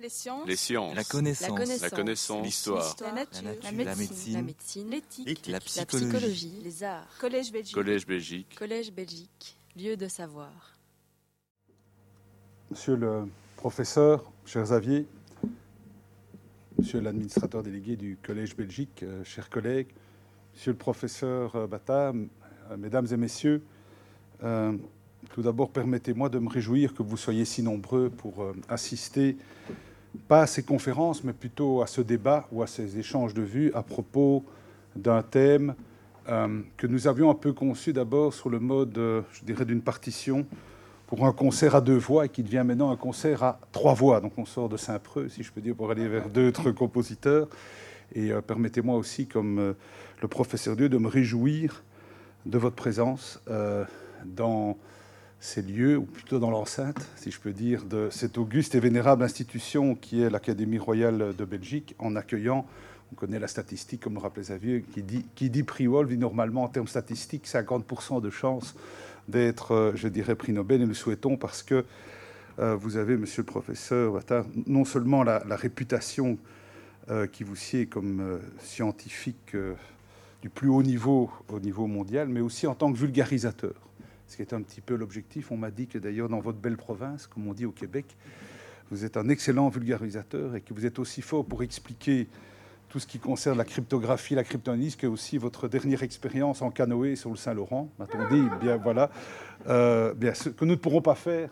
Les sciences. Les sciences. La connaissance. La connaissance. L'histoire. La nature. La médecine. L'éthique. La psychologie, les arts. Collège Belgique. Collège Belgique. Collège Belgique, lieu de savoir. Monsieur le professeur, cher Xavier, monsieur l'administrateur délégué du Collège Belgique, chers collègues, monsieur le professeur Bata, mesdames et messieurs, tout d'abord, permettez-moi de me réjouir que vous soyez si nombreux pour assister, pas à ces conférences, mais plutôt à ce débat ou à ces échanges de vues à propos d'un thème que nous avions un peu conçu d'abord sur le mode, je dirais, d'une partition pour un concert à 2 voix et qui devient maintenant un concert à 3 voix. Donc on sort de Saint-Preux, si je peux dire, pour aller vers d'autres compositeurs. Et permettez-moi aussi, comme le professeur Dieu, de me réjouir de votre présence dans ces lieux, ou plutôt dans l'enceinte, si je peux dire, de cette auguste et vénérable institution qui est l'Académie royale de Belgique, en accueillant, on connaît la statistique, comme le rappelait Xavier, qui dit prix Wolf, dit normalement en termes statistiques 50% de chances d'être, je dirais, prix Nobel, et nous le souhaitons parce que vous avez, monsieur le professeur Attard, non seulement la réputation qui vous sied comme scientifique du plus haut niveau au niveau mondial, mais aussi en tant que vulgarisateur. Ce qui est un petit peu l'objectif. On m'a dit que d'ailleurs, dans votre belle province, comme on dit au Québec, vous êtes un excellent vulgarisateur et que vous êtes aussi fort pour expliquer tout ce qui concerne la cryptographie, la cryptanalyse, que aussi votre dernière expérience en canoë sur le Saint-Laurent, m'a-t-on dit, bien voilà, bien, ce que nous ne pourrons pas faire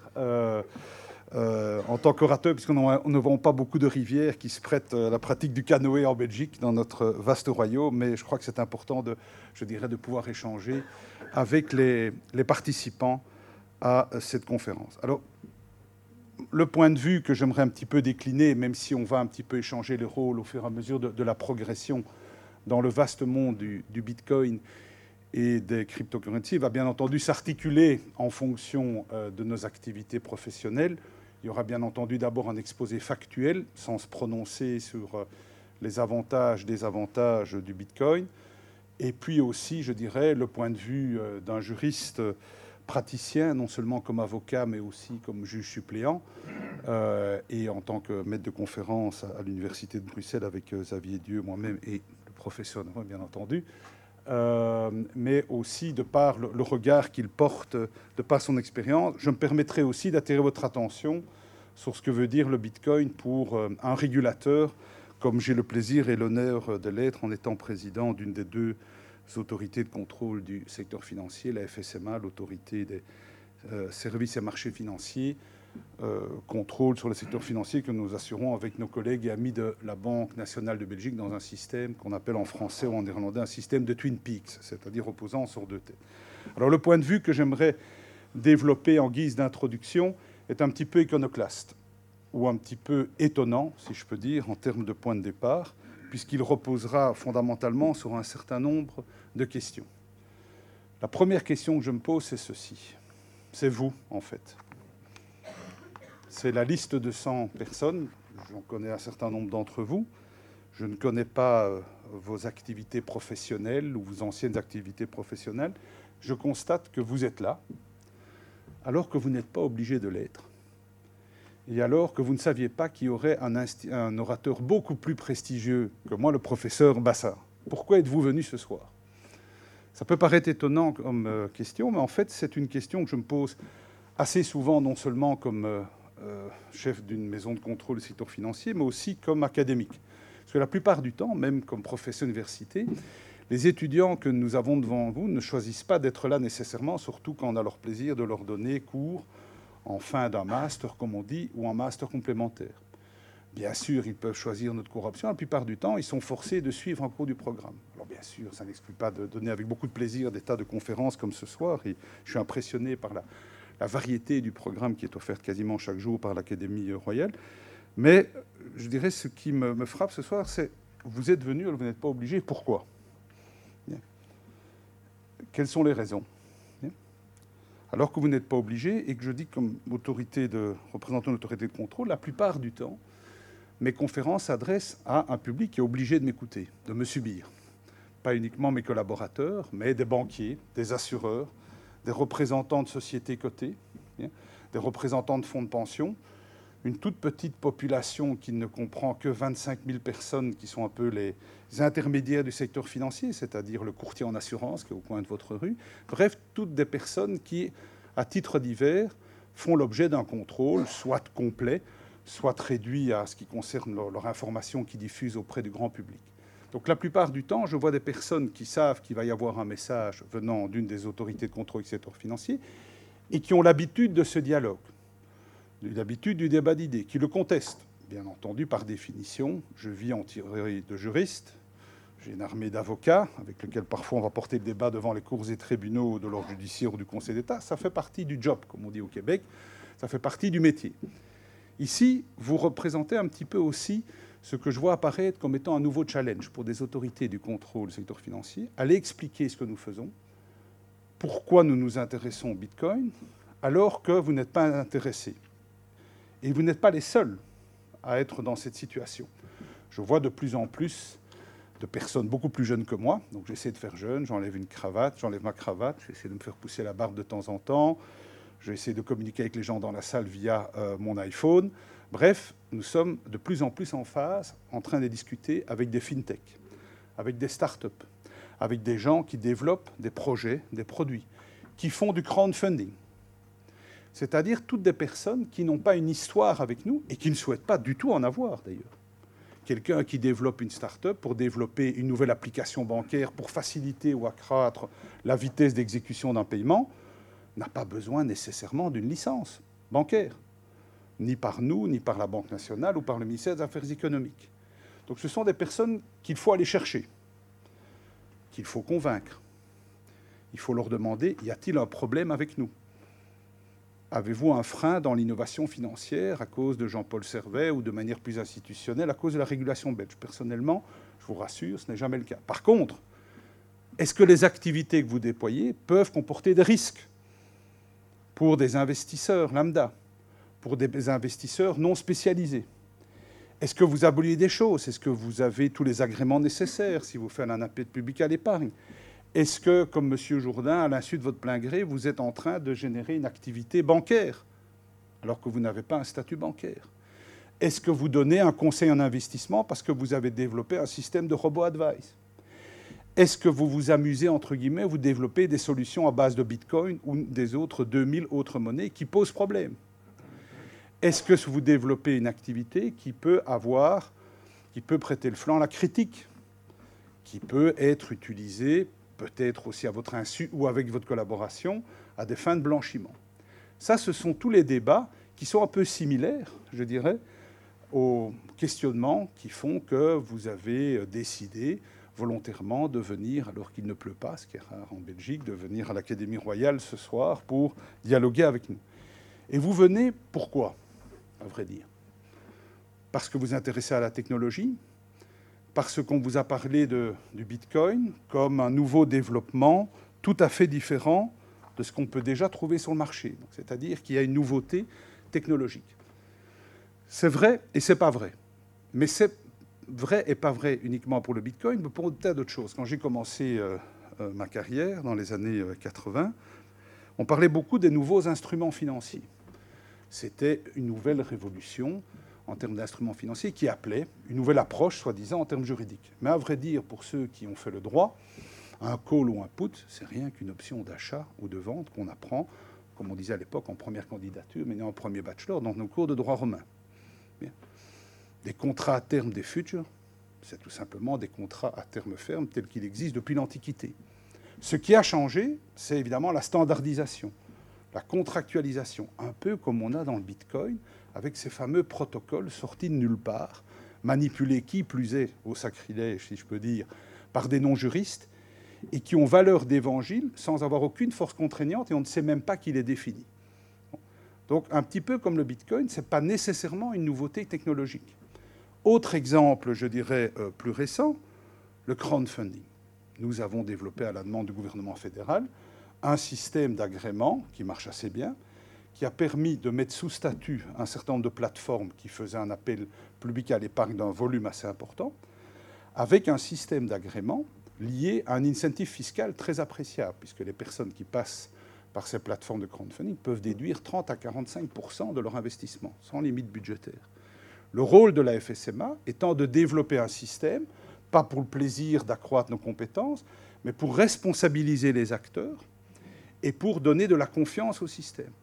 en tant qu'orateur, puisqu'on ne voit pas beaucoup de rivières qui se prêtent à la pratique du canoë en Belgique, dans notre vaste royaume, mais je crois que c'est important de pouvoir échanger avec les participants à cette conférence. Alors, le point de vue que j'aimerais un petit peu décliner, même si on va un petit peu échanger les rôles au fur et à mesure de la progression dans le vaste monde du Bitcoin et des cryptocurrencies, va bien entendu s'articuler en fonction de nos activités professionnelles. Il y aura bien entendu d'abord un exposé factuel, sans se prononcer sur les avantages, désavantages du Bitcoin. Et puis aussi, je dirais, le point de vue d'un juriste praticien, non seulement comme avocat, mais aussi comme juge suppléant, et en tant que maître de conférence à l'Université de Bruxelles avec Xavier Dieu, moi-même et le professeur, bien entendu, mais aussi de par le regard qu'il porte, de par son expérience. Je me permettrai aussi d'attirer votre attention sur ce que veut dire le Bitcoin pour un régulateur, comme j'ai le plaisir et l'honneur de l'être en étant président d'une des 2 autorités de contrôle du secteur financier, la FSMA, l'autorité des services et marchés financiers, contrôle sur le secteur financier que nous assurons avec nos collègues et amis de la Banque nationale de Belgique dans un système qu'on appelle en français ou en néerlandais un système de Twin Peaks, c'est-à-dire reposant sur 2 têtes. Alors le point de vue que j'aimerais développer en guise d'introduction est un petit peu iconoclaste, ou un petit peu étonnant, si je peux dire, en termes de point de départ, puisqu'il reposera fondamentalement sur un certain nombre de questions. La première question que je me pose, c'est ceci. C'est vous, en fait. C'est la liste de 100 personnes. J'en connais un certain nombre d'entre vous. Je ne connais pas vos activités professionnelles ou vos anciennes activités professionnelles. Je constate que vous êtes là, alors que vous n'êtes pas obligé de l'être. Et alors que vous ne saviez pas qu'il y aurait un orateur beaucoup plus prestigieux que moi, le professeur Bassard. Pourquoi êtes-vous venu ce soir? Ça peut paraître étonnant comme question, mais en fait, c'est une question que je me pose assez souvent, non seulement comme chef d'une maison de contrôle du secteur financier, mais aussi comme académique. Parce que la plupart du temps, même comme professeur d'université, les étudiants que nous avons devant vous ne choisissent pas d'être là nécessairement, surtout quand on a leur plaisir de leur donner cours en fin d'un master, comme on dit, ou en master complémentaire. Bien sûr, ils peuvent choisir notre cours option. La plupart du temps, ils sont forcés de suivre un cours du programme. Alors bien sûr, ça n'exclut pas de donner avec beaucoup de plaisir des tas de conférences comme ce soir. Et je suis impressionné par la variété du programme qui est offerte quasiment chaque jour par l'Académie royale. Mais je dirais ce qui me frappe ce soir, c'est vous êtes venus, vous n'êtes pas obligés. Pourquoi? Bien. Quelles sont les raisons? Alors que vous n'êtes pas obligé, et que je dis comme représentant l'autorité de contrôle, la plupart du temps, mes conférences s'adressent à un public qui est obligé de m'écouter, de me subir. Pas uniquement mes collaborateurs, mais des banquiers, des assureurs, des représentants de sociétés cotées, des représentants de fonds de pension, une toute petite population qui ne comprend que 25 000 personnes qui sont un peu les intermédiaires du secteur financier, c'est-à-dire le courtier en assurance qui est au coin de votre rue. Bref, toutes des personnes qui, à titre divers, font l'objet d'un contrôle, soit complet, soit réduit à ce qui concerne leur information qu'ils diffusent auprès du grand public. Donc la plupart du temps, je vois des personnes qui savent qu'il va y avoir un message venant d'une des autorités de contrôle du secteur financier et qui ont l'habitude de ce dialogue, l'habitude du débat d'idées, qui le contestent. Bien entendu, par définition, je vis entouré de juristes, j'ai une armée d'avocats avec lesquels parfois on va porter le débat devant les cours et tribunaux de l'ordre judiciaire ou du Conseil d'État. Ça fait partie du job, comme on dit au Québec, ça fait partie du métier. Ici, vous représentez un petit peu aussi ce que je vois apparaître comme étant un nouveau challenge pour des autorités du contrôle du secteur financier. Allez expliquer ce que nous faisons, pourquoi nous nous intéressons au Bitcoin, alors que vous n'êtes pas intéressés. Et vous n'êtes pas les seuls à être dans cette situation. Je vois de plus en plus de personnes beaucoup plus jeunes que moi. Donc j'essaie de faire jeune, j'enlève une cravate, j'enlève ma cravate, j'essaie de me faire pousser la barbe de temps en temps, j'essaie de communiquer avec les gens dans la salle via mon iPhone. Bref, nous sommes de plus en plus en phase, en train de discuter avec des fintechs, avec des startups, avec des gens qui développent des projets, des produits, qui font du crowdfunding. C'est-à-dire toutes des personnes qui n'ont pas une histoire avec nous et qui ne souhaitent pas du tout en avoir, d'ailleurs. Quelqu'un qui développe une start-up pour développer une nouvelle application bancaire pour faciliter ou accroître la vitesse d'exécution d'un paiement n'a pas besoin nécessairement d'une licence bancaire, ni par nous, ni par la Banque nationale ou par le ministère des Affaires économiques. Donc ce sont des personnes qu'il faut aller chercher, qu'il faut convaincre. Il faut leur demander, y a-t-il un problème avec nous ? Avez-vous un frein dans l'innovation financière à cause de Jean-Paul Servet ou de manière plus institutionnelle à cause de la régulation belge ? Personnellement, je vous rassure, ce n'est jamais le cas. Par contre, est-ce que les activités que vous déployez peuvent comporter des risques pour des investisseurs lambda, pour des investisseurs non spécialisés ? Est-ce que vous aboutissez des choses ? Est-ce que vous avez tous les agréments nécessaires si vous faites un appel public à l'épargne ? Est-ce que, comme M. Jourdain, à l'insu de votre plein gré, vous êtes en train de générer une activité bancaire alors que vous n'avez pas un statut bancaire ? Est-ce que vous donnez un conseil en investissement parce que vous avez développé un système de robo-advice ? Est-ce que vous vous amusez, entre guillemets, vous développez des solutions à base de Bitcoin ou des autres 2000 autres monnaies qui posent problème ? Est-ce que vous développez une activité qui peut prêter le flanc à la critique, qui peut être utilisée peut-être aussi à votre insu ou avec votre collaboration, à des fins de blanchiment. Ça, ce sont tous les débats qui sont un peu similaires, je dirais, aux questionnements qui font que vous avez décidé volontairement de venir, alors qu'il ne pleut pas, ce qui est rare en Belgique, de venir à l'Académie royale ce soir pour dialoguer avec nous. Et vous venez, pourquoi, à vrai dire ? Parce que vous vous intéressez à la technologie ? Parce qu'on vous a parlé du Bitcoin comme un nouveau développement tout à fait différent de ce qu'on peut déjà trouver sur le marché. C'est-à-dire qu'il y a une nouveauté technologique. C'est vrai et c'est pas vrai. Mais c'est vrai et pas vrai uniquement pour le Bitcoin, mais pour tas d'autres choses. Quand j'ai commencé ma carrière dans les années 80, on parlait beaucoup des nouveaux instruments financiers. C'était une nouvelle révolution en termes d'instruments financiers, qui appelait une nouvelle approche, soi-disant, en termes juridiques. Mais à vrai dire, pour ceux qui ont fait le droit, un call ou un put, c'est rien qu'une option d'achat ou de vente qu'on apprend, comme on disait à l'époque, en première candidature, mais non en premier bachelor, dans nos cours de droit romain. Bien. Des contrats à terme des futurs, c'est tout simplement des contrats à terme ferme tels qu'il existe depuis l'Antiquité. Ce qui a changé, c'est évidemment la standardisation, la contractualisation, un peu comme on a dans le Bitcoin, avec ces fameux protocoles sortis de nulle part, manipulés qui plus est, au sacrilège, si je peux dire, par des non-juristes, et qui ont valeur d'évangile sans avoir aucune force contraignante, et on ne sait même pas qui les définit. Donc, un petit peu comme le Bitcoin, ce n'est pas nécessairement une nouveauté technologique. Autre exemple, je dirais, plus récent, le crowdfunding. Nous avons développé, à la demande du gouvernement fédéral, un système d'agrément qui marche assez bien, qui a permis de mettre sous statut un certain nombre de plateformes qui faisaient un appel public à l'épargne d'un volume assez important, avec un système d'agrément lié à un incentive fiscal très appréciable, puisque les personnes qui passent par ces plateformes de crowdfunding peuvent déduire 30 à 45% de leur investissement, sans limite budgétaire. Le rôle de la FSMA étant de développer un système, pas pour le plaisir d'accroître nos compétences, mais pour responsabiliser les acteurs et pour donner de la confiance au système.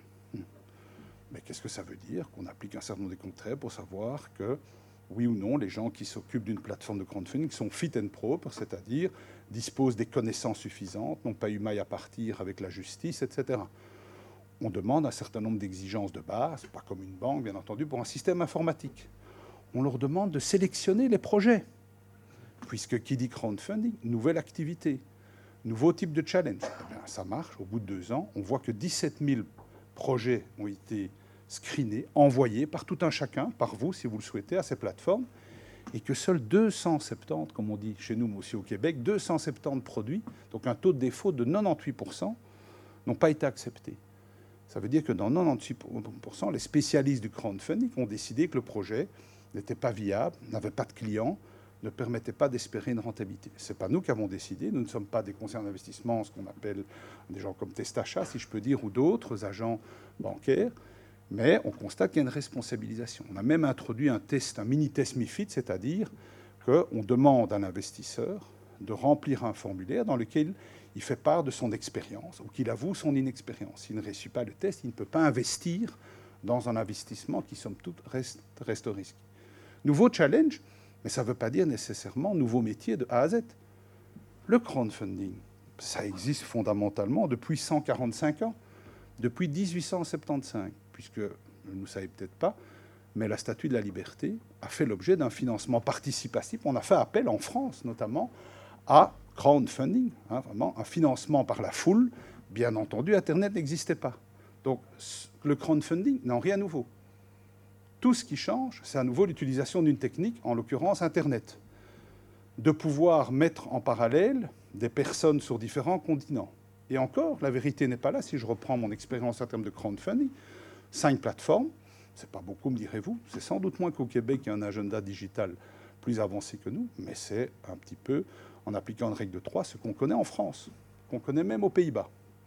Mais qu'est-ce que ça veut dire? Qu'on applique un certain nombre de critères pour savoir que, oui ou non, les gens qui s'occupent d'une plateforme de crowdfunding sont fit and proper, c'est-à-dire disposent des connaissances suffisantes, n'ont pas eu maille à partir avec la justice, etc. On demande un certain nombre d'exigences de base, pas comme une banque, bien entendu, pour un système informatique. On leur demande de sélectionner les projets, puisque qui dit crowdfunding, nouvelle activité, nouveau type de challenge. Eh bien, ça marche, au bout de 2 ans, on voit que 17 000 projets ont été screenés, envoyés par tout un chacun, par vous, si vous le souhaitez, à ces plateformes, et que seuls 270, comme on dit chez nous, mais aussi au Québec, 270 produits, donc un taux de défaut de 98%, n'ont pas été acceptés. Ça veut dire que dans 98%, les spécialistes du crowdfunding ont décidé que le projet n'était pas viable, n'avait pas de clients, ne permettait pas d'espérer une rentabilité. Ce n'est pas nous qui avons décidé, nous ne sommes pas des conseillers d'investissement, ce qu'on appelle des gens comme Testachat, si je peux dire, ou d'autres agents bancaires, mais on constate qu'il y a une responsabilisation. On a même introduit un test, un mini-test MiFID, c'est-à-dire qu'on demande à l'investisseur de remplir un formulaire dans lequel il fait part de son expérience ou qu'il avoue son inexpérience. S'il ne réussit pas le test, il ne peut pas investir dans un investissement qui, somme toute, reste risqué. Nouveau challenge, mais ça ne veut pas dire nécessairement nouveau métier de A à Z. Le crowdfunding, ça existe fondamentalement depuis 145 ans, depuis 1875, puisque, vous ne savez peut-être pas, mais la Statue de la Liberté a fait l'objet d'un financement participatif. On a fait appel en France, notamment, à crowdfunding, vraiment un financement par la foule. Bien entendu, Internet n'existait pas. Donc, le crowdfunding n'a rien de nouveau. Tout ce qui change, c'est à nouveau l'utilisation d'une technique, en l'occurrence Internet, de pouvoir mettre en parallèle des personnes sur différents continents. Et encore, la vérité n'est pas là. Si je reprends mon expérience en termes de crowdfunding, 5 plateformes, c'est pas beaucoup, me direz-vous. C'est sans doute moins qu'au Québec, il y a un agenda digital plus avancé que nous, mais c'est un petit peu, en appliquant une règle de 3, ce qu'on connaît en France, qu'on connaît même aux Pays-Bas.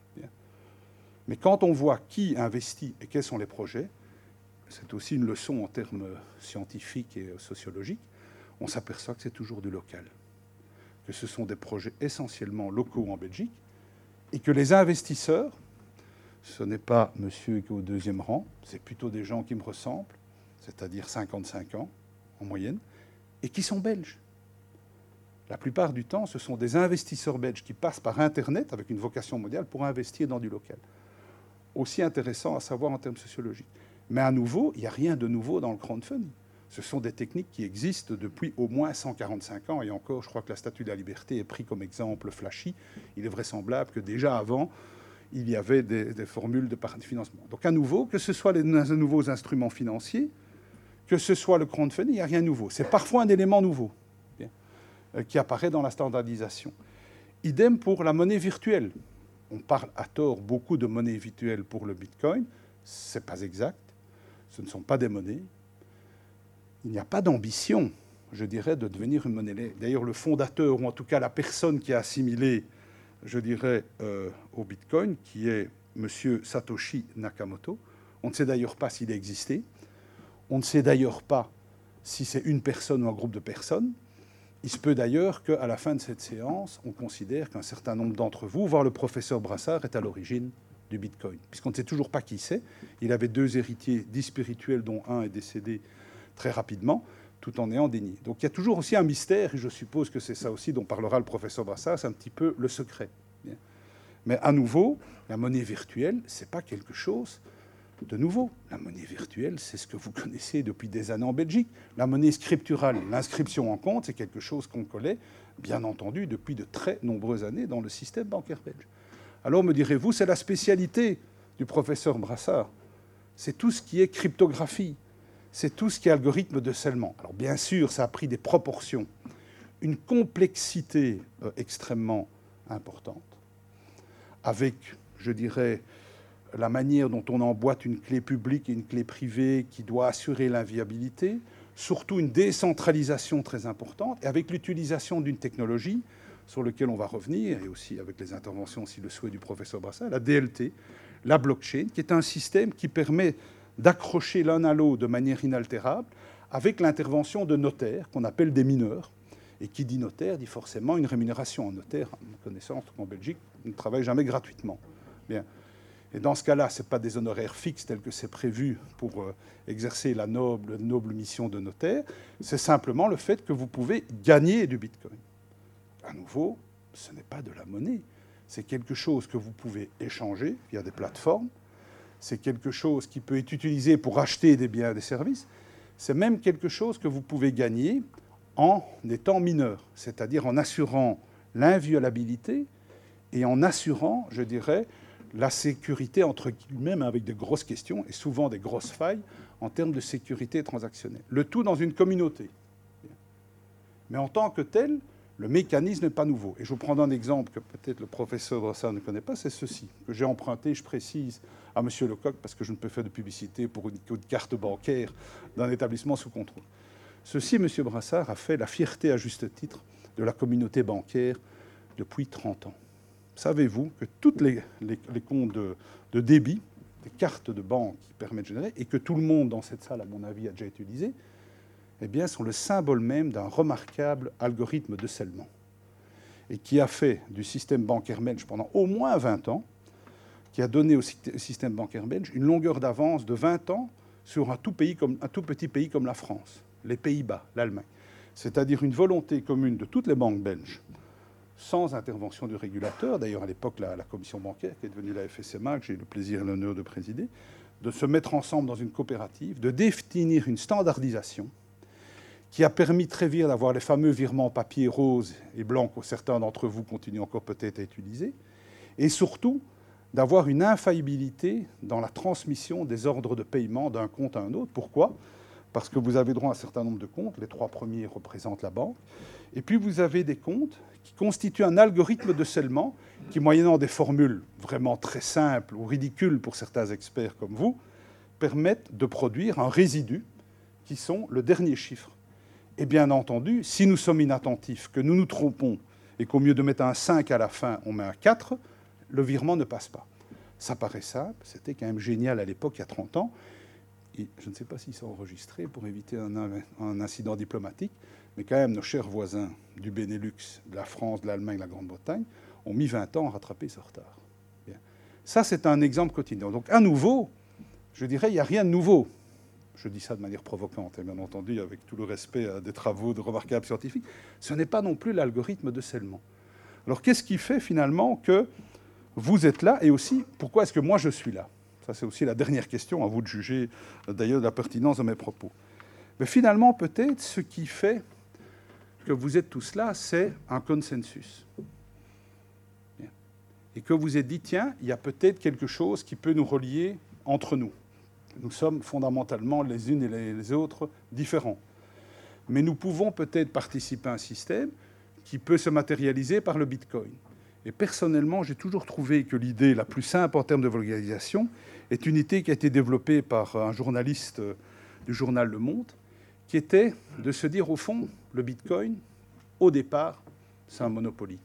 Mais quand on voit qui investit et quels sont les projets, c'est aussi une leçon en termes scientifiques et sociologiques, on s'aperçoit que c'est toujours du local, que ce sont des projets essentiellement locaux en Belgique, et que les investisseurs, ce n'est pas monsieur qui est au 2e rang, c'est plutôt des gens qui me ressemblent, c'est-à-dire 55 ans en moyenne, et qui sont belges. La plupart du temps, ce sont des investisseurs belges qui passent par Internet avec une vocation mondiale pour investir dans du local. Aussi intéressant à savoir en termes sociologiques. Mais à nouveau, il n'y a rien de nouveau dans le crowdfunding. Ce sont des techniques qui existent depuis au moins 145 ans. Et encore, je crois que la Statue de la Liberté est prise comme exemple flashy. Il est vraisemblable que déjà avant, il y avait des formules de financement. Donc à nouveau, que ce soit les nouveaux instruments financiers, que ce soit le crowdfunding, il n'y a rien de nouveau. C'est parfois un élément nouveau qui apparaît dans la standardisation. Idem pour la monnaie virtuelle. On parle à tort beaucoup de monnaie virtuelle pour le Bitcoin. Ce n'est pas exact. Ce ne sont pas des monnaies. Il n'y a pas d'ambition, je dirais, de devenir une monnaie. D'ailleurs, le fondateur, ou en tout cas la personne qui a assimilé, je dirais, au Bitcoin, qui est M. Satoshi Nakamoto, on ne sait d'ailleurs pas s'il a existé. On ne sait d'ailleurs pas si c'est une personne ou un groupe de personnes. Il se peut d'ailleurs qu'à la fin de cette séance, on considère qu'un certain nombre d'entre vous, voire le professeur Brassard, est à l'origine du Bitcoin, puisqu'on ne sait toujours pas qui c'est. Il avait 2 héritiers dits spirituels, dont un est décédé très rapidement, tout en ayant dénié. Donc il y a toujours aussi un mystère, et je suppose que c'est ça aussi dont parlera le professeur Brassard, c'est un petit peu le secret. Mais à nouveau, la monnaie virtuelle, ce n'est pas quelque chose de nouveau. La monnaie virtuelle, c'est ce que vous connaissez depuis des années en Belgique. La monnaie scripturale, l'inscription en compte, c'est quelque chose qu'on connaît, bien entendu, depuis de très nombreuses années dans le système bancaire belge. Alors, me direz-vous, c'est la spécialité du professeur Brassard. C'est tout ce qui est cryptographie. C'est tout ce qui est algorithme de scellement. Alors, bien sûr, ça a pris des proportions, une complexité extrêmement importante, avec, je dirais, la manière dont on emboîte une clé publique et une clé privée qui doit assurer l'inviolabilité, surtout une décentralisation très importante, et avec l'utilisation d'une technologie sur lequel on va revenir, et aussi avec les interventions, si le souhait du professeur Brassard, la DLT, la blockchain, qui est un système qui permet d'accrocher l'un à l'autre de manière inaltérable avec l'intervention de notaires, qu'on appelle des mineurs. Et qui dit notaire dit forcément une rémunération. Un notaire, à ma connaissance, en Belgique, ne travaille jamais gratuitement. Bien. Et dans ce cas-là, ce n'est pas des honoraires fixes tels que c'est prévu pour exercer la noble mission de notaire. C'est simplement le fait que vous pouvez gagner du Bitcoin. À nouveau, ce n'est pas de la monnaie. C'est quelque chose que vous pouvez échanger via des plateformes. C'est quelque chose qui peut être utilisé pour acheter des biens et des services. C'est même quelque chose que vous pouvez gagner en étant mineur, c'est-à-dire en assurant l'inviolabilité et en assurant, je dirais, la sécurité, entre guillemets, avec des grosses questions et souvent des grosses failles en termes de sécurité transactionnelle. Le tout dans une communauté. Mais en tant que tel, le mécanisme n'est pas nouveau. Et je vous prends un exemple que peut-être le professeur Brassard ne connaît pas, c'est ceci, que j'ai emprunté, je précise, à M. Lecoq, parce que je ne peux faire de publicité pour une carte bancaire d'un établissement sous contrôle. Ceci, M. Brassard a fait la fierté à juste titre de la communauté bancaire depuis 30 ans. Savez-vous que tous les comptes de débit, des cartes de banque qui permettent de générer, et que tout le monde dans cette salle, à mon avis, a déjà utilisé, eh bien, sont le symbole même d'un remarquable algorithme de scellement, et qui a fait du système bancaire belge pendant au moins 20 ans, qui a donné au système bancaire belge une longueur d'avance de 20 ans sur un tout petit pays comme la France, les Pays-Bas, l'Allemagne. C'est-à-dire une volonté commune de toutes les banques belges, sans intervention du régulateur, d'ailleurs à l'époque la commission bancaire, qui est devenue la FSMA, que j'ai eu le plaisir et l'honneur de présider, de se mettre ensemble dans une coopérative, de définir une standardisation qui a permis très vite d'avoir les fameux virements papier rose et blanc que certains d'entre vous continuent encore peut-être à utiliser, et surtout d'avoir une infaillibilité dans la transmission des ordres de paiement d'un compte à un autre. Pourquoi ? Parce que vous avez droit à un certain nombre de comptes, les 3 premiers représentent la banque, et puis vous avez des comptes qui constituent un algorithme de scellement qui, moyennant des formules vraiment très simples ou ridicules pour certains experts comme vous, permettent de produire un résidu qui sont le dernier chiffre. Et bien entendu, si nous sommes inattentifs, que nous nous trompons, et qu'au lieu de mettre un 5 à la fin, on met un 4, le virement ne passe pas. Ça paraît simple, c'était quand même génial à l'époque, il y a 30 ans. Et je ne sais pas s'ils sont enregistrés pour éviter un incident diplomatique, mais quand même nos chers voisins du Benelux, de la France, de l'Allemagne, de la Grande-Bretagne, ont mis 20 ans à rattraper ce retard. Bien. Ça, c'est un exemple quotidien. Donc, à nouveau, je dirais, il n'y a rien de nouveau. Je dis ça de manière provocante, et bien entendu, avec tout le respect des travaux de remarquables scientifiques. Ce n'est pas non plus l'algorithme de scellement. Alors, qu'est-ce qui fait finalement que vous êtes là, et aussi, pourquoi est-ce que moi je suis là ? Ça, c'est aussi la dernière question, à vous de juger d'ailleurs de la pertinence de mes propos. Mais finalement, peut-être, ce qui fait que vous êtes tous là, c'est un consensus. Bien. Et que vous êtes dit, tiens, il y a peut-être quelque chose qui peut nous relier entre nous. Nous sommes fondamentalement les unes et les autres différents. Mais nous pouvons peut-être participer à un système qui peut se matérialiser par le Bitcoin. Et personnellement, j'ai toujours trouvé que l'idée la plus simple en termes de vulgarisation est une idée qui a été développée par un journaliste du journal Le Monde, qui était de se dire, au fond, le Bitcoin, au départ, c'est un Monopoly.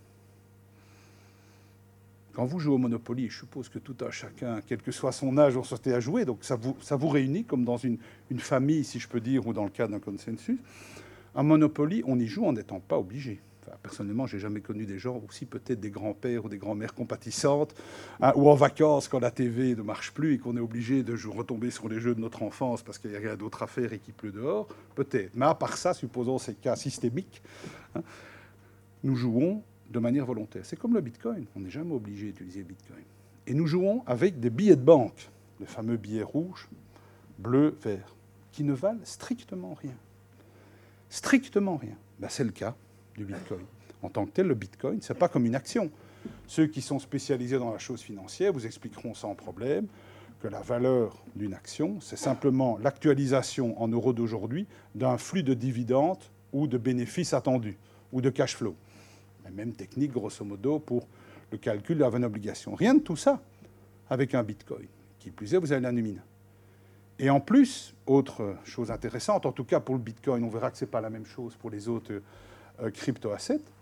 Quand vous jouez au Monopoly, je suppose que tout un chacun, quel que soit son âge, on sortait à jouer, donc ça vous réunit comme dans une famille, si je peux dire, ou dans le cadre d'un consensus. Un Monopoly, on y joue en n'étant pas obligé. Enfin, personnellement, je n'ai jamais connu des gens, aussi peut-être des grands-pères ou des grands-mères compatissantes, hein, ou en vacances quand la TV ne marche plus et qu'on est obligé de retomber sur les jeux de notre enfance parce qu'il n'y a rien d'autre à faire et qu'il pleut dehors, peut-être. Mais à part ça, supposons ces cas systémiques, hein, nous jouons de manière volontaire. C'est comme le Bitcoin, on n'est jamais obligé d'utiliser le Bitcoin. Et nous jouons avec des billets de banque, les fameux billets rouges, bleus, verts, qui ne valent strictement rien. Strictement rien. Ben, c'est le cas du Bitcoin. En tant que tel, le Bitcoin, ce n'est pas comme une action. Ceux qui sont spécialisés dans la chose financière vous expliqueront sans problème que la valeur d'une action, c'est simplement l'actualisation en euros d'aujourd'hui d'un flux de dividendes ou de bénéfices attendus, ou de cash flow. La même technique, grosso modo, pour le calcul de la valeur obligation. Rien de tout ça avec un Bitcoin. Qui plus est, vous avez la nomina. Et en plus, autre chose intéressante, en tout cas pour le Bitcoin, on verra que ce n'est pas la même chose pour les autres crypto-assets,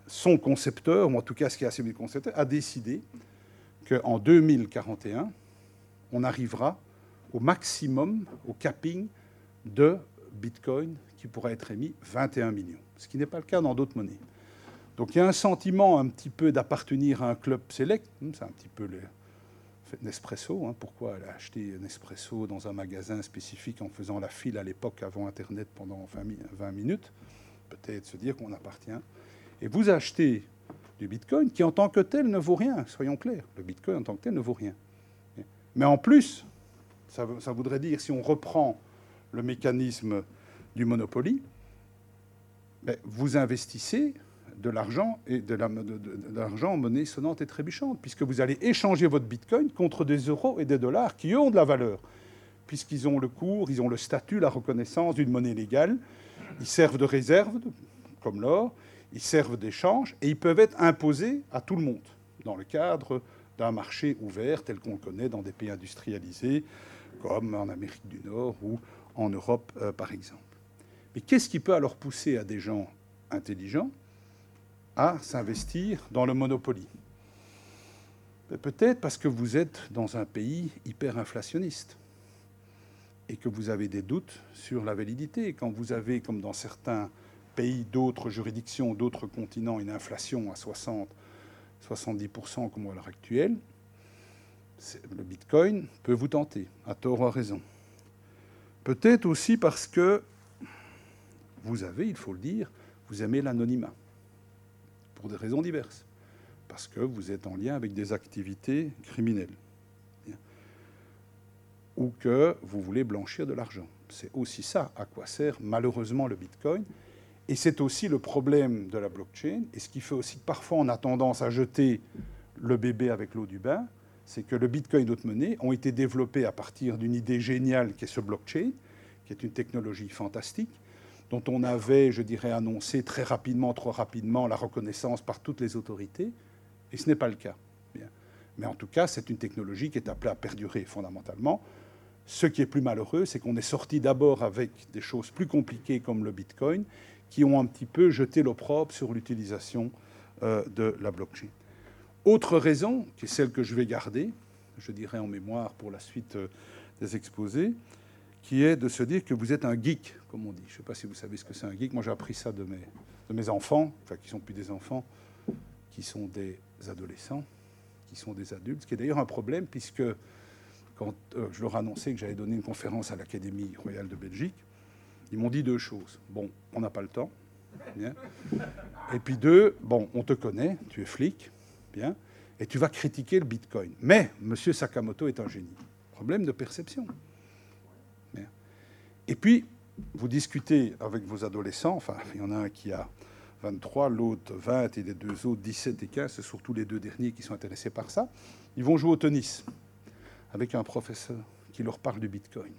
son concepteur, ou en tout cas ce qui a suivi le concepteur, a décidé qu'en 2041, on arrivera au maximum, au capping de Bitcoin qui pourra être émis, 21 millions, ce qui n'est pas le cas dans d'autres monnaies. Donc il y a un sentiment un petit peu d'appartenir à un club select, c'est un petit peu le Nespresso. Pourquoi elle a acheté Nespresso dans un magasin spécifique en faisant la file à l'époque avant Internet pendant 20 minutes? Peut-être se dire qu'on appartient. Et vous achetez du Bitcoin qui en tant que tel ne vaut rien, soyons clairs. Le Bitcoin en tant que tel ne vaut rien. Mais en plus, ça voudrait dire, si on reprend le mécanisme du Monopoly, vous investissez de l'argent et de l'argent en monnaie sonnante et trébuchante, puisque vous allez échanger votre Bitcoin contre des euros et des dollars qui, eux, ont de la valeur, puisqu'ils ont le cours, ils ont le statut, la reconnaissance d'une monnaie légale. Ils servent de réserve, comme l'or, ils servent d'échange, et ils peuvent être imposés à tout le monde, dans le cadre d'un marché ouvert tel qu'on le connaît dans des pays industrialisés, comme en Amérique du Nord ou en Europe, par exemple. Mais qu'est-ce qui peut alors pousser à des gens intelligents à s'investir dans le Monopoly? Peut-être parce que vous êtes dans un pays hyper-inflationniste et que vous avez des doutes sur la validité. Quand vous avez, comme dans certains pays d'autres juridictions, d'autres continents, une inflation à 60-70% comme à l'heure actuelle, le Bitcoin peut vous tenter, à tort ou à raison. Peut-être aussi parce que vous avez, il faut le dire, vous aimez l'anonymat, pour des raisons diverses, parce que vous êtes en lien avec des activités criminelles, ou que vous voulez blanchir de l'argent. C'est aussi ça à quoi sert malheureusement le Bitcoin, et c'est aussi le problème de la blockchain, et ce qui fait aussi que parfois on a tendance à jeter le bébé avec l'eau du bain, c'est que le Bitcoin et d'autres monnaies ont été développés à partir d'une idée géniale qui est ce blockchain, qui est une technologie fantastique, dont on avait, je dirais, annoncé très rapidement, trop rapidement, la reconnaissance par toutes les autorités, et ce n'est pas le cas. Bien. Mais en tout cas, c'est une technologie qui est appelée à perdurer fondamentalement. Ce qui est plus malheureux, c'est qu'on est sorti d'abord avec des choses plus compliquées comme le Bitcoin, qui ont un petit peu jeté l'opprobre sur l'utilisation de la blockchain. Autre raison, qui est celle que je vais garder, je dirais en mémoire pour la suite des exposés, qui est de se dire que vous êtes un geek, comme on dit. Je ne sais pas si vous savez ce que c'est un geek. Moi, j'ai appris ça de mes enfants, enfin, qui ne sont plus des enfants, qui sont des adolescents, qui sont des adultes, ce qui est d'ailleurs un problème, puisque quand je leur ai annoncé que j'allais donner une conférence à l'Académie royale de Belgique, ils m'ont dit deux choses. Bon, on n'a pas le temps. Bien. Et puis deux, bon, on te connaît, tu es flic. Bien, et tu vas critiquer le Bitcoin. Mais M. Sakamoto est un génie. Problème de perception. Bien. Et puis, vous discutez avec vos adolescents, enfin, il y en a un qui a 23, l'autre 20, et les deux autres 17 et 15, c'est surtout les deux derniers qui sont intéressés par ça. Ils vont jouer au tennis avec un professeur qui leur parle du Bitcoin.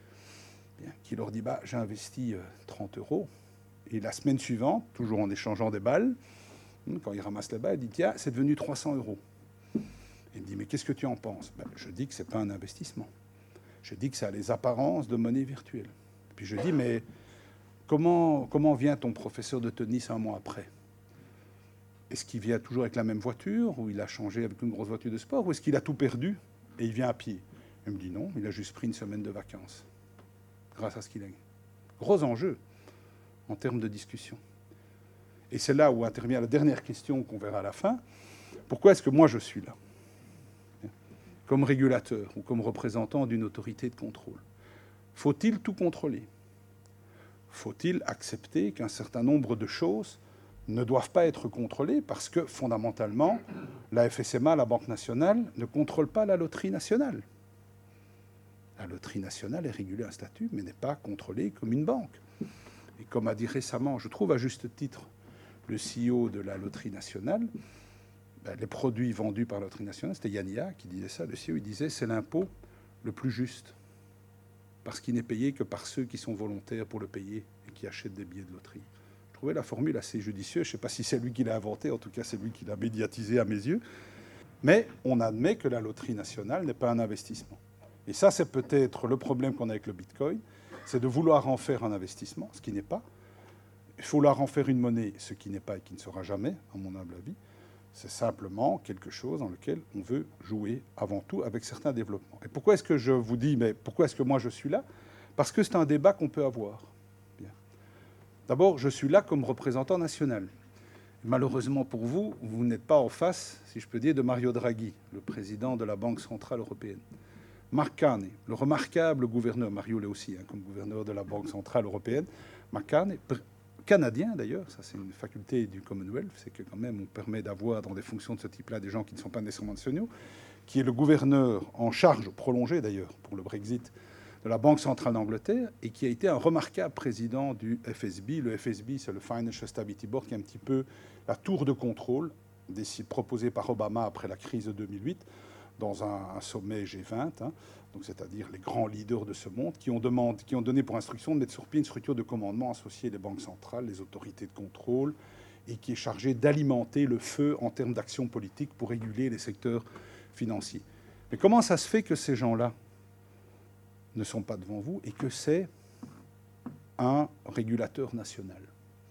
Bien, qui leur dit, j'ai investi 30 €, et la semaine suivante, toujours en échangeant des balles, quand il ramasse les balles, il dit, tiens, c'est devenu 300 €. Il me dit, mais qu'est-ce que tu en penses? Je dis que ce n'est pas un investissement. Je dis que ça a les apparences de monnaie virtuelle. Puis je dis, mais comment vient ton professeur de tennis un mois après? Est-ce qu'il vient toujours avec la même voiture, ou il a changé avec une grosse voiture de sport, ou est-ce qu'il a tout perdu et il vient à pied? Il me dit non, il a juste pris une semaine de vacances, grâce à ce qu'il a. Gros enjeu en termes de discussion. Et c'est là où intervient la dernière question qu'on verra à la fin. Pourquoi est-ce que moi je suis là, comme régulateur ou comme représentant d'une autorité de contrôle? Faut-il tout contrôler? Faut-il accepter qu'un certain nombre de choses ne doivent pas être contrôlées parce que, fondamentalement, la FSMA, la Banque nationale, ne contrôle pas la loterie nationale? La loterie nationale est régulée à un statut, mais n'est pas contrôlée comme une banque. Et comme a dit récemment, je trouve à juste titre, le CEO de la Loterie nationale, les produits vendus par la Loterie nationale, c'était Yannia qui disait ça, le CEO, il disait c'est l'impôt le plus juste, parce qu'il n'est payé que par ceux qui sont volontaires pour le payer et qui achètent des billets de loterie. Je trouvais la formule assez judicieuse, je ne sais pas si c'est lui qui l'a inventé, en tout cas c'est lui qui l'a médiatisé à mes yeux, mais on admet que la Loterie nationale n'est pas un investissement. Et ça, c'est peut-être le problème qu'on a avec le Bitcoin, c'est de vouloir en faire un investissement, ce qui n'est pas. il faut leur en faire une monnaie, ce qui n'est pas et qui ne sera jamais, à mon humble avis. C'est simplement quelque chose dans lequel on veut jouer avant tout avec certains développements. Et pourquoi est-ce que je vous dis, mais pourquoi est-ce que moi je suis là? Parce que c'est un débat qu'on peut avoir. Bien. D'abord, je suis là comme représentant national. Malheureusement pour vous, vous n'êtes pas en face, si je peux dire, de Mario Draghi, le président de la Banque centrale européenne. Mark Carney, le remarquable gouverneur, Mario l'est aussi, comme gouverneur de la Banque centrale européenne. Mark Carney, canadien d'ailleurs, ça c'est une faculté du Commonwealth, c'est que quand même on permet d'avoir dans des fonctions de ce type-là des gens qui ne sont pas nécessairement nationaux, qui est le gouverneur en charge, prolongé d'ailleurs pour le Brexit, de la Banque centrale d'Angleterre, et qui a été un remarquable président du FSB. Le FSB, c'est le Financial Stability Board, qui est un petit peu la tour de contrôle proposée par Obama après la crise de 2008, dans un sommet G20, donc c'est-à-dire les grands leaders de ce monde, qui ont donné pour instruction de mettre sur pied une structure de commandement associée des banques centrales, les autorités de contrôle, et qui est chargée d'alimenter le feu en termes d'action politique pour réguler les secteurs financiers. Mais comment ça se fait que ces gens-là ne sont pas devant vous et que c'est un régulateur national?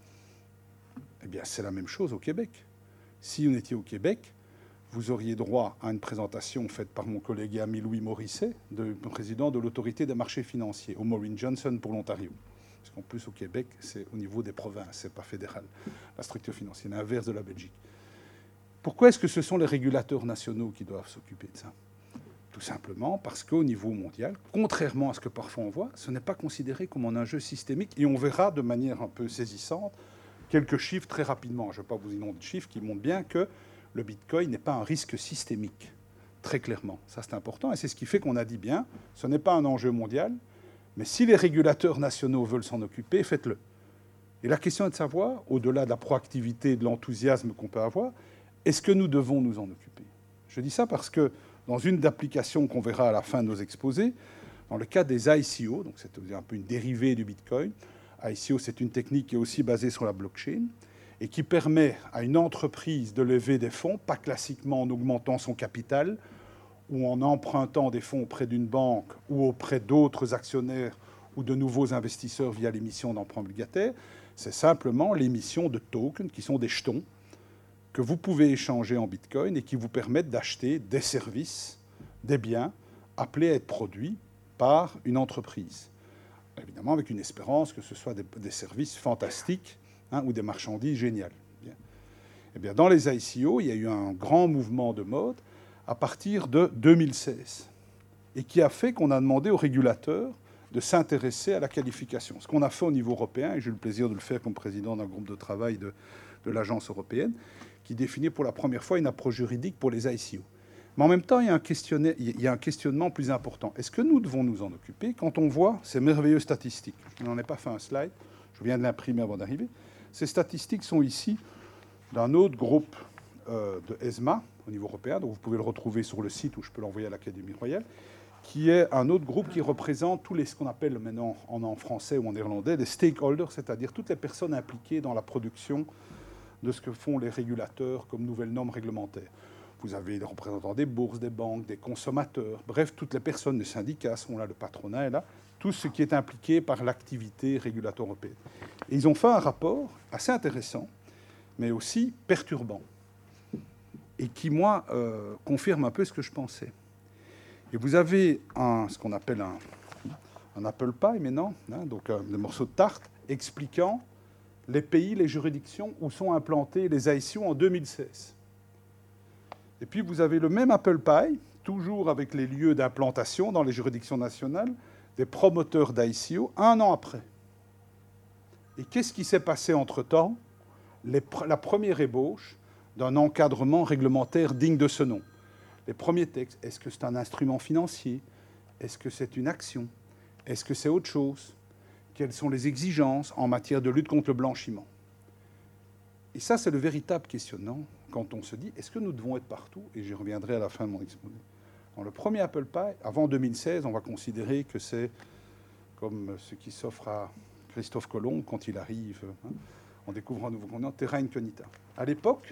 Eh bien, c'est la même chose au Québec. Si on était au Québec, vous auriez droit à une présentation faite par mon collègue et ami Louis Morisset, président de l'autorité des marchés financiers, au Maureen Johnson pour l'Ontario. Parce qu'en plus, au Québec, c'est au niveau des provinces, c'est pas fédéral. La structure financière, l'inverse de la Belgique. Pourquoi est-ce que ce sont les régulateurs nationaux qui doivent s'occuper de ça? Tout simplement parce qu'au niveau mondial, contrairement à ce que parfois on voit, ce n'est pas considéré comme un enjeu systémique. Et on verra de manière un peu saisissante quelques chiffres très rapidement. Je ne vais pas vous inonder de chiffres qui montrent bien que le Bitcoin n'est pas un risque systémique, très clairement. Ça, c'est important. Et c'est ce qui fait qu'on a dit bien, ce n'est pas un enjeu mondial, mais si les régulateurs nationaux veulent s'en occuper, faites-le. Et la question est de savoir, au-delà de la proactivité et de l'enthousiasme qu'on peut avoir, est-ce que nous devons nous en occuper? Je dis ça parce que dans une d'applications qu'on verra à la fin de nos exposés, dans le cas des ICO, donc c'est un peu une dérivée du Bitcoin, ICO, c'est une technique qui est aussi basée sur la blockchain et qui permet à une entreprise de lever des fonds, pas classiquement en augmentant son capital ou en empruntant des fonds auprès d'une banque ou auprès d'autres actionnaires ou de nouveaux investisseurs via l'émission d'emprunts obligataires. C'est simplement l'émission de tokens, qui sont des jetons, que vous pouvez échanger en Bitcoin et qui vous permettent d'acheter des services, des biens appelés à être produits par une entreprise. Évidemment, avec une espérance que ce soit des services fantastiques ou des marchandises géniales. Bien. Eh bien, dans les ICO, il y a eu un grand mouvement de mode à partir de 2016 et qui a fait qu'on a demandé aux régulateurs de s'intéresser à la qualification. Ce qu'on a fait au niveau européen, et j'ai eu le plaisir de le faire comme président d'un groupe de travail de l'agence européenne, qui définit pour la première fois une approche juridique pour les ICO. Mais en même temps, il y a un questionnement plus important. Est-ce que nous devons nous en occuper quand on voit ces merveilleuses statistiques? Je n'en ai pas fait un slide, je viens de l'imprimer avant d'arriver. Ces statistiques sont ici d'un autre groupe de ESMA au niveau européen, donc vous pouvez le retrouver sur le site où je peux l'envoyer à l'Académie royale, qui est un autre groupe qui représente tous ce qu'on appelle maintenant en français ou en néerlandais des stakeholders, c'est-à-dire toutes les personnes impliquées dans la production de ce que font les régulateurs comme nouvelles normes réglementaires. Vous avez les représentants des bourses, des banques, des consommateurs, bref, toutes les personnes, les syndicats sont là, le patronat est là, tout ce qui est impliqué par l'activité régulatoire européenne. Et ils ont fait un rapport assez intéressant, mais aussi perturbant, et qui, moi, confirme un peu ce que je pensais. Et vous avez ce qu'on appelle un apple pie, maintenant, donc des morceaux de tarte, expliquant les pays, les juridictions où sont implantés les ICO en 2016. Et puis vous avez le même apple pie, toujours avec les lieux d'implantation dans les juridictions nationales, des promoteurs d'ICO, un an après. Et qu'est-ce qui s'est passé entre-temps? La première ébauche d'un encadrement réglementaire digne de ce nom. Les premiers textes, est-ce que c'est un instrument financier? Est-ce que c'est une action? Est-ce que c'est autre chose? Quelles sont les exigences en matière de lutte contre le blanchiment? Et ça, c'est le véritable questionnement quand on se dit, est-ce que nous devons être partout? Et j'y reviendrai à la fin de mon exposé. Dans le premier Apple Pie, avant 2016, on va considérer que c'est comme ce qui s'offre à Christophe Colomb quand il arrive, on découvre un nouveau continent, terra incognita. À l'époque,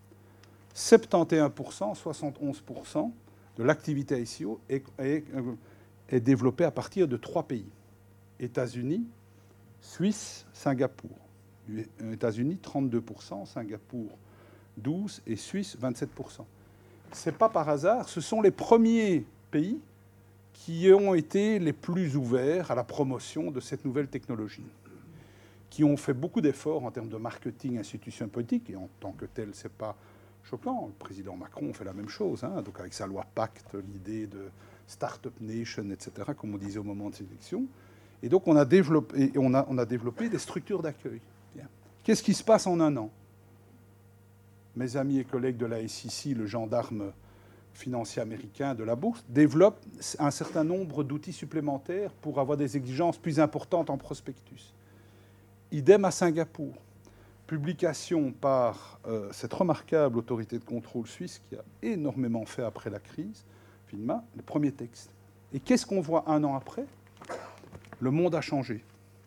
71%, 71% de l'activité ICO est développée à partir de 3 pays. États-Unis, Suisse, Singapour. États-Unis 32%, Singapour 12% et Suisse 27%. Ce n'est pas par hasard, ce sont les premiers pays qui ont été les plus ouverts à la promotion de cette nouvelle technologie, qui ont fait beaucoup d'efforts en termes de marketing, institutions politiques, et en tant que tel, ce n'est pas choquant. Le président Macron fait la même chose, hein, donc avec sa loi Pacte, l'idée de Startup Nation, etc., comme on disait au moment de ces élections. Et donc on a développé des structures d'accueil. Qu'est-ce qui se passe en un an? Mes amis et collègues de la SEC, le gendarme financier américain de la bourse, développent un certain nombre d'outils supplémentaires pour avoir des exigences plus importantes en prospectus. Idem à Singapour. Publication par cette remarquable autorité de contrôle suisse qui a énormément fait après la crise, FINMA, le premier texte. Et qu'est-ce qu'on voit un an après? Le monde a changé.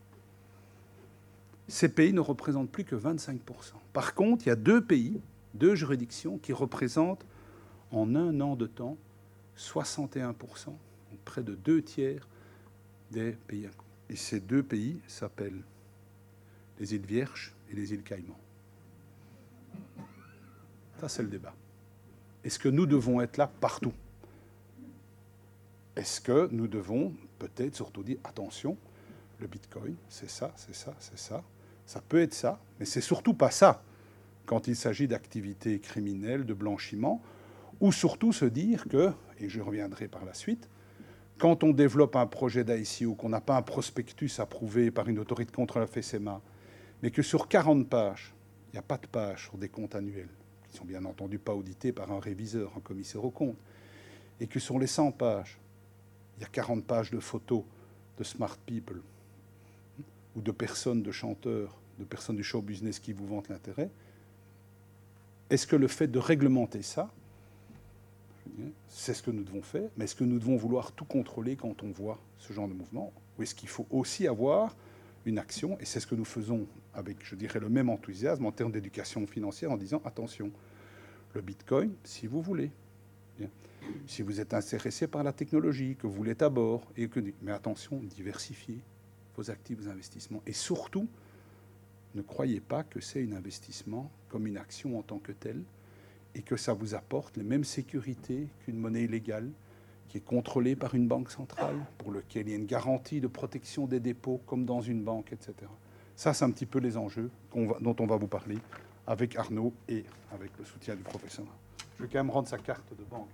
Ces pays ne représentent plus que 25%. Par contre, il y a deux pays, deux juridictions qui représentent en un an de temps 61%, donc près de 2/3 des pays. Et ces deux pays s'appellent les îles Vierges et les îles Caïmans. Ça, c'est le débat. Est-ce que nous devons être là partout? Est-ce que nous devons peut-être surtout dire, attention, le Bitcoin, c'est ça, c'est ça, c'est ça. Ça peut être ça, mais c'est surtout pas ça quand il s'agit d'activités criminelles, de blanchiment, ou surtout se dire que, et je reviendrai par la suite, quand on développe un projet d'ICO, qu'on n'a pas un prospectus approuvé par une autorité de contrôle FSMA, mais que sur 40 pages, il n'y a pas de pages sur des comptes annuels, qui sont bien entendu pas audités par un réviseur, un commissaire aux comptes, et que sur les 100 pages, il y a 40 pages de photos de smart people, ou de personnes, de chanteurs, de personnes du show business qui vous vantent l'intérêt. Est-ce que le fait de réglementer ça, c'est ce que nous devons faire, mais est-ce que nous devons vouloir tout contrôler quand on voit ce genre de mouvement? Ou est-ce qu'il faut aussi avoir une action, et c'est ce que nous faisons avec, je dirais, le même enthousiasme en termes d'éducation financière, en disant, attention, le Bitcoin, si vous voulez, si vous êtes intéressé par la technologie, que vous l'êtes à bord, mais attention, diversifiez vos actifs, vos investissements. Et surtout, ne croyez pas que c'est un investissement comme une action en tant que telle et que ça vous apporte les mêmes sécurités qu'une monnaie illégale qui est contrôlée par une banque centrale, pour laquelle il y a une garantie de protection des dépôts comme dans une banque, etc. Ça, c'est un petit peu les enjeux dont on va vous parler avec Arnaud et avec le soutien du professeur. Je vais quand même rendre sa carte de banque.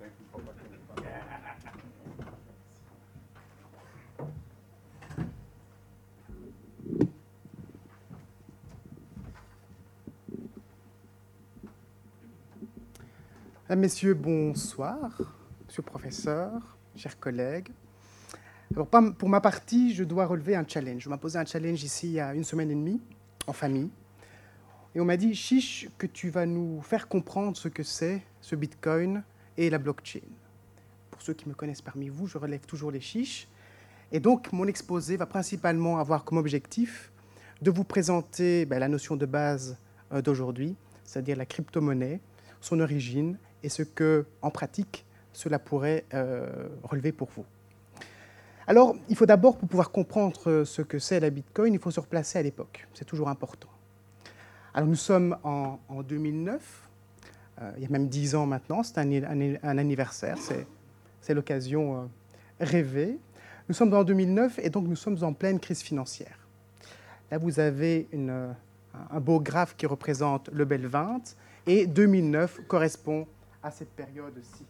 Messieurs, bonsoir. Monsieur le professeur, chers collègues. Alors, pour ma partie, je dois relever un challenge. On m'a posé un challenge ici il y a 1 semaine et demie, en famille. Et on m'a dit, Chiche, que tu vas nous faire comprendre ce que c'est, ce Bitcoin et la blockchain. Pour ceux qui me connaissent parmi vous, je relève toujours les chiches. Et donc, mon exposé va principalement avoir comme objectif de vous présenter la notion de base d'aujourd'hui, c'est-à-dire la crypto-monnaie, son origine et ce que, en pratique, cela pourrait relever pour vous. Alors, il faut d'abord, pour pouvoir comprendre ce que c'est la Bitcoin, il faut se replacer à l'époque. C'est toujours important. Alors, nous sommes en 2009, il y a même 10 ans maintenant, c'est un anniversaire, c'est l'occasion rêvée. Nous sommes en 2009 et donc nous sommes en pleine crise financière. Là, vous avez un beau graphe qui représente le Bel 20 et 2009 correspond à cette période-ci.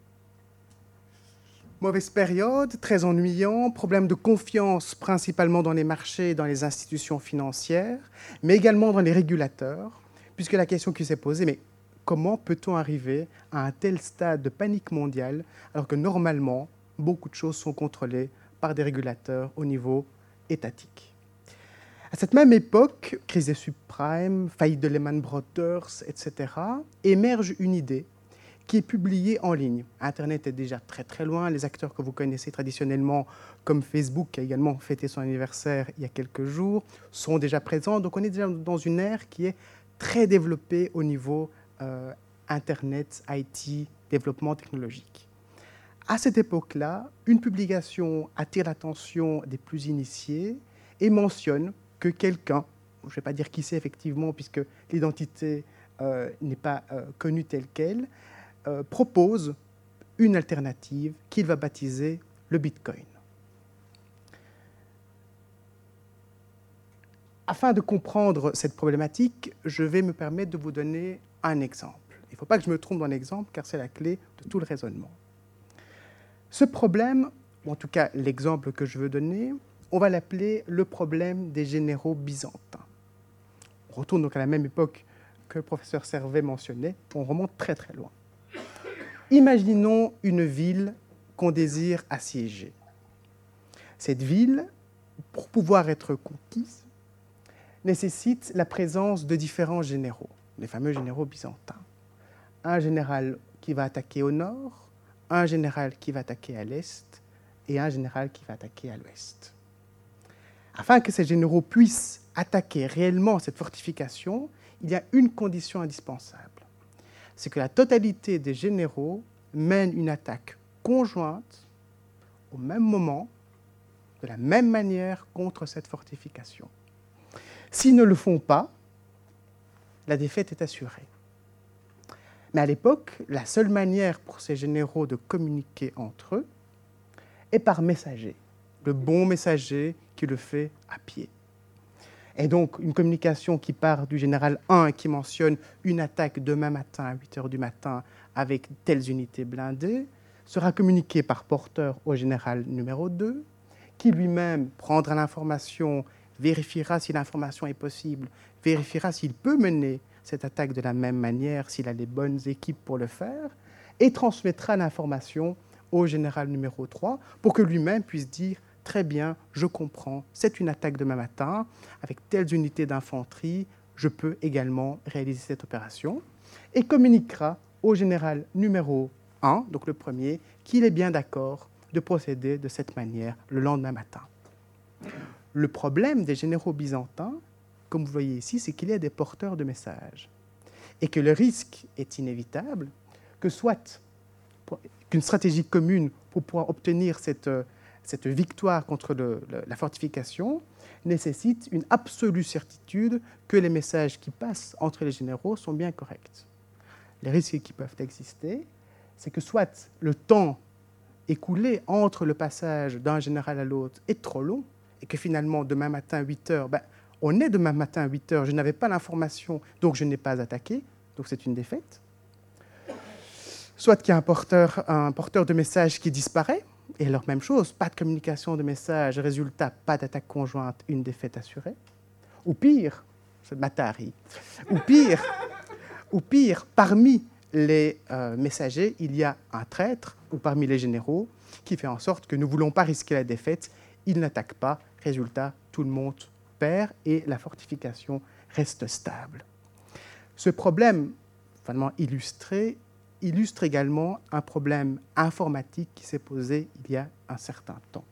Mauvaise période, très ennuyant, problème de confiance principalement dans les marchés et dans les institutions financières, mais également dans les régulateurs, puisque la question qui s'est posée, mais comment peut-on arriver à un tel stade de panique mondiale alors que normalement, beaucoup de choses sont contrôlées par des régulateurs au niveau étatique. À cette même époque, crise des subprimes, faillite de Lehman Brothers, etc., émerge une idée qui est publiée en ligne. Internet est déjà très très loin. Les acteurs que vous connaissez traditionnellement, comme Facebook, qui a également fêté son anniversaire il y a quelques jours, sont déjà présents. Donc on est déjà dans une ère qui est très développée au niveau Internet, IT, développement technologique. À cette époque-là, une publication attire l'attention des plus initiés et mentionne que quelqu'un je ne vais pas dire qui c'est effectivement, puisque l'identité n'est pas connue telle qu'elle, propose une alternative qu'il va baptiser le Bitcoin. Afin de comprendre cette problématique, je vais me permettre de vous donner un exemple. Il ne faut pas que je me trompe dans l'exemple, car c'est la clé de tout le raisonnement. Ce problème, ou en tout cas l'exemple que je veux donner, on va l'appeler le problème des généraux byzantins. On retourne donc à la même époque que le professeur Servet mentionnait, on remonte très très loin. Imaginons une ville qu'on désire assiéger. Cette ville, pour pouvoir être conquise, nécessite la présence de différents généraux, les fameux généraux byzantins. Un général qui va attaquer au nord, un général qui va attaquer à l'est et un général qui va attaquer à l'ouest. Afin que ces généraux puissent attaquer réellement cette fortification, il y a une condition indispensable. C'est que la totalité des généraux mènent une attaque conjointe au même moment, de la même manière contre cette fortification. S'ils ne le font pas, la défaite est assurée. Mais à l'époque, la seule manière pour ces généraux de communiquer entre eux est par messager, le bon messager qui le fait à pied. Et donc, une communication qui part du général 1 et qui mentionne une attaque demain matin à 8 h du matin avec telles unités blindées sera communiquée par porteur au général numéro 2, qui lui-même prendra l'information, vérifiera si l'information est possible, vérifiera s'il peut mener cette attaque de la même manière, s'il a les bonnes équipes pour le faire, et transmettra l'information au général numéro 3 pour que lui-même puisse dire « Très bien, je comprends, c'est une attaque demain matin, avec telles unités d'infanterie, je peux également réaliser cette opération », et communiquera au général numéro 1, donc le premier, qu'il est bien d'accord de procéder de cette manière le lendemain matin. Le problème des généraux byzantins, comme vous voyez ici, c'est qu'il y a des porteurs de messages et que le risque est inévitable que soit qu'une stratégie commune pour pouvoir obtenir cette victoire contre la fortification nécessite une absolue certitude que les messages qui passent entre les généraux sont bien corrects. Les risques qui peuvent exister, c'est que soit le temps écoulé entre le passage d'un général à l'autre est trop long et que finalement, demain matin à 8 h, on est demain matin à 8 h, je n'avais pas l'information, donc je n'ai pas attaqué, donc c'est une défaite. Soit qu'il y a un porteur de message qui disparaît, et alors même chose, pas de communication de message, résultat, pas d'attaque conjointe, une défaite assurée. Ou pire, c'est Matari, ou pire, parmi les messagers, il y a un traître, ou parmi les généraux, qui fait en sorte que nous ne voulons pas risquer la défaite, il n'attaque pas, résultat, tout le monde perd et la fortification reste stable. Ce problème, finalement illustre également un problème informatique qui s'est posé il y a un certain temps.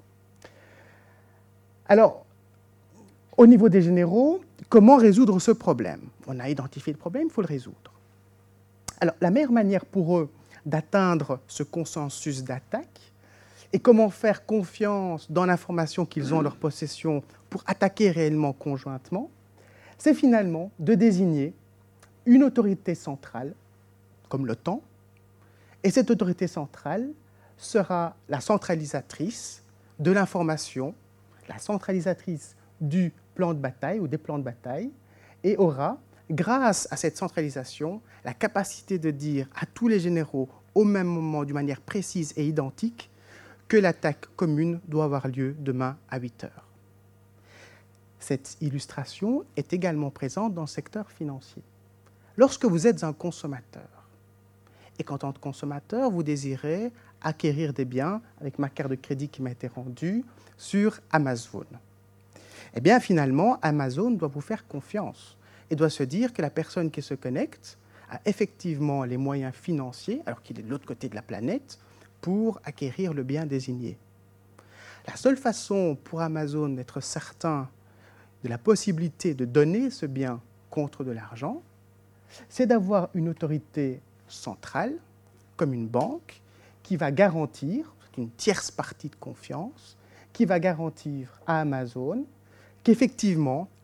Alors, au niveau des généraux, comment résoudre ce problème? On a identifié le problème, il faut le résoudre. Alors, la meilleure manière pour eux d'atteindre ce consensus d'attaque et comment faire confiance dans l'information qu'ils ont en leur possession pour attaquer réellement conjointement, c'est finalement de désigner une autorité centrale, comme l'OTAN, et cette autorité centrale sera la centralisatrice de l'information, la centralisatrice du plan de bataille ou des plans de bataille, et aura, grâce à cette centralisation, la capacité de dire à tous les généraux au même moment, d'une manière précise et identique, que l'attaque commune doit avoir lieu demain à 8 h. Cette illustration est également présente dans le secteur financier. Lorsque vous êtes un consommateur, et qu'en tant que consommateur, vous désirez acquérir des biens avec ma carte de crédit qui m'a été rendue sur Amazon, eh bien finalement, Amazon doit vous faire confiance et doit se dire que la personne qui se connecte a effectivement les moyens financiers, alors qu'il est de l'autre côté de la planète, pour acquérir le bien désigné. La seule façon pour Amazon d'être certain de la possibilité de donner ce bien contre de l'argent, c'est d'avoir une autorité centrale, comme une banque, qui va garantir, c'est une tierce partie de confiance, qui va garantir à Amazon qu'effectivement,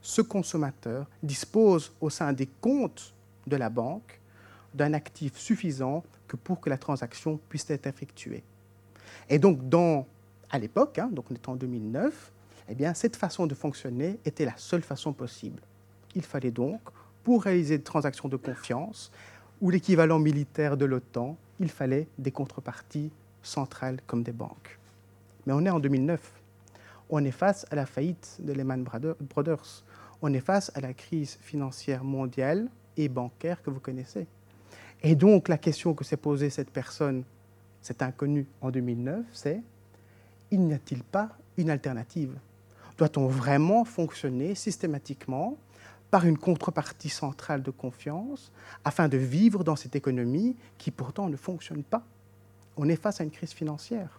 ce consommateur dispose au sein des comptes de la banque d'un actif suffisant pour que la transaction puisse être effectuée. Et donc, à l'époque, donc on est en 2009, eh bien, cette façon de fonctionner était la seule façon possible. Il fallait donc, pour réaliser des transactions de confiance, ou l'équivalent militaire de l'OTAN, il fallait des contreparties centrales comme des banques. Mais on est en 2009. On est face à la faillite de Lehman Brothers. On est face à la crise financière mondiale et bancaire que vous connaissez. Et donc, la question que s'est posée cette personne, cet inconnu en 2009, c'est: il n'y a-t-il pas une alternative? Doit-on vraiment fonctionner systématiquement par une contrepartie centrale de confiance afin de vivre dans cette économie qui pourtant ne fonctionne pas? On est face à une crise financière,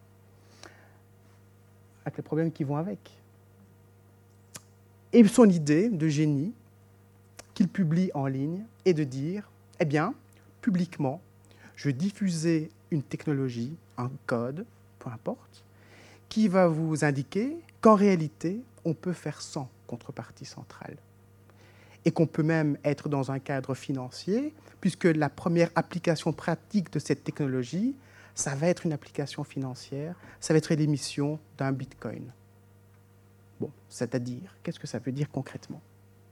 avec les problèmes qui vont avec. Et son idée de génie qu'il publie en ligne est de dire: eh bien, publiquement, je vais diffuser une technologie, un code, peu importe, qui va vous indiquer qu'en réalité, on peut faire sans contrepartie centrale. Et qu'on peut même être dans un cadre financier, puisque la première application pratique de cette technologie, ça va être une application financière, ça va être l'émission d'un bitcoin. Bon, c'est-à-dire, qu'est-ce que ça veut dire concrètement?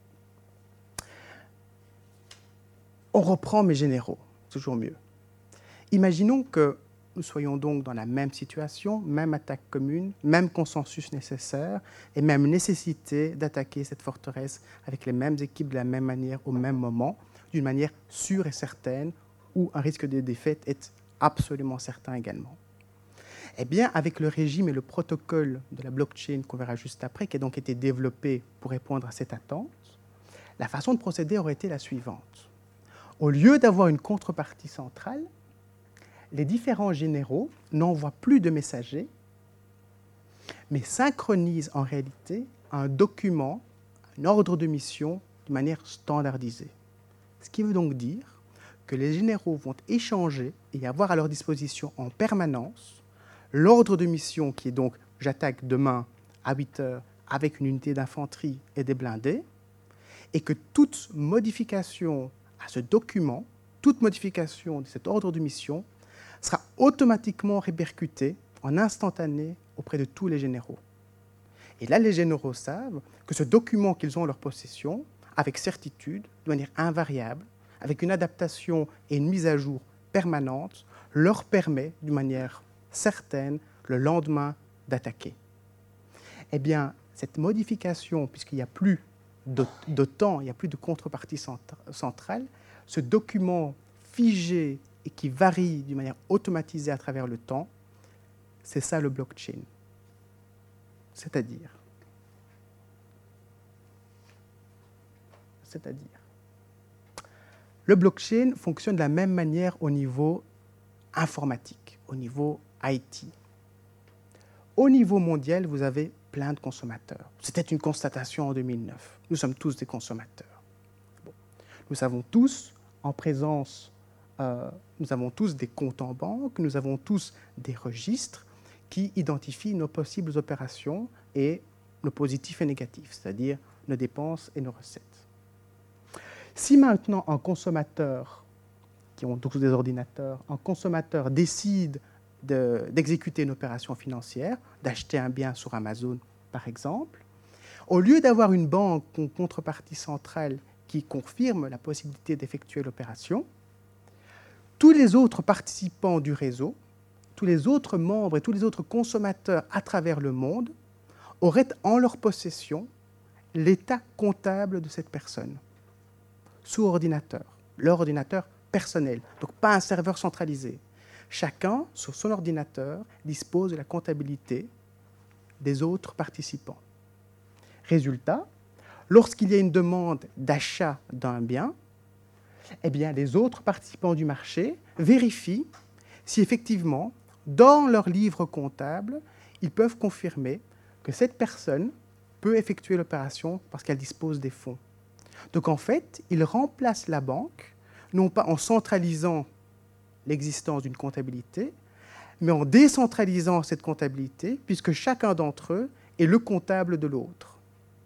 On reprend mes généraux, toujours mieux. Imaginons que nous soyons donc dans la même situation, même attaque commune, même consensus nécessaire et même nécessité d'attaquer cette forteresse avec les mêmes équipes de la même manière au même moment, d'une manière sûre et certaine, où un risque de défaite est absolument certain également. Eh bien, avec le régime et le protocole de la blockchain qu'on verra juste après, qui a donc été développé pour répondre à cette attente, la façon de procéder aurait été la suivante. Au lieu d'avoir une contrepartie centrale, les différents généraux n'envoient plus de messagers, mais synchronisent en réalité un document, un ordre de mission de manière standardisée. Ce qui veut donc dire que les généraux vont échanger et avoir à leur disposition en permanence l'ordre de mission qui est donc « j'attaque demain à 8 heures avec une unité d'infanterie et des blindés », et que toute modification à ce document, toute modification de cet ordre de mission sera automatiquement répercutée en instantané auprès de tous les généraux. Et là, les généraux savent que ce document qu'ils ont en leur possession, avec certitude, de manière invariable, avec une adaptation et une mise à jour permanente, leur permet, d'une manière certaine, le lendemain, d'attaquer. Eh bien, cette modification, puisqu'il n'y a plus de temps, il n'y a plus de contrepartie centrale, ce document figé et qui varie d'une manière automatisée à travers le temps, c'est ça le blockchain. C'est-à-dire, le blockchain fonctionne de la même manière au niveau informatique, au niveau IT. Au niveau mondial, vous avez plein de consommateurs. C'était une constatation en 2009. Nous sommes tous des consommateurs. Bon. Nous avons tous en présence, nous avons tous des comptes en banque, nous avons tous des registres qui identifient nos possibles opérations et nos positifs et négatifs, c'est-à-dire nos dépenses et nos recettes. Si maintenant un consommateur, qui ont tous des ordinateurs, un consommateur décide d'exécuter une opération financière, d'acheter un bien sur Amazon, par exemple, au lieu d'avoir une banque ou une contrepartie centrale qui confirme la possibilité d'effectuer l'opération, tous les autres participants du réseau, tous les autres membres et tous les autres consommateurs à travers le monde auraient en leur possession l'état comptable de cette personne, sous ordinateur, leur ordinateur personnel, donc pas un serveur centralisé. Chacun, sur son ordinateur, dispose de la comptabilité des autres participants. Résultat, lorsqu'il y a une demande d'achat d'un bien, eh bien, les autres participants du marché vérifient si effectivement, dans leur livre comptable, ils peuvent confirmer que cette personne peut effectuer l'opération parce qu'elle dispose des fonds. Donc en fait, ils remplacent la banque, non pas en centralisant l'existence d'une comptabilité, mais en décentralisant cette comptabilité, puisque chacun d'entre eux est le comptable de l'autre.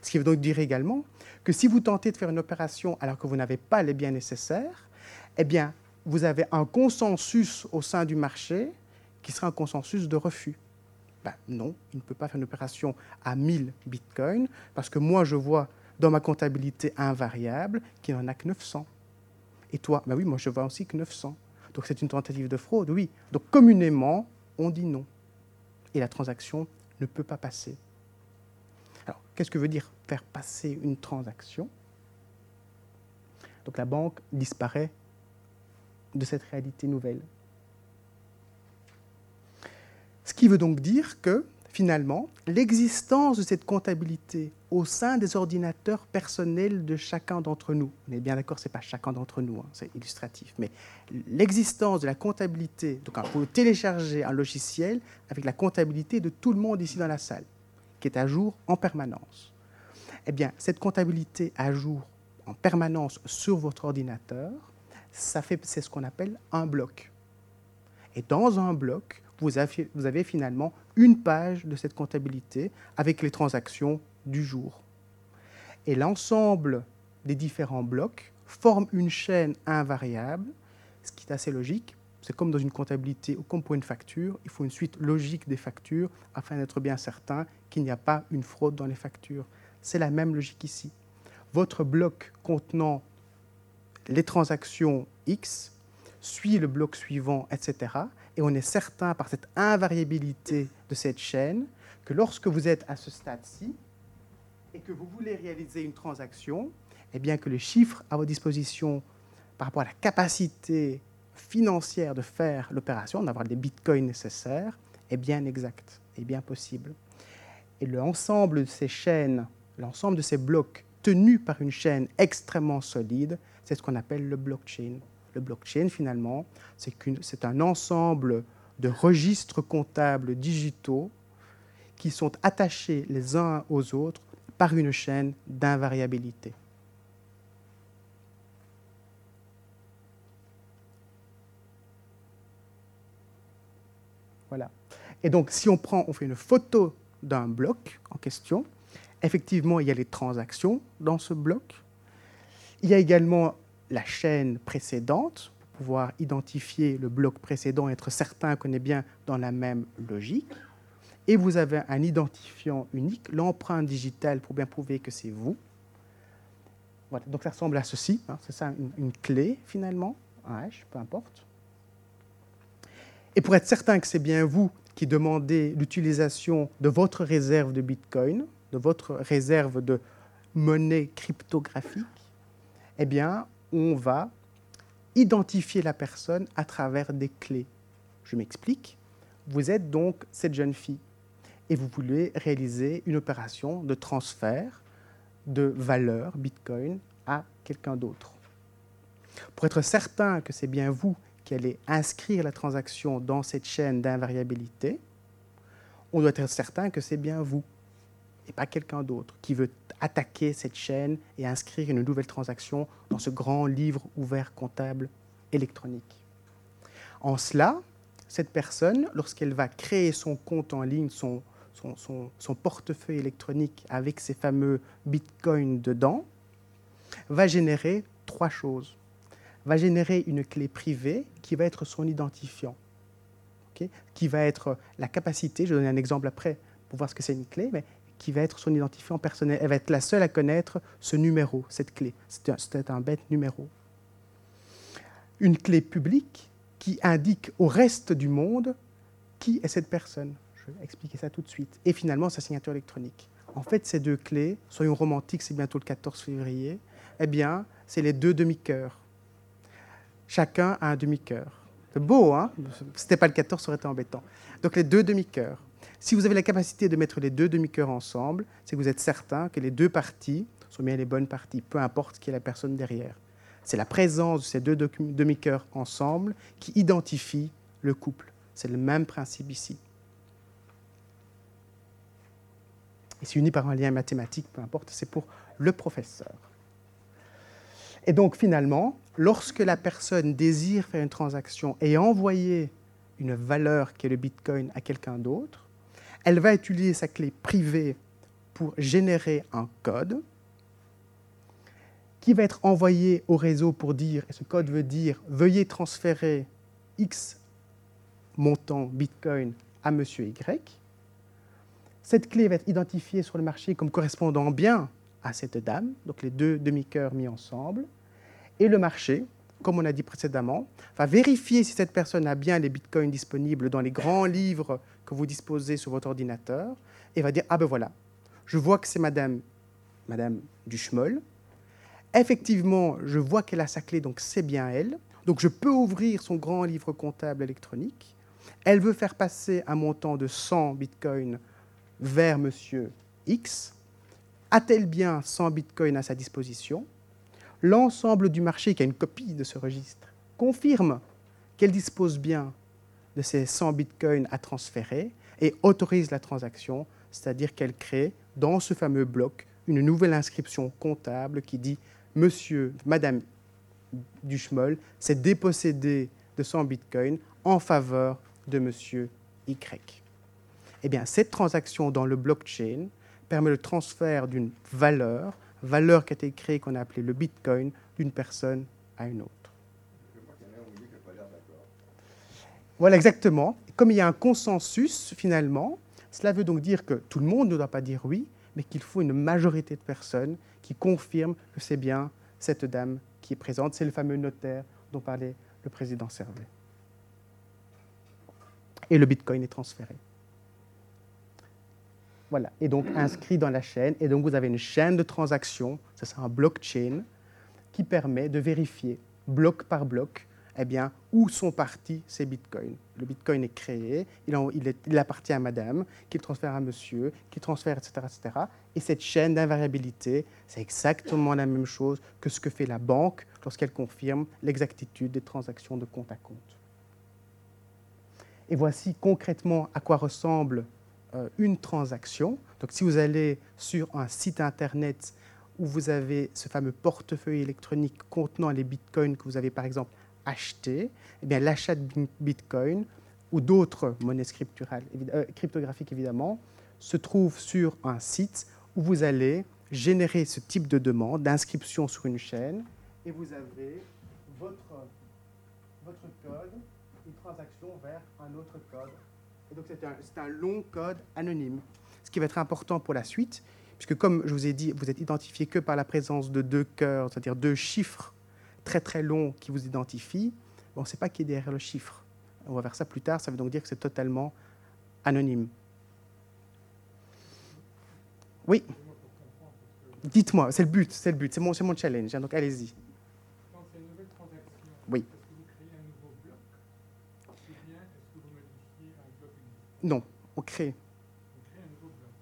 Ce qui veut donc dire également que si vous tentez de faire une opération alors que vous n'avez pas les biens nécessaires, eh bien, vous avez un consensus au sein du marché qui sera un consensus de refus. Ben non, il ne peut pas faire une opération à 1000 bitcoins parce que moi, je vois dans ma comptabilité un variable qui n'en a que 900. Et toi, ben oui, moi, je vois aussi que 900. Donc, c'est une tentative de fraude, oui. Donc, communément, on dit non. Et la transaction ne peut pas passer. Alors, qu'est-ce que veut dire faire passer une transaction? Donc, la banque disparaît de cette réalité nouvelle. Ce qui veut donc dire que, finalement, l'existence de cette comptabilité au sein des ordinateurs personnels de chacun d'entre nous, on est bien d'accord, ce n'est pas chacun d'entre nous, hein, c'est illustratif, mais l'existence de la comptabilité, donc vous téléchargez un logiciel avec la comptabilité de tout le monde ici dans la salle, qui est à jour en permanence. Eh bien, cette comptabilité à jour en permanence sur votre ordinateur, c'est ce qu'on appelle un bloc. Et dans un bloc, vous avez finalement une page de cette comptabilité avec les transactions du jour. Et l'ensemble des différents blocs forme une chaîne invariable, ce qui est assez logique. C'est comme dans une comptabilité ou comme pour une facture, il faut une suite logique des factures afin d'être bien certain qu'il n'y a pas une fraude dans les factures. C'est la même logique ici. Votre bloc contenant les transactions X suit le bloc suivant, etc. Et on est certain, par cette invariabilité de cette chaîne, que lorsque vous êtes à ce stade-ci et que vous voulez réaliser une transaction, eh bien que le chiffre à votre disposition par rapport à la capacité financière de faire l'opération, d'avoir les bitcoins nécessaires, est bien exact, est bien possible. Et l'ensemble de ces chaînes, l'ensemble de ces blocs tenus par une chaîne extrêmement solide, c'est ce qu'on appelle le blockchain. Le blockchain, finalement, c'est un ensemble de registres comptables digitaux qui sont attachés les uns aux autres par une chaîne d'invariabilité. Voilà. Et donc, si on fait une photo d'un bloc en question, effectivement, il y a les transactions dans ce bloc. Il y a également la chaîne précédente, pour pouvoir identifier le bloc précédent et être certain qu'on est bien dans la même logique. Et vous avez un identifiant unique, l'empreinte digitale, pour bien prouver que c'est vous. Voilà, donc ça ressemble à ceci, hein, c'est ça, une clé finalement, un hash, peu importe. Et pour être certain que c'est bien vous qui demandez l'utilisation de votre réserve de Bitcoin, de votre réserve de monnaie cryptographique, eh bien, on va identifier la personne à travers des clés. Je m'explique. Vous êtes donc cette jeune fille et vous voulez réaliser une opération de transfert de valeur Bitcoin à quelqu'un d'autre. Pour être certain que c'est bien vous qui allez inscrire la transaction dans cette chaîne d'invariabilité, on doit être certain que c'est bien vous et pas quelqu'un d'autre qui veut attaquer cette chaîne et inscrire une nouvelle transaction dans ce grand livre ouvert comptable électronique. En cela, cette personne, lorsqu'elle va créer son compte en ligne, son portefeuille électronique avec ces fameux bitcoins dedans, va générer trois choses. Va générer une clé privée qui va être son identifiant, okay, qui va être la capacité, je vais donner un exemple après pour voir ce que c'est une clé, mais qui va être son identifiant personnel. Elle va être la seule à connaître ce numéro, cette clé. C'est un bête numéro. Une clé publique qui indique au reste du monde qui est cette personne. Je vais expliquer ça tout de suite. Et finalement, sa signature électronique. En fait, ces deux clés, soyons romantiques, c'est bientôt le 14 février, eh bien, c'est les deux demi-cœurs. Chacun a un demi-cœur. C'est beau, hein? Si ce n'était pas le 14, ça aurait été embêtant. Donc, les deux demi-cœurs. Si vous avez la capacité de mettre les deux demi-cœurs ensemble, c'est que vous êtes certain que les deux parties sont bien les bonnes parties, peu importe qui est la personne derrière. C'est la présence de ces deux demi-cœurs ensemble qui identifie le couple. C'est le même principe ici. Et c'est uni par un lien mathématique, peu importe, c'est pour le professeur. Et donc, finalement, lorsque la personne désire faire une transaction et envoyer une valeur qui est le Bitcoin à quelqu'un d'autre, elle va utiliser sa clé privée pour générer un code qui va être envoyé au réseau pour dire, et ce code veut dire, veuillez transférer X montant Bitcoin à monsieur Y. Cette clé va être identifiée sur le marché comme correspondant bien à cette dame, donc les deux demi-cœurs mis ensemble. Et le marché, comme on a dit précédemment, va vérifier si cette personne a bien les bitcoins disponibles dans les grands livres que vous disposez sur votre ordinateur et va dire « Ah ben voilà, je vois que c'est madame Duchemol. Effectivement, je vois qu'elle a sa clé, donc c'est bien elle. Donc je peux ouvrir son grand livre comptable électronique. Elle veut faire passer un montant de 100 bitcoins vers monsieur X. A-t-elle bien 100 bitcoins à sa disposition ? L'ensemble du marché qui a une copie de ce registre confirme qu'elle dispose bien de ces 100 bitcoins à transférer et autorise la transaction, c'est-à-dire qu'elle crée dans ce fameux bloc une nouvelle inscription comptable qui dit « Monsieur, Madame Duchemol s'est dépossédé de 100 bitcoins en faveur de Monsieur Y ». Eh bien, cette transaction dans le blockchain permet le transfert d'une valeur qui a été créée, qu'on a appelée le bitcoin, d'une personne à une autre. Voilà, exactement. Comme il y a un consensus, finalement, cela veut donc dire que tout le monde ne doit pas dire oui, mais qu'il faut une majorité de personnes qui confirment que c'est bien cette dame qui est présente. C'est le fameux notaire dont parlait le président Servet. Et le bitcoin est transféré. Voilà, et donc inscrit dans la chaîne. Et donc vous avez une chaîne de transactions, ça c'est un blockchain, qui permet de vérifier, bloc par bloc, eh bien, où sont partis ces bitcoins. Le bitcoin est créé, il appartient à madame, qu'il transfère à monsieur, qu'il transfère, etc., etc. Et cette chaîne d'invariabilité, c'est exactement la même chose que ce que fait la banque lorsqu'elle confirme l'exactitude des transactions de compte à compte. Et voici concrètement à quoi ressemble une transaction. Donc, si vous allez sur un site Internet où vous avez ce fameux portefeuille électronique contenant les bitcoins que vous avez, par exemple, achetés, eh bien, l'achat de bitcoin ou d'autres monnaies cryptographiques, évidemment, se trouve sur un site où vous allez générer ce type de demande d'inscription sur une chaîne et vous avez votre code, une transaction vers un autre code. Et donc, c'est un long code anonyme, ce qui va être important pour la suite, puisque, comme je vous ai dit, vous êtes identifié que par la présence de deux cœurs, c'est-à-dire deux chiffres très, très longs qui vous identifient. Bon, on ne sait pas qui est derrière le chiffre. On va voir ça plus tard, ça veut donc dire que c'est totalement anonyme. Oui. Dites-moi, c'est le but, c'est mon challenge, hein, donc allez-y. Quand c'est une nouvelle transaction, oui. Est-ce que vous créez un nouveau bloc ou bien est-ce que vous modifiez un bloc existant? Non, on crée. On crée un nouveau bloc.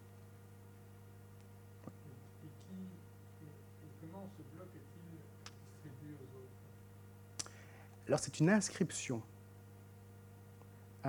Et comment ce bloc est-il distribué aux autres? Alors, c'est une inscription. Il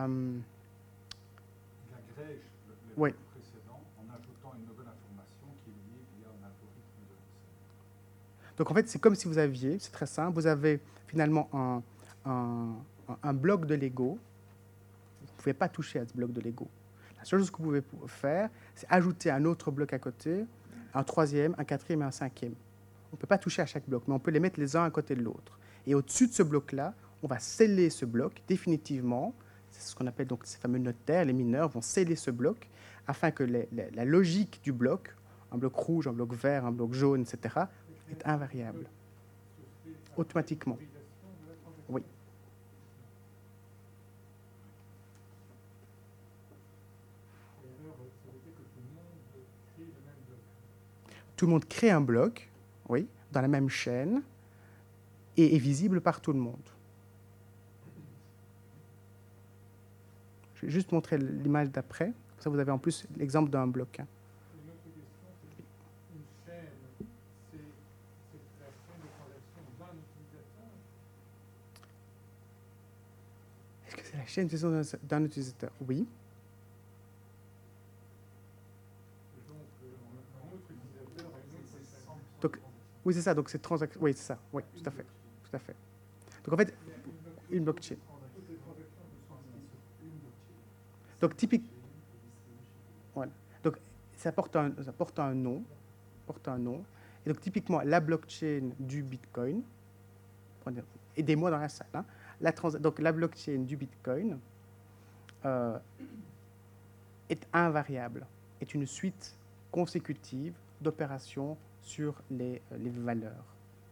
agrège le oui. précédent en ajoutant une nouvelle information qui est liée via un algorithme de recette. Donc en fait, c'est comme si vous aviez, c'est très simple, vous avez finalement un bloc de Lego. Vous ne pouvez pas toucher à ce bloc de Lego. La seule chose que vous pouvez faire, c'est ajouter un autre bloc à côté, un troisième, un quatrième et un cinquième. On ne peut pas toucher à chaque bloc, mais on peut les mettre les uns à côté de l'autre. Et au-dessus de ce bloc-là, on va sceller ce bloc définitivement. C'est ce qu'on appelle donc ces fameux notaires, les mineurs vont sceller ce bloc afin que la logique du bloc, un bloc rouge, un bloc vert, un bloc jaune, etc., est invariable. Automatiquement. Oui. Tout le monde crée un bloc, oui, dans la même chaîne, et est visible par tout le monde. Je vais juste montrer l'image d'après. Comme ça, vous avez en plus l'exemple d'un bloc. Hein. Une autre question, c'est une chaîne, c'est la chaîne de transaction d'un utilisateur? Est-ce que c'est la chaîne de transaction d'un utilisateur? Oui. Donc, oui, c'est ça. Donc, c'est transaction. Oui, c'est ça. Oui, tout à fait. Tout à fait. Donc, en fait, une blockchain. Donc, typique. Voilà. Donc, ça porte un nom. Et donc, typiquement, la blockchain du Bitcoin, aidez-moi dans la salle, hein, donc la blockchain du Bitcoin est invariable, est une suite consécutive d'opérations sur les valeurs.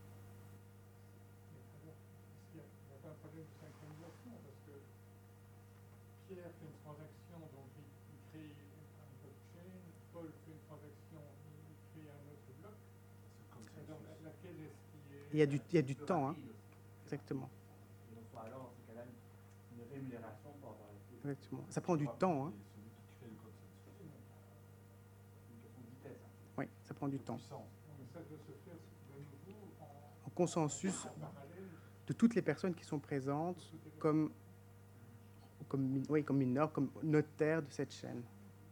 Il n'y a pas un problème de synchronisation parce que Pierre fait une transaction, donc il crée un blockchain, Paul fait une transaction, il crée un autre bloc. Et donc, laquelle est-ce qui est... Il y a du temps, hein. Exactement. Alors, c'est quand même une rémunération pour avoir été. Exactement. Ça prend du temps, hein. C'est une question de vitesse. Oui, ça prend du temps. Donc, ça doit se faire de nouveau En consensus en parallèle. de toutes les personnes qui sont présentes comme mineurs, comme notaires de cette chaîne.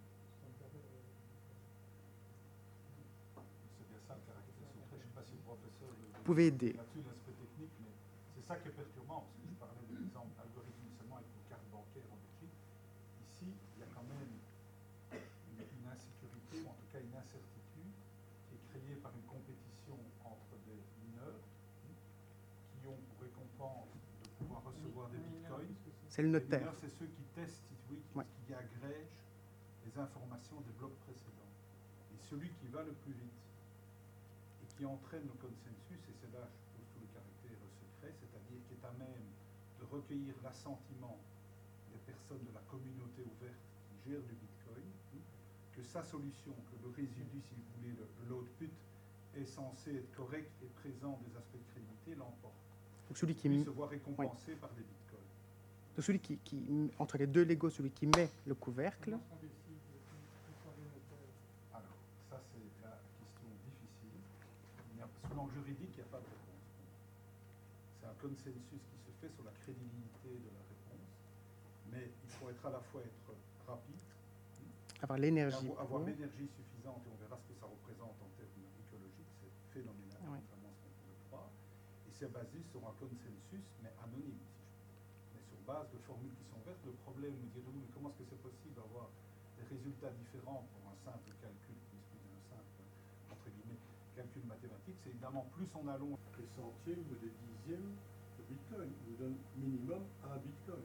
C'est bien ça le caractère secret. Je ne sais pas si le professeur Vous pouvez aider. là-dessus l'aspect technique, mais c'est ça qui est perturbant, parce que je parlais de l'exemple algorithme seulement avec une carte bancaire en Belgique. Ici, il y a quand même une insécurité, ou en tout cas une incertitude, qui est créée par une compétition entre des mineurs qui ont pour récompense de pouvoir recevoir des bitcoins. C'est le Les notaire. mineurs, c'est ceux qui testent, si tu veux, qui agrègent les informations des blocs précédents. Et celui qui va le plus vite et qui entraîne le consensus, et c'est là, je pose tout le caractère secret, c'est-à-dire qui est à même de recueillir l'assentiment des personnes de la communauté ouverte qui gèrent du bitcoin, que sa solution, que le résidu, si vous voulez, l'output, est censé être correct et présent des aspects de crédibilité, l'emporte. Donc celui qui, Puis se voit récompensé par des bitcoins. donc celui qui, entre les deux Legos, celui qui met le couvercle, Comment on décide qui sont les notaires? Alors, ça c'est la question difficile. Sous l'angle juridique, il n'y a pas de réponse. C'est un consensus qui se fait sur la crédibilité de la réponse, mais il faut être à la fois être rapide, avoir l'énergie. avoir l'énergie suffisante, et on verra ce que ça représente en termes écologiques, c'est phénoménal, contrairement à ce qu'on pourrait croire, et c'est basé sur un consensus, mais anonyme, si je puis dire, mais sur base de formules qui sont ouvertes. Le problème, nous direz-vous, mais comment est-ce que c'est possible d'avoir des résultats différents pour un simple calcul, excusez un simple, entre guillemets, calcul mathématique? C'est évidemment plus on allonge. Les centièmes ou les dixièmes de Bitcoin vous donnent minimum un Bitcoin.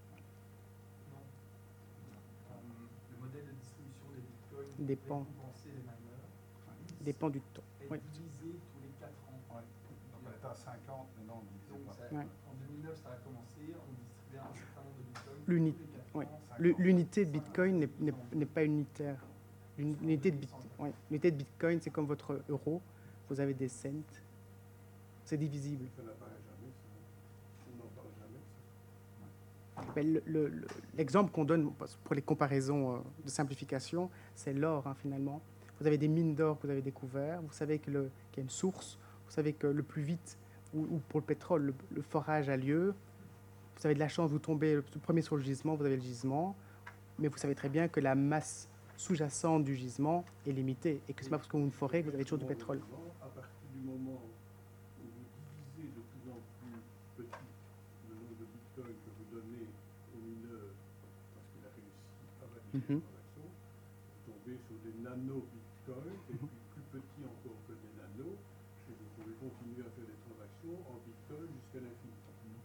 Le modèle de distribution des bitcoins Dépend. récompenser les mineurs dépend du temps. est Oui. divisé tous les 4 ans. Ouais. Donc on était à 50, maintenant on ne disait Donc, pas. ça, Ouais. en 2009, ça a commencé, on distribuait un certain nombre de bitcoins L'uni- tous les 4 oui. ans. 50. L'unité de Bitcoin n'est pas unitaire. L'unité de Bitcoin, c'est comme votre euro. Vous avez des cents. C'est divisible. Ça n'apparaît jamais, ça. On n'en parle jamais de ça. Mais l'exemple qu'on donne pour les comparaisons de simplification, c'est l'or, hein, finalement. Vous avez des mines d'or que vous avez découvert, vous savez qu'il y a une source, vous savez que le plus vite, ou pour le pétrole, le forage a lieu. Vous avez de la chance, vous tombez le premier sur le gisement, vous avez le gisement, mais vous savez très bien que la masse sous-jacente du gisement est limitée et que c'est pas parce qu'on a une forêt que vous avez toujours du pétrole. À partir du moment où vous divisez de plus en plus petit le nombre de bitcoins que vous donnez au mineur parce qu'il a réussi à valider la transaction, vous tombez sur des nano-bitcoins et puis plus petits encore que des nanos, et vous pouvez continuer à faire des transactions en bitcoin jusqu'à l'infini.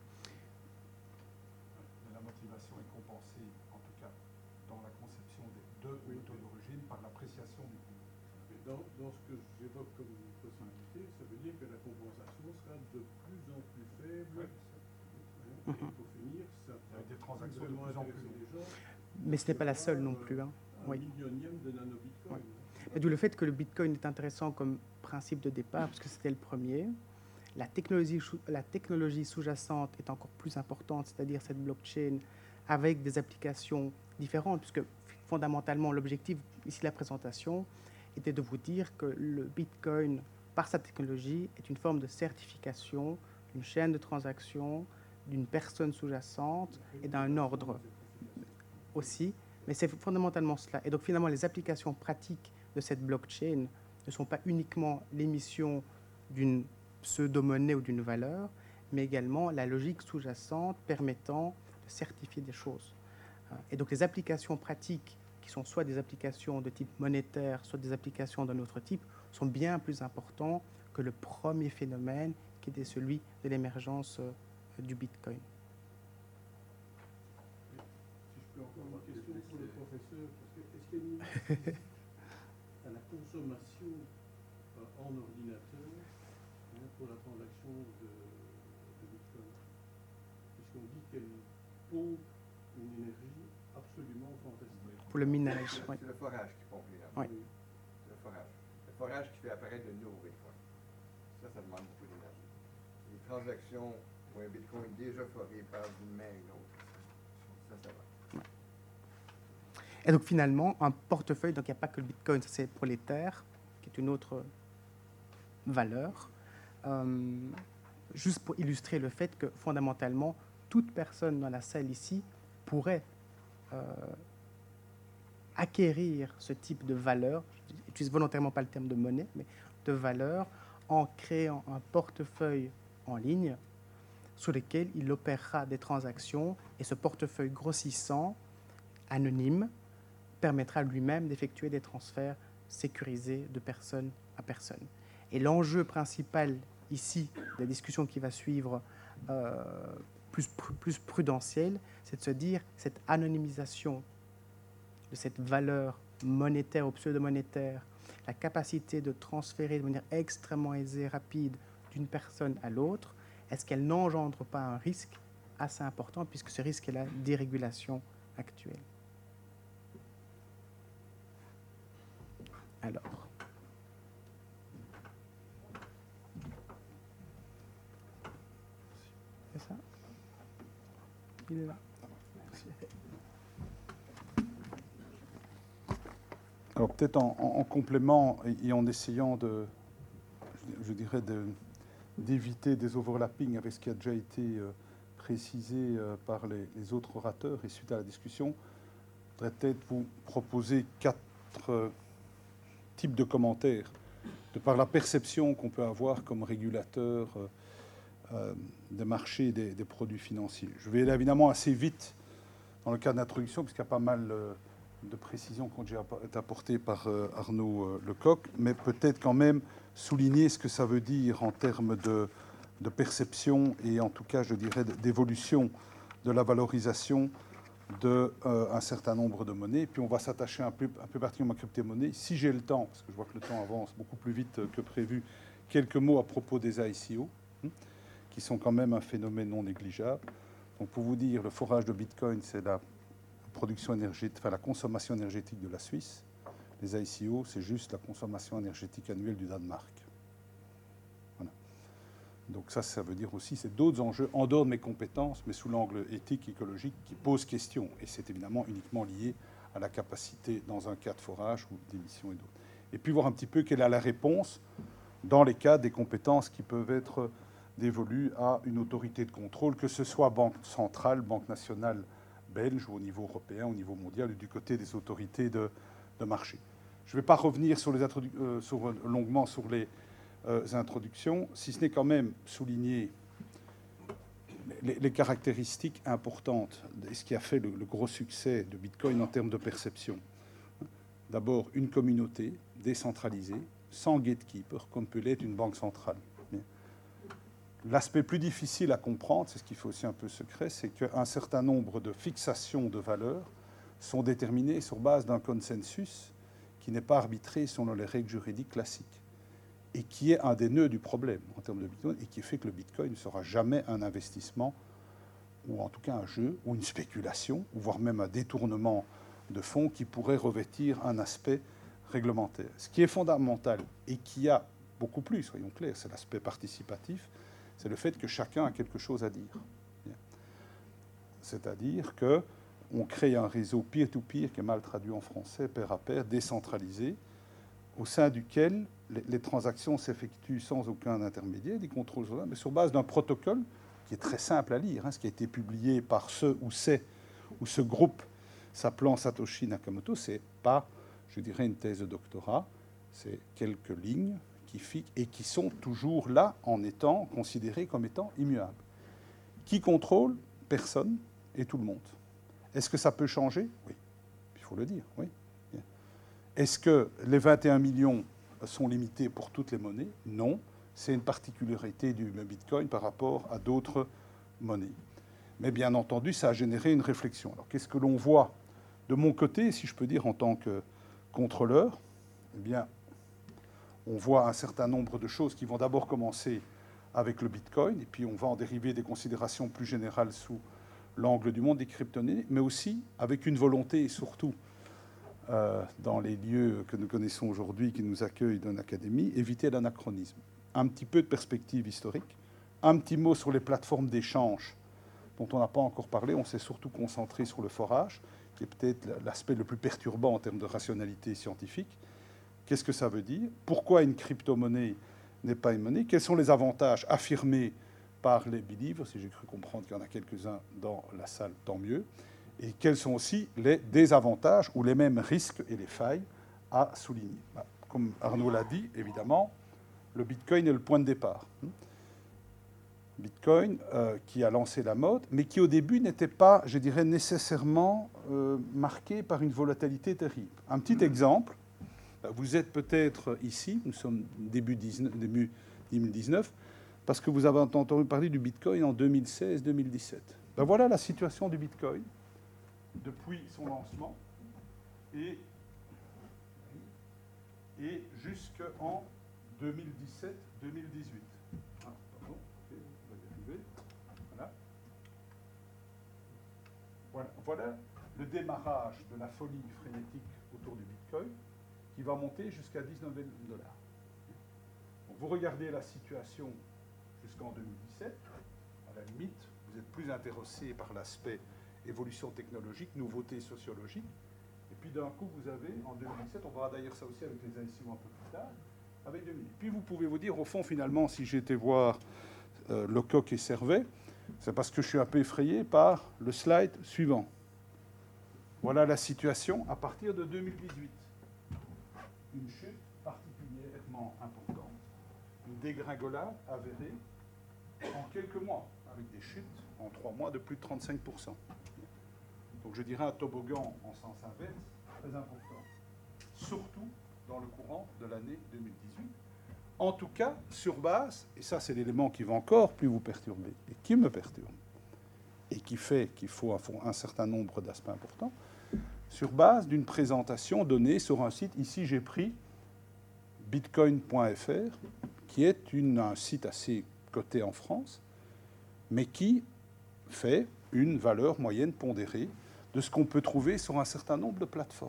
La motivation est compensée, en tout cas dans la conception des deux méthodes d'origine, par l'appréciation du coût. Mais dans ce que j'évoque comme possibilité, ça veut dire que la compensation sera de plus en plus faible. Et pour finir, ça va Avec des transactions de vraiment plus en plus intéresser les gens. Mais ce n'est pas la seule non plus, hein. Un Oui. millionième de nanobitcoin. Et d'où le fait que le Bitcoin est intéressant comme principe de départ, parce que c'était le premier. La technologie sous-jacente est encore plus importante, c'est-à-dire cette blockchain avec des applications différentes, puisque fondamentalement, l'objectif ici de la présentation était de vous dire que le Bitcoin, par sa technologie, est une forme de certification d'une chaîne de transactions, d'une personne sous-jacente et d'un ordre aussi. Mais c'est fondamentalement cela. Et donc finalement, les applications pratiques de cette blockchain ne sont pas uniquement l'émission d'une pseudo-monnaie ou d'une valeur, mais également la logique sous-jacente permettant de certifier des choses. Et donc les applications pratiques qui sont soit des applications de type monétaire, soit des applications d'un autre type, sont bien plus importants que le premier phénomène qui était celui de l'émergence du Bitcoin. Si je peux encore une question pour le professeur, parce que est-ce qu'il y a une limite à la consommation en ordinateur pour la transaction de Bitcoin? Puisqu'on dit qu'elle pompe une énergie absolument fantastique. Pour le minage, oui. C'est le forage qui pompe l'énergie. Oui. C'est le forage. Le forage qui fait apparaître de nouveaux bitcoins. Ça demande beaucoup d'énergie. Les transactions où un bitcoin déjà foré passe d'une main à une autre, ça va. Et donc finalement, un portefeuille, donc il n'y a pas que le Bitcoin, ça c'est pour l'Ether, qui est une autre valeur. Juste pour illustrer le fait que fondamentalement, toute personne dans la salle ici pourrait acquérir ce type de valeur, je n'utilise volontairement pas le terme de monnaie, mais de valeur, en créant un portefeuille en ligne sur lequel il opérera des transactions, et ce portefeuille grossissant, anonyme, permettra lui-même d'effectuer des transferts sécurisés de personne à personne. Et l'enjeu principal ici, de la discussion qui va suivre, plus prudentielle, c'est de se dire cette anonymisation de cette valeur monétaire ou pseudo-monétaire, la capacité de transférer de manière extrêmement aisée, rapide, d'une personne à l'autre, est-ce qu'elle n'engendre pas un risque assez important, puisque ce risque est la dérégulation actuelle? Alors, c'est ça? Il est là. Merci. Alors peut-être en complément et en essayant je dirais d'éviter des overlappings avec ce qui a déjà été précisé par les autres orateurs et suite à la discussion, je voudrais peut-être vous proposer 4 types de commentaires de par la perception qu'on peut avoir comme régulateur des marchés des produits financiers. Je vais aller évidemment assez vite dans le cadre d'introduction, puisqu'il y a pas mal de précisions qui ont déjà été apportées par Arnaud Lecoq, mais peut-être quand même souligner ce que ça veut dire en termes de perception et en tout cas, je dirais, d'évolution de la valorisation d'un certain nombre de monnaies. Puis on va s'attacher un peu particulièrement à la crypto-monnaie. Si j'ai le temps, parce que je vois que le temps avance beaucoup plus vite que prévu, quelques mots à propos des ICO, qui sont quand même un phénomène non négligeable. Donc pour vous dire, le forage de Bitcoin, c'est la production énergétique, enfin la consommation énergétique de la Suisse. Les ICO, c'est juste la consommation énergétique annuelle du Danemark. Voilà. Donc ça veut dire aussi, c'est d'autres enjeux en dehors de mes compétences, mais sous l'angle éthique, écologique, qui posent question. Et c'est évidemment uniquement lié à la capacité dans un cas de forage ou d'émission et d'autres. Et puis voir un petit peu quelle est la réponse dans les cas des compétences qui peuvent être dévolues à une autorité de contrôle, que ce soit banque centrale, banque nationale belge, ou au niveau européen, au niveau mondial, ou du côté des autorités de marché. Je ne vais pas revenir longuement sur les introductions, si ce n'est quand même souligner les caractéristiques importantes de ce qui a fait le gros succès de Bitcoin en termes de perception. D'abord, une communauté décentralisée, sans gatekeeper, comme peut l'être une banque centrale. L'aspect plus difficile à comprendre, c'est ce qui fait aussi un peu secret, c'est qu'un certain nombre de fixations de valeurs sont déterminées sur base d'un consensus qui n'est pas arbitré selon les règles juridiques classiques et qui est un des nœuds du problème en termes de Bitcoin et qui fait que le Bitcoin ne sera jamais un investissement ou en tout cas un jeu ou une spéculation, ou voire même un détournement de fonds qui pourrait revêtir un aspect réglementaire. Ce qui est fondamental et qui a beaucoup plus, soyons clairs, c'est l'aspect participatif, c'est le fait que chacun a quelque chose à dire. C'est-à-dire qu'on crée un réseau peer-to-peer, qui est mal traduit en français, pair à pair, décentralisé, au sein duquel les transactions s'effectuent sans aucun intermédiaire, des contrôles, mais sur base d'un protocole qui est très simple à lire, ce qui a été publié par ce groupe s'appelant Satoshi Nakamoto. Ce n'est pas, je dirais, une thèse de doctorat, c'est quelques lignes et qui sont toujours là en étant considérés comme étant immuables. Qui contrôle? Personne et tout le monde. Est-ce que ça peut changer? Oui. Il faut le dire, oui. Bien. Est-ce que les 21 millions sont limités pour toutes les monnaies? Non. C'est une particularité du Bitcoin par rapport à d'autres monnaies. Mais bien entendu, ça a généré une réflexion. Alors, qu'est-ce que l'on voit de mon côté, si je peux dire, en tant que contrôleur? Eh bien, on voit un certain nombre de choses qui vont d'abord commencer avec le Bitcoin, et puis on va en dériver des considérations plus générales sous l'angle du monde des crypto-monnaies, mais aussi avec une volonté, et surtout dans les lieux que nous connaissons aujourd'hui, qui nous accueillent dans l'académie, éviter l'anachronisme. Un petit peu de perspective historique, un petit mot sur les plateformes d'échange dont on n'a pas encore parlé. On s'est surtout concentré sur le forage, qui est peut-être l'aspect le plus perturbant en termes de rationalité scientifique. Qu'est-ce que ça veut dire? Pourquoi une crypto-monnaie n'est pas une monnaie? Quels sont les avantages affirmés par les believers? Si j'ai cru comprendre qu'il y en a quelques-uns dans la salle, tant mieux. Et quels sont aussi les désavantages ou les mêmes risques et les failles à souligner? Comme Arnaud l'a dit, évidemment, le Bitcoin est le point de départ. Bitcoin qui a lancé la mode, mais qui au début n'était pas, je dirais, nécessairement marqué par une volatilité terrible. Un petit exemple, vous êtes peut-être ici, nous sommes début 2019, parce que vous avez entendu parler du Bitcoin en 2016-2017. Ben voilà la situation du Bitcoin depuis son lancement et jusqu'en 2017-2018. Ah, pardon, okay, on va y arriver. Voilà. Voilà le démarrage de la folie frénétique autour du Bitcoin qui va monter jusqu'à $19 000. Donc vous regardez la situation jusqu'en 2017, à la limite, vous êtes plus intéressé par l'aspect évolution technologique, nouveauté sociologique, et puis d'un coup vous avez, en 2017, on verra d'ailleurs ça aussi avec les ICO un peu plus tard, avec 2000. Puis vous pouvez vous dire, au fond, finalement, si j'étais voir Lecoq et Servet, c'est parce que je suis un peu effrayé par le slide suivant. Voilà la situation à partir de 2018. Une chute particulièrement importante, une dégringolade avérée en quelques mois, avec des chutes en 3 mois de plus de 35%. Donc je dirais un toboggan en sens inverse, très important. Surtout dans le courant de l'année 2018. En tout cas, sur base, et ça c'est l'élément qui va encore plus vous perturber, et qui me perturbe, et qui fait qu'il faut un certain nombre d'aspects importants, sur base d'une présentation donnée sur un site. Ici, j'ai pris bitcoin.fr, qui est un site assez coté en France, mais qui fait une valeur moyenne pondérée de ce qu'on peut trouver sur un certain nombre de plateformes.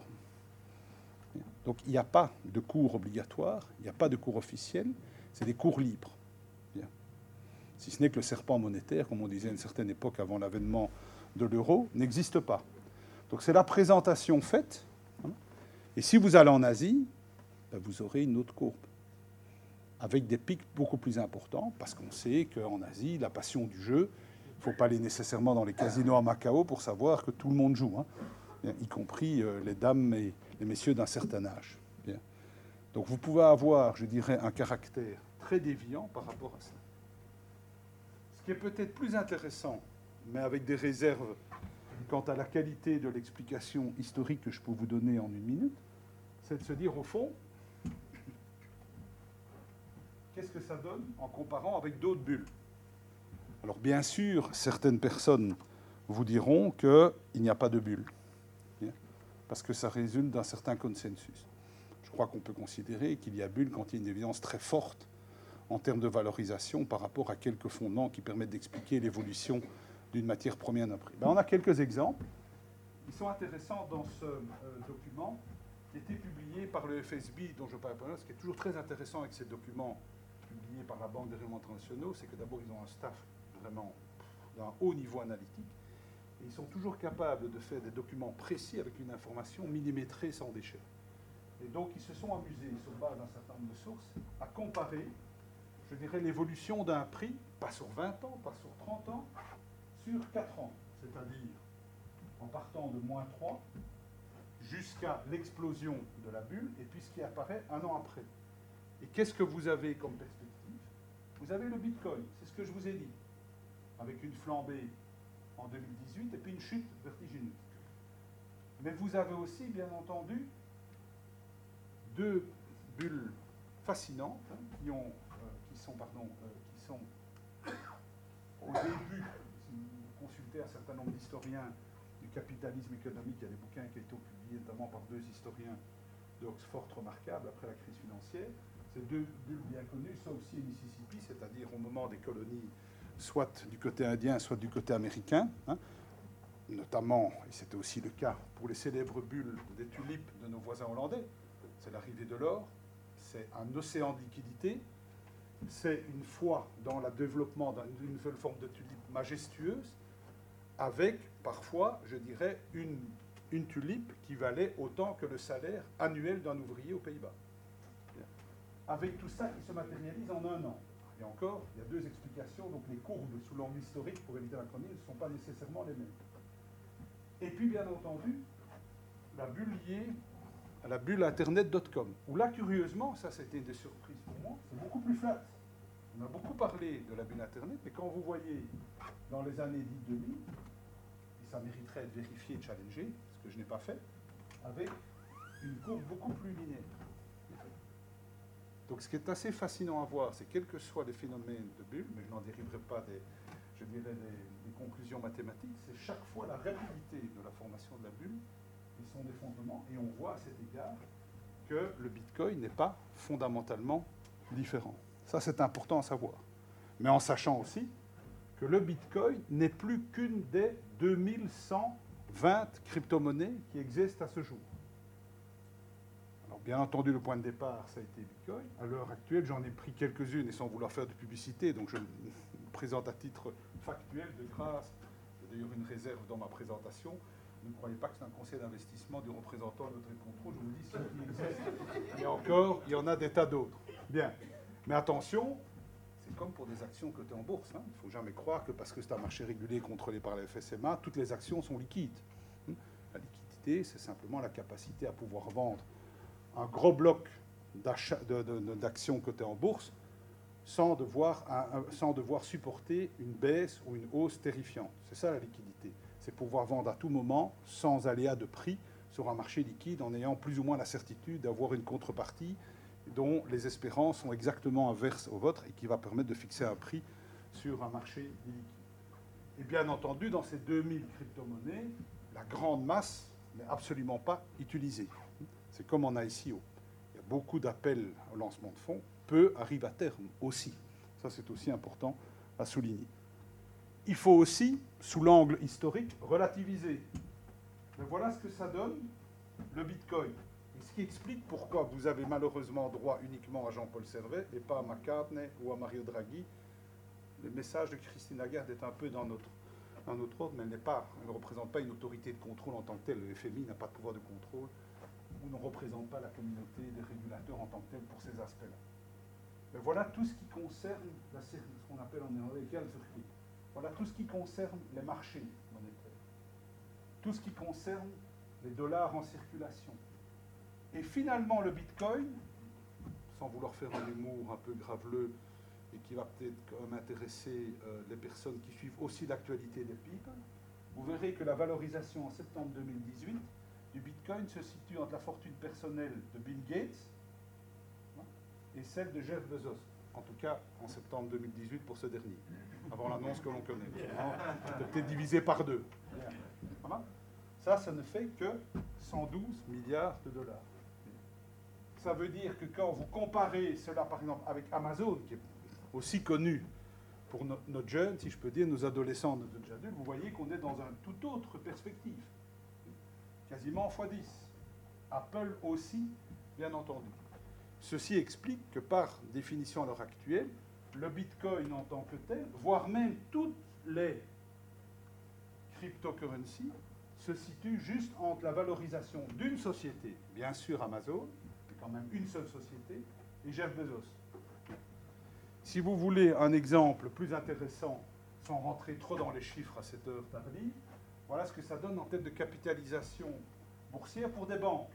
Donc, il n'y a pas de cours obligatoire, il n'y a pas de cours officiel, c'est des cours libres. Bien. Si ce n'est que le serpent monétaire, comme on disait à une certaine époque avant l'avènement de l'euro, n'existe pas. Donc, c'est la présentation faite. Et si vous allez en Asie, ben, vous aurez une autre courbe, avec des pics beaucoup plus importants, parce qu'on sait qu'en Asie, la passion du jeu, il ne faut pas aller nécessairement dans les casinos à Macao pour savoir que tout le monde joue, hein, y compris les dames et les messieurs d'un certain âge. Bien. Donc vous pouvez avoir, je dirais, un caractère très déviant par rapport à ça. Ce qui est peut-être plus intéressant, mais avec des réserves quant à la qualité de l'explication historique que je peux vous donner en 1 minute, c'est de se dire, au fond, qu'est-ce que ça donne en comparant avec d'autres bulles? Alors bien sûr, certaines personnes vous diront qu'il n'y a pas de bulle, parce que ça résulte d'un certain consensus. Je crois qu'on peut considérer qu'il y a bulle quand il y a une évidence très forte en termes de valorisation par rapport à quelques fondements qui permettent d'expliquer l'évolution d'une matière première d'un prix. Ben, on a quelques exemples. Ils sont intéressants dans ce document qui a été publié par le FSB, dont je parle pas. Ce qui est toujours très intéressant avec ces documents publiés par la Banque des règlements internationaux, c'est que d'abord, ils ont un staff vraiment d'un haut niveau analytique. Et ils sont toujours capables de faire des documents précis avec une information millimétrée sans déchet. Et donc, ils se sont amusés, sur base d'un certain nombre de sources, à comparer, je dirais, l'évolution d'un prix, pas sur 20 ans, pas sur 30 ans, sur 4 ans. C'est-à-dire en partant de -3 jusqu'à l'explosion de la bulle, et puis ce qui apparaît 1 an après. Et qu'est-ce que vous avez comme perspective? Vous avez le Bitcoin, c'est ce que je vous ai dit, avec une flambée en 2018 et puis une chute vertigineuse. Mais vous avez aussi, bien entendu, deux bulles fascinantes qui sont au début, si vous consultez un certain nombre d'historiens du capitalisme économique, il y a des bouquins qui ont été publiés notamment par deux historiens d'Oxford remarquables après la crise financière. Ces deux bulles bien connues, ça aussi au Mississippi, c'est-à-dire au moment des colonies, soit du côté indien, soit du côté américain, notamment, et c'était aussi le cas pour les célèbres bulles des tulipes de nos voisins hollandais, c'est l'arrivée de l'or, c'est un océan de liquidité, c'est une foi dans le développement d'une nouvelle forme de tulipe majestueuse, avec parfois, je dirais, une tulipe qui valait autant que le salaire annuel d'un ouvrier aux Pays-Bas. Avec tout ça qui se matérialise en un an. Et encore, il y a deux explications, donc les courbes sous l'angle historique, pour éviter l'acronyme, ne sont pas nécessairement les mêmes. Et puis, bien entendu, la bulle liée à la bulle Internet.com, où là, curieusement, ça c'était une des surprises pour moi, c'est beaucoup plus flat. On a beaucoup parlé de la bulle Internet, mais quand vous voyez dans les années dites 2000, et ça mériterait d'être vérifié et challengé, ce que je n'ai pas fait, avec une courbe beaucoup plus linéaire. Donc ce qui est assez fascinant à voir, c'est quels que soient les phénomènes de bulles, mais je n'en dériverai pas des conclusions mathématiques, c'est chaque fois la rapidité de la formation de la bulle et son effondrement, et on voit à cet égard que le Bitcoin n'est pas fondamentalement différent. Ça, c'est important à savoir. Mais en sachant aussi que le Bitcoin n'est plus qu'une des 2120 crypto-monnaies qui existent à ce jour. Alors, bien entendu, le point de départ, ça a été Bitcoin. À l'heure actuelle, j'en ai pris quelques-unes et sans vouloir faire de publicité, donc je me présente à titre factuel de grâce. J'ai d'ailleurs une réserve dans ma présentation. Ne croyez pas que c'est un conseil d'investissement du représentant de notre contrôle. Je vous dis ce qui existe. Et encore, il y en a des tas d'autres. Bien. Mais attention, c'est comme pour des actions cotées en bourse. Il ne faut jamais croire que parce que c'est un marché régulé contrôlé par la FSMA, toutes les actions sont liquides. La liquidité, c'est simplement la capacité à pouvoir vendre un gros bloc d'actions cotées en bourse sans devoir supporter une baisse ou une hausse terrifiante. C'est ça la liquidité. C'est pouvoir vendre à tout moment sans aléa de prix sur un marché liquide en ayant plus ou moins la certitude d'avoir une contrepartie dont les espérances sont exactement inverses aux vôtres et qui va permettre de fixer un prix sur un marché liquide. Et bien entendu, dans ces 2000 crypto-monnaies, la grande masse n'est absolument pas utilisée. C'est comme en ICO. Il y a beaucoup d'appels au lancement de fonds. Peu arrivent à terme aussi. Ça, c'est aussi important à souligner. Il faut aussi, sous l'angle historique, relativiser. Mais voilà ce que ça donne, le Bitcoin. Et ce qui explique pourquoi vous avez malheureusement droit uniquement à Jean-Paul Servet et pas à McCartney ou à Mario Draghi. Le message de Christine Lagarde est un peu dans notre ordre, mais elle ne représente pas une autorité de contrôle en tant que telle. Le FMI n'a pas de pouvoir de contrôle ou ne représente pas la communauté des régulateurs en tant que telle pour ces aspects-là. Mais voilà tout ce qui concerne ce qu'on appelle en néerlandais Geldverkeer. Voilà tout ce qui concerne les marchés monétaires, tout ce qui concerne les dollars en circulation. Et finalement, le Bitcoin, sans vouloir faire un humour un peu graveleux et qui va peut-être quand même intéresser les personnes qui suivent aussi l'actualité des People, vous verrez que la valorisation en septembre 2018 du Bitcoin se situe entre la fortune personnelle de Bill Gates et celle de Jeff Bezos. En tout cas, en septembre 2018 pour ce dernier, avant l'annonce que l'on connaît. Peut-être divisé par deux. Voilà. Ça ne fait que 112 milliards de dollars. Ça veut dire que quand vous comparez cela, par exemple, avec Amazon, qui est aussi connu pour nos jeunes, si je peux dire, nos adolescents, nos jeunes adultes, vous voyez qu'on est dans une toute autre perspective. Quasiment x10. Apple aussi, bien entendu. Ceci explique que, par définition à l'heure actuelle, le Bitcoin en tant que tel, voire même toutes les cryptocurrencies, se situent juste entre la valorisation d'une société, bien sûr Amazon, mais quand même une seule société, et Jeff Bezos. Si vous voulez un exemple plus intéressant, sans rentrer trop dans les chiffres à cette heure tardive, voilà ce que ça donne en termes de capitalisation boursière pour des banques.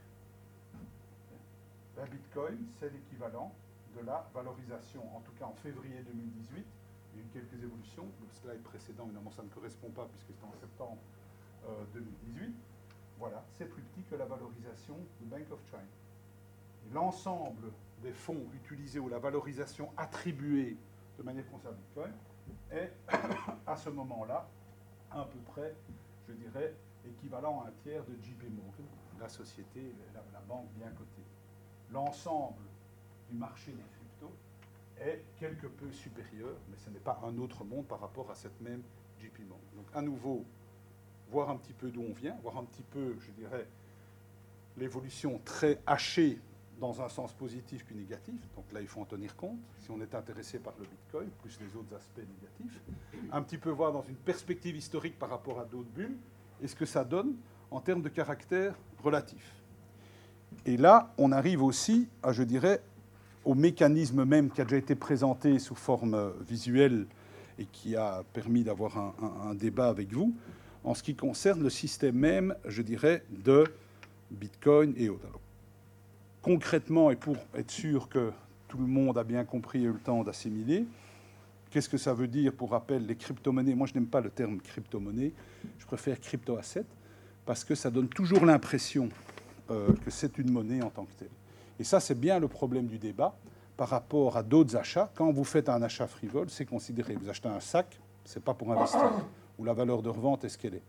Un Bitcoin, c'est l'équivalent de la valorisation, en tout cas en février 2018. Il y a eu quelques évolutions. Le slide précédent, évidemment, ça ne correspond pas puisque c'était en septembre 2018. voilà, c'est plus petit que la valorisation du Bank of China. Et l'ensemble des fonds utilisés ou la valorisation attribuée de manière concernant Bitcoin est à ce moment-là à peu près, je dirais, équivalent à un tiers de JP Morgan, la société, la banque bien cotée. L'ensemble du marché des cryptos est quelque peu supérieur, mais ce n'est pas un autre monde par rapport à cette même JP Morgan. Donc à nouveau, voir un petit peu d'où on vient, voir un petit peu, je dirais, l'évolution très hachée dans un sens positif puis négatif. Donc là, il faut en tenir compte, si on est intéressé par le Bitcoin, plus les autres aspects négatifs. Un petit peu voir dans une perspective historique par rapport à d'autres bulles, et ce que ça donne en termes de caractère relatif. Et là, on arrive aussi, à, je dirais, au mécanisme même qui a déjà été présenté sous forme visuelle et qui a permis d'avoir un débat avec vous, en ce qui concerne le système même, je dirais, de Bitcoin et autres. Alors, concrètement, et pour être sûr que tout le monde a bien compris et eu le temps d'assimiler, qu'est-ce que ça veut dire, pour rappel, les crypto-monnaies? Moi, je n'aime pas le terme crypto-monnaie, je préfère crypto-asset, parce que ça donne toujours l'impression que c'est une monnaie en tant que telle. Et ça, c'est bien le problème du débat par rapport à d'autres achats. Quand vous faites un achat frivole, c'est considéré. Vous achetez un sac, ce n'est pas pour investir, où la valeur de revente est ce qu'elle est.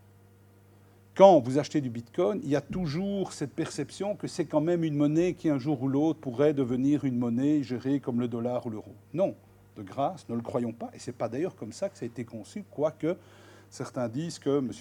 Quand vous achetez du Bitcoin, il y a toujours cette perception que c'est quand même une monnaie qui, un jour ou l'autre, pourrait devenir une monnaie gérée comme le dollar ou l'euro. Non, de grâce, ne le croyons pas. Et ce n'est pas d'ailleurs comme ça que ça a été conçu, quoique certains disent que M.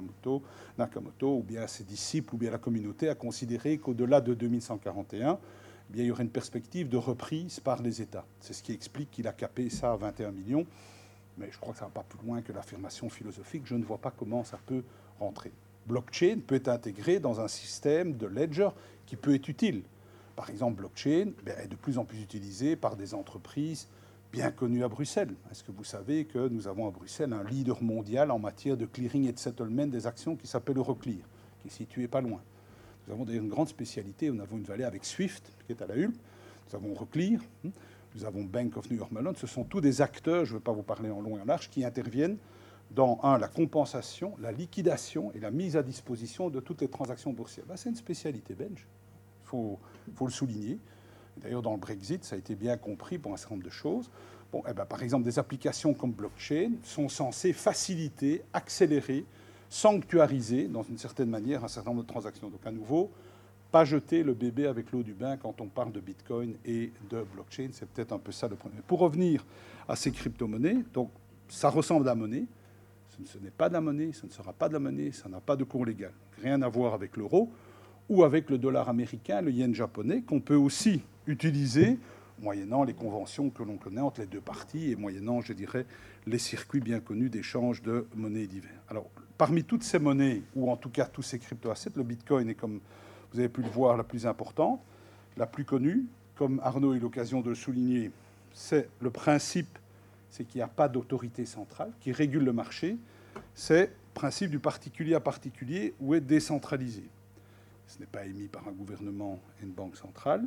Nakamoto, ou bien ses disciples, ou bien la communauté, a considéré qu'au-delà de 2141, eh bien, il y aurait une perspective de reprise par les États. C'est ce qui explique qu'il a capé ça à 21 millions. Mais je crois que ça ne va pas plus loin que l'affirmation philosophique. Je ne vois pas comment ça peut rentrer. Blockchain peut être intégré dans un système de ledger qui peut être utile. Par exemple, blockchain est de plus en plus utilisé par des entreprises bien connues à Bruxelles. Est-ce que vous savez que nous avons à Bruxelles un leader mondial en matière de clearing et de settlement des actions qui s'appelle Euroclear, qui est situé pas loin. Nous avons d'ailleurs une grande spécialité. Nous avons une vallée avec Swift, qui est à la Hulpe. Nous avons Euroclear. Nous avons Bank of New York Mellon. Ce sont tous des acteurs, je ne vais pas vous parler en long et en large, qui interviennent dans, la compensation, la liquidation et la mise à disposition de toutes les transactions boursières. C'est une spécialité belge, il faut le souligner. D'ailleurs, dans le Brexit, ça a été bien compris pour un certain nombre de choses. Bon, par exemple, des applications comme blockchain sont censées faciliter, accélérer, sanctuariser, dans une certaine manière, un certain nombre de transactions. Donc, à nouveau, pas jeter le bébé avec l'eau du bain quand on parle de Bitcoin et de blockchain. C'est peut-être un peu ça le premier. Pour revenir à ces crypto-monnaies, donc, ça ressemble à la monnaie. Ce n'est pas de la monnaie, ce ne sera pas de la monnaie, ça n'a pas de cours légal. Rien à voir avec l'euro ou avec le dollar américain, le yen japonais, qu'on peut aussi utiliser moyennant les conventions que l'on connaît entre les deux parties et moyennant, je dirais, les circuits bien connus d'échange de monnaies divers. Alors, parmi toutes ces monnaies, ou en tout cas tous ces crypto-assets, le Bitcoin est, comme vous avez pu le voir, la plus importante, la plus connue. Comme Arnaud a eu l'occasion de le souligner, c'est le principe, c'est qu'il n'y a pas d'autorité centrale qui régule le marché. C'est le principe du particulier à particulier ou est décentralisé. Ce n'est pas émis par un gouvernement et une banque centrale.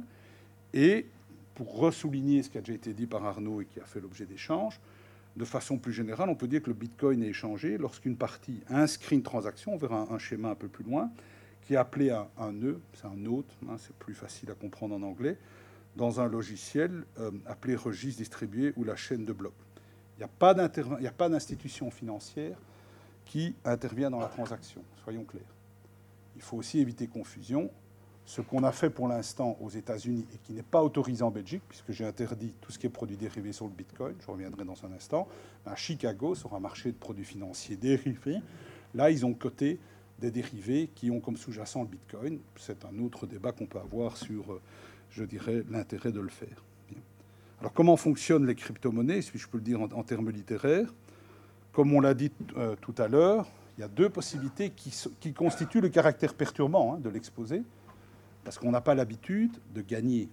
Et pour ressouligner ce qui a déjà été dit par Arnaud et qui a fait l'objet d'échanges, de façon plus générale, on peut dire que le Bitcoin est échangé lorsqu'une partie inscrit une transaction, on verra un schéma un peu plus loin, qui est appelé un nœud, c'est un node, c'est plus facile à comprendre en anglais, dans un logiciel appelé registre distribué ou la chaîne de blocs. Il n'y a pas d'institution financière qui intervient dans la transaction, soyons clairs. Il faut aussi éviter confusion. Ce qu'on a fait pour l'instant aux États-Unis et qui n'est pas autorisé en Belgique, puisque j'ai interdit tout ce qui est produits dérivés sur le Bitcoin, je reviendrai dans un instant, à Chicago, sur un marché de produits financiers dérivés, là, ils ont coté des dérivés qui ont comme sous-jacent le Bitcoin. C'est un autre débat qu'on peut avoir sur, je dirais, l'intérêt de le faire. Alors, comment fonctionnent les crypto-monnaies, si je peux le dire en termes littéraires? Comme on l'a dit tout à l'heure, il y a deux possibilités qui constituent le caractère perturbant de l'exposé, parce qu'on n'a pas l'habitude de gagner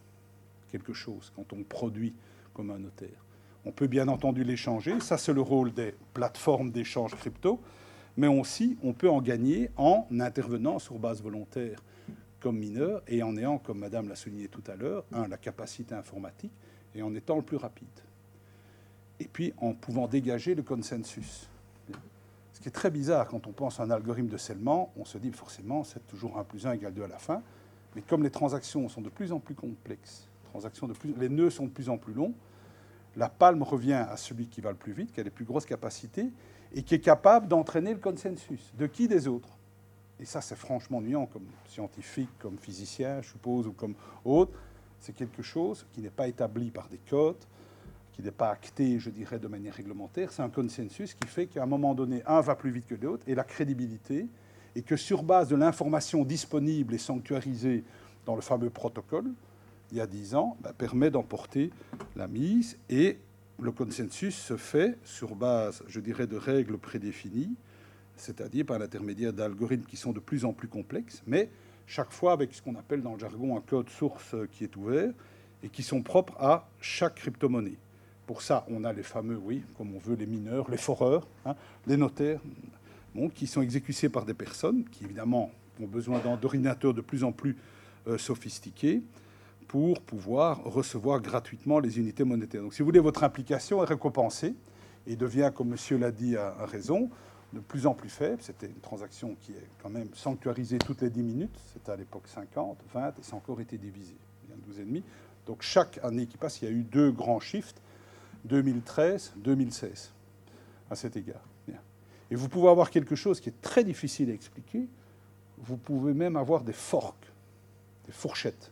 quelque chose quand on produit comme un notaire. On peut bien entendu l'échanger, ça c'est le rôle des plateformes d'échange crypto, mais aussi on peut en gagner en intervenant sur base volontaire comme mineur et en ayant, comme Madame l'a souligné tout à l'heure, la capacité informatique et en étant le plus rapide. Et puis en pouvant dégager le consensus. Ce qui est très bizarre quand on pense à un algorithme de scellement, on se dit forcément c'est toujours 1 + 1 = 2 à la fin. Mais comme les transactions sont de plus en plus complexes, les nœuds sont de plus en plus longs, la palme revient à celui qui va le plus vite, qui a les plus grosses capacités, et qui est capable d'entraîner le consensus. De qui? Des autres. Et ça, c'est franchement ennuyant comme scientifique, comme physicien, je suppose, ou comme autre. C'est quelque chose qui n'est pas établi par des codes, qui n'est pas acté, je dirais, de manière réglementaire. C'est un consensus qui fait qu'à un moment donné, un va plus vite que l'autre, et la crédibilité, et que sur base de l'information disponible et sanctuarisée dans le fameux protocole, il y a 10 ans, permet d'emporter la mise. Et le consensus se fait sur base, je dirais, de règles prédéfinies, c'est-à-dire par l'intermédiaire d'algorithmes qui sont de plus en plus complexes, mais chaque fois avec ce qu'on appelle dans le jargon un code source qui est ouvert et qui sont propres à chaque crypto-monnaie. Pour ça, on a les fameux, oui, comme on veut, les mineurs, les foreurs, les notaires, qui sont exécutés par des personnes qui, évidemment, ont besoin d'ordinateurs de plus en plus sophistiqués pour pouvoir recevoir gratuitement les unités monétaires. Donc, si vous voulez, votre implication est récompensée et devient, comme monsieur l'a dit à raison, de plus en plus faible. C'était une transaction qui est quand même sanctuarisée toutes les 10 minutes. C'était à l'époque 50, 20, et ça a encore été divisé. Il y a 12,5. Donc, chaque année qui passe, il y a eu 2 grands shifts, 2013, 2016, à cet égard. Bien. Et vous pouvez avoir quelque chose qui est très difficile à expliquer. Vous pouvez même avoir des forks, des fourchettes.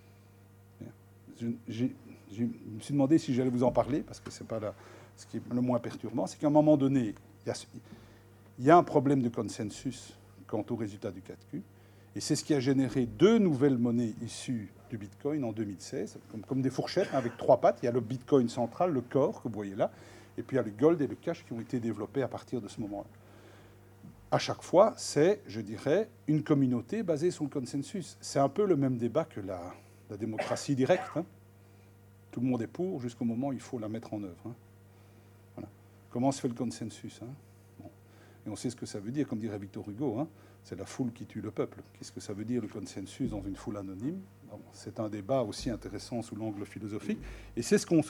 Je me suis demandé si j'allais vous en parler, parce que ce n'est pas ce qui est le moins perturbant. C'est qu'à un moment donné, il y a un problème de consensus quant au résultat du 4Q. Et c'est ce qui a généré 2 nouvelles monnaies issues du Bitcoin en 2016, comme des fourchettes avec 3 pattes. Il y a le Bitcoin central, le core, que vous voyez là, et puis il y a le gold et le cash qui ont été développés à partir de ce moment-là. À chaque fois, c'est, je dirais, une communauté basée sur le consensus. C'est un peu le même débat que la démocratie directe. Tout le monde est pour jusqu'au moment où il faut la mettre en œuvre. Voilà. Comment se fait le consensus? Bon. Et on sait ce que ça veut dire, comme dirait Victor Hugo. C'est la foule qui tue le peuple. Qu'est-ce que ça veut dire le consensus dans une foule anonyme? Bon, c'est un débat aussi intéressant sous l'angle philosophique. Et c'est ce qu'on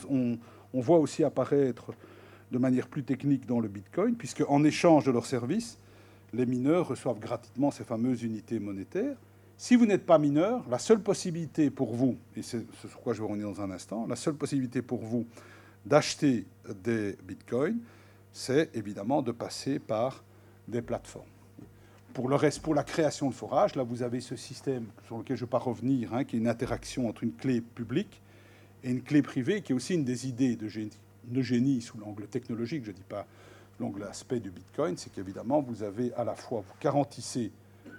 voit aussi apparaître de manière plus technique dans le Bitcoin, puisque en échange de leurs services, les mineurs reçoivent gratuitement ces fameuses unités monétaires. Si vous n'êtes pas mineur, la seule possibilité pour vous, et c'est sur quoi je vais revenir dans un instant, la seule possibilité pour vous d'acheter des bitcoins, c'est évidemment de passer par des plateformes. Pour le reste, pour la création de forage, là vous avez ce système sur lequel je ne vais pas revenir, qui est une interaction entre une clé publique et une clé privée, qui est aussi une des idées de génie sous l'angle technologique, je ne dis pas l'angle aspect du bitcoin, c'est qu'évidemment vous avez à la fois, vous garantissez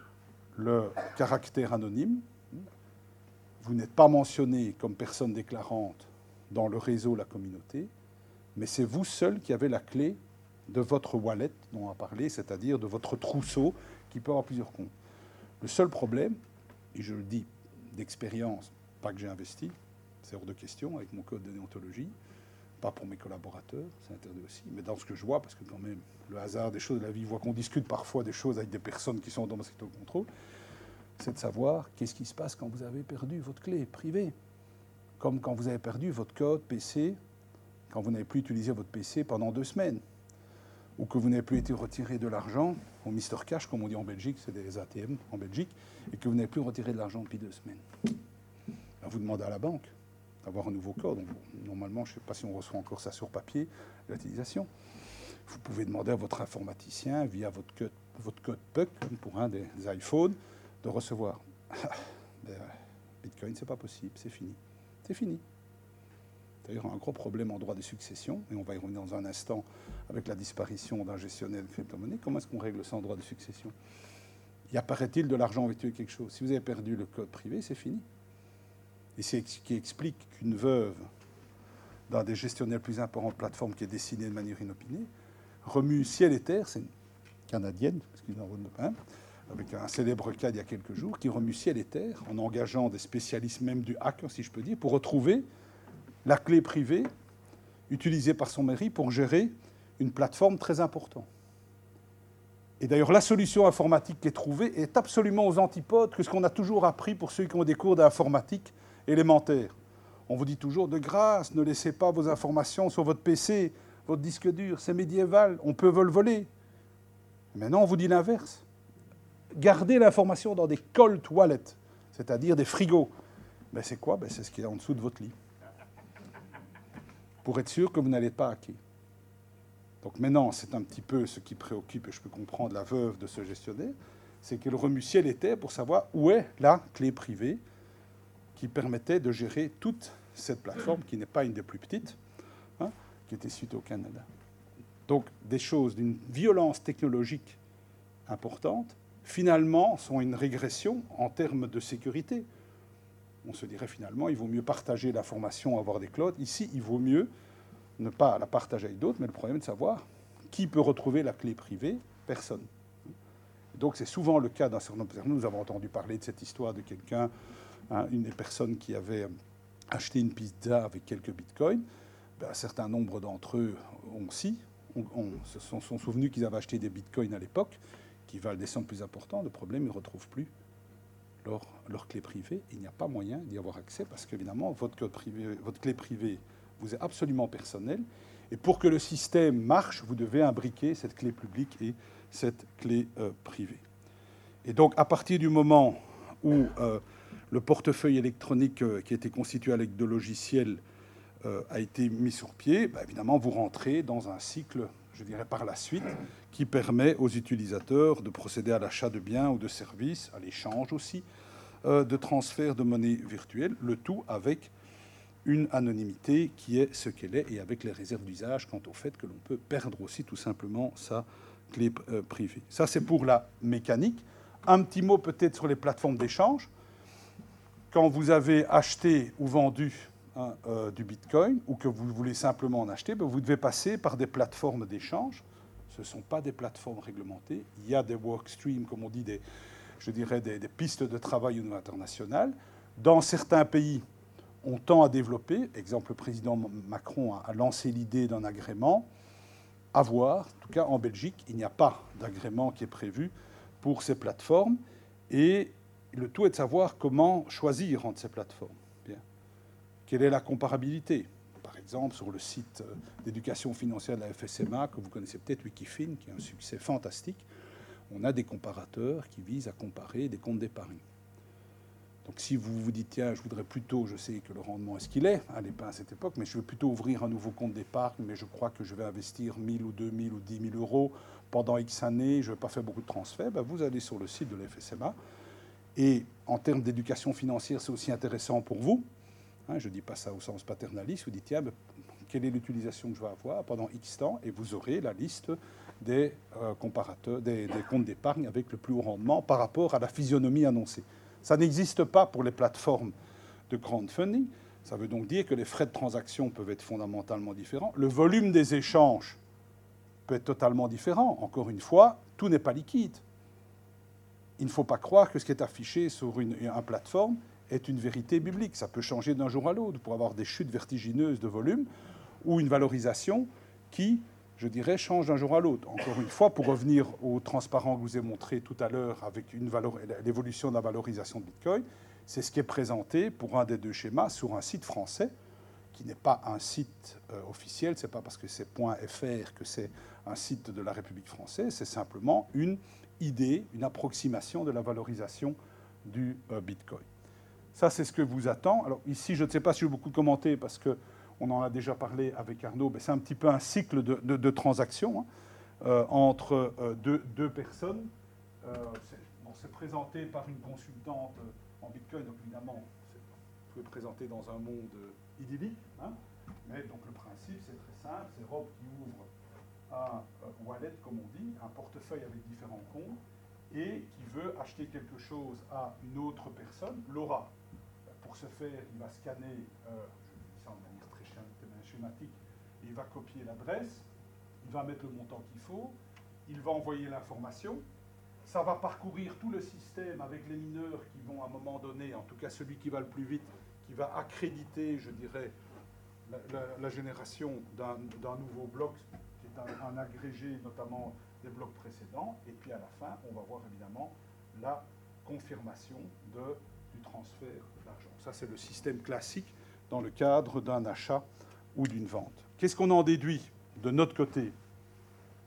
le caractère anonyme. Vous n'êtes pas mentionné comme personne déclarante dans le réseau, la communauté, mais c'est vous seul qui avez la clé de votre wallet dont on a parlé, c'est-à-dire de votre trousseau qui peut avoir plusieurs comptes. Le seul problème, et je le dis d'expérience, pas que j'ai investi, c'est hors de question avec mon code de déontologie, pas pour mes collaborateurs, c'est interdit aussi, mais dans ce que je vois, parce que quand même, le hasard des choses de la vie voit qu'on discute parfois des choses avec des personnes qui sont dans ce contrôle, c'est de savoir qu'est-ce qui se passe quand vous avez perdu votre clé privée. Comme quand vous avez perdu votre code PC, quand vous n'avez plus utilisé votre PC pendant 2 semaines, ou que vous n'avez plus été retiré de l'argent au Mr Cash, comme on dit en Belgique, c'est des ATM en Belgique, et que vous n'avez plus retiré de l'argent depuis 2 semaines. Alors vous demandez à la banque d'avoir un nouveau code. Donc, normalement, je ne sais pas si on reçoit encore ça sur papier, l'utilisation. Vous pouvez demander à votre informaticien, via votre code PUC, pour un des iPhones, de recevoir. Bitcoin, ce n'est pas possible, c'est fini. C'est fini. D'ailleurs, un gros problème en droit de succession, et on va y revenir dans un instant avec la disparition d'un gestionnaire de crypto-monnaie. Comment est-ce qu'on règle ça en droit de succession? Il apparaît-il de l'argent virtuel quelque chose? Si vous avez perdu le code privé, c'est fini. Et c'est ce qui explique qu'une veuve d'un des gestionnaires plus importants de plateforme qui est dessinée de manière inopinée remue ciel et terre, c'est une Canadienne, avec un célèbre cas il y a quelques jours, qui remue ciel et terre en engageant des spécialistes même du hacker, si je peux dire, pour retrouver la clé privée utilisée par son mari pour gérer une plateforme très importante. Et d'ailleurs, la solution informatique qui est trouvée est absolument aux antipodes que ce qu'on a toujours appris pour ceux qui ont des cours d'informatique élémentaire. On vous dit toujours, de grâce, ne laissez pas vos informations sur votre PC, votre disque dur, c'est médiéval, on peut le voler. Maintenant, on vous dit l'inverse. Gardez l'information dans des cold wallets, c'est-à-dire des frigos. Ben, c'est quoi? Ben, c'est ce qui est en dessous de votre lit. Pour être sûr que vous n'allez pas hacker. Donc maintenant, c'est un petit peu ce qui préoccupe, et je peux comprendre la veuve de ce gestionnaire, c'est qu'elle remue ciel et terre pour savoir où est la clé privée qui permettait de gérer toute cette plateforme, qui n'est pas une des plus petites, hein, qui était située au Canada. Donc des choses d'une violence technologique importante, finalement, sont une régression en termes de sécurité. On se dirait finalement, il vaut mieux partager l'information, avoir des clouds. Ici, il vaut mieux ne pas la partager avec d'autres, mais le problème est de savoir qui peut retrouver la clé privée. Personne. Donc c'est souvent le cas d'un certain nombre de personnes. Nous avons entendu parler de cette histoire de quelqu'un, hein, une des personnes qui avait acheté une pizza avec quelques bitcoins. Ben, un certain nombre d'entre eux se sont souvenus qu'ils avaient acheté des bitcoins à l'époque, qui valent des sommes plus importantes. Le problème, ils ne retrouvent plus leur clé privée. Il n'y a pas moyen d'y avoir accès parce qu'évidemment, votre clé privée vous est absolument personnelle. Et pour que le système marche, vous devez imbriquer cette clé publique et cette clé privée. Et donc, à partir du moment où le portefeuille électronique qui était constitué avec de logiciels a été mis sur pied, ben évidemment, vous rentrez dans un cycle, je dirais par la suite, qui permet aux utilisateurs de procéder à l'achat de biens ou de services, à l'échange aussi, de transfert de monnaie virtuelle, le tout avec une anonymité qui est ce qu'elle est et avec les réserves d'usage quant au fait que l'on peut perdre aussi tout simplement sa clé privée. Ça, c'est pour la mécanique. Un petit mot peut-être sur les plateformes d'échange. Quand vous avez acheté ou vendu du Bitcoin ou que vous voulez simplement en acheter, ben vous devez passer par des plateformes d'échange. Ce ne sont pas des plateformes réglementées. Il y a des workstreams, comme on dit, des pistes de travail au niveau international. Dans certains pays, on tend à développer, exemple, le président Macron a lancé l'idée d'un agrément, à voir. En tout cas, en Belgique, il n'y a pas d'agrément qui est prévu pour ces plateformes. Et le tout est de savoir comment choisir entre ces plateformes. Bien. Quelle est la comparabilité? Par exemple, sur le site d'éducation financière de la FSMA, que vous connaissez peut-être, Wikifin, qui a un succès fantastique, on a des comparateurs qui visent à comparer des comptes d'épargne. Donc si vous vous dites, tiens, je voudrais plutôt, je sais que le rendement est ce qu'il est, à cette époque, mais je veux plutôt ouvrir un nouveau compte d'épargne, mais je crois que je vais investir 1 000 ou 2 000 ou 10 000 euros pendant X années, je ne vais pas faire beaucoup de transferts, ben vous allez sur le site de la FSMA. Et en termes d'éducation financière, c'est aussi intéressant pour vous. Hein, je ne dis pas ça au sens paternaliste, vous dites, tiens, ben, quelle est l'utilisation que je vais avoir pendant X temps, et vous aurez la liste des comparateurs, des comptes d'épargne avec le plus haut rendement par rapport à la physionomie annoncée. Ça n'existe pas pour les plateformes de crowdfunding. Ça veut donc dire que les frais de transaction peuvent être fondamentalement différents. Le volume des échanges peut être totalement différent. Encore une fois, tout n'est pas liquide. Il ne faut pas croire que ce qui est affiché sur une plateforme est une vérité biblique. Ça peut changer d'un jour à l'autre pour avoir des chutes vertigineuses de volume ou une valorisation qui, je dirais, change d'un jour à l'autre. Encore une fois, pour revenir au transparent que je vous ai montré tout à l'heure avec l'évolution de la valorisation de Bitcoin, c'est ce qui est présenté pour un des deux schémas sur un site français qui n'est pas un site officiel. Ce n'est pas parce que c'est .fr que c'est un site de la République française. C'est simplement une idée, une approximation de la valorisation du Bitcoin. Ça, c'est ce que vous attend. Alors ici, je ne sais pas si je vais beaucoup commenter parce que on en a déjà parlé avec Arnaud, mais c'est un petit peu un cycle de transactions entre deux personnes. C'est présenté par une consultante en Bitcoin, donc évidemment, vous pouvez présenter dans un monde idyllique. Hein, mais donc le principe, c'est très simple, c'est Rob qui ouvre un wallet, comme on dit, un portefeuille avec différents comptes, et qui veut acheter quelque chose à une autre personne, Laura. Pour ce faire, il va scanner, de manière très schématique, il va copier l'adresse, il va mettre le montant qu'il faut, il va envoyer l'information, ça va parcourir tout le système avec les mineurs qui vont à un moment donné, en tout cas celui qui va le plus vite, qui va accréditer, je dirais, la génération d'un nouveau bloc, qui est un agrégé notamment des blocs précédents, et puis à la fin, on va voir évidemment la confirmation du transfert d'argent. Ça, c'est le système classique dans le cadre d'un achat ou d'une vente. Qu'est-ce qu'on en déduit de notre côté?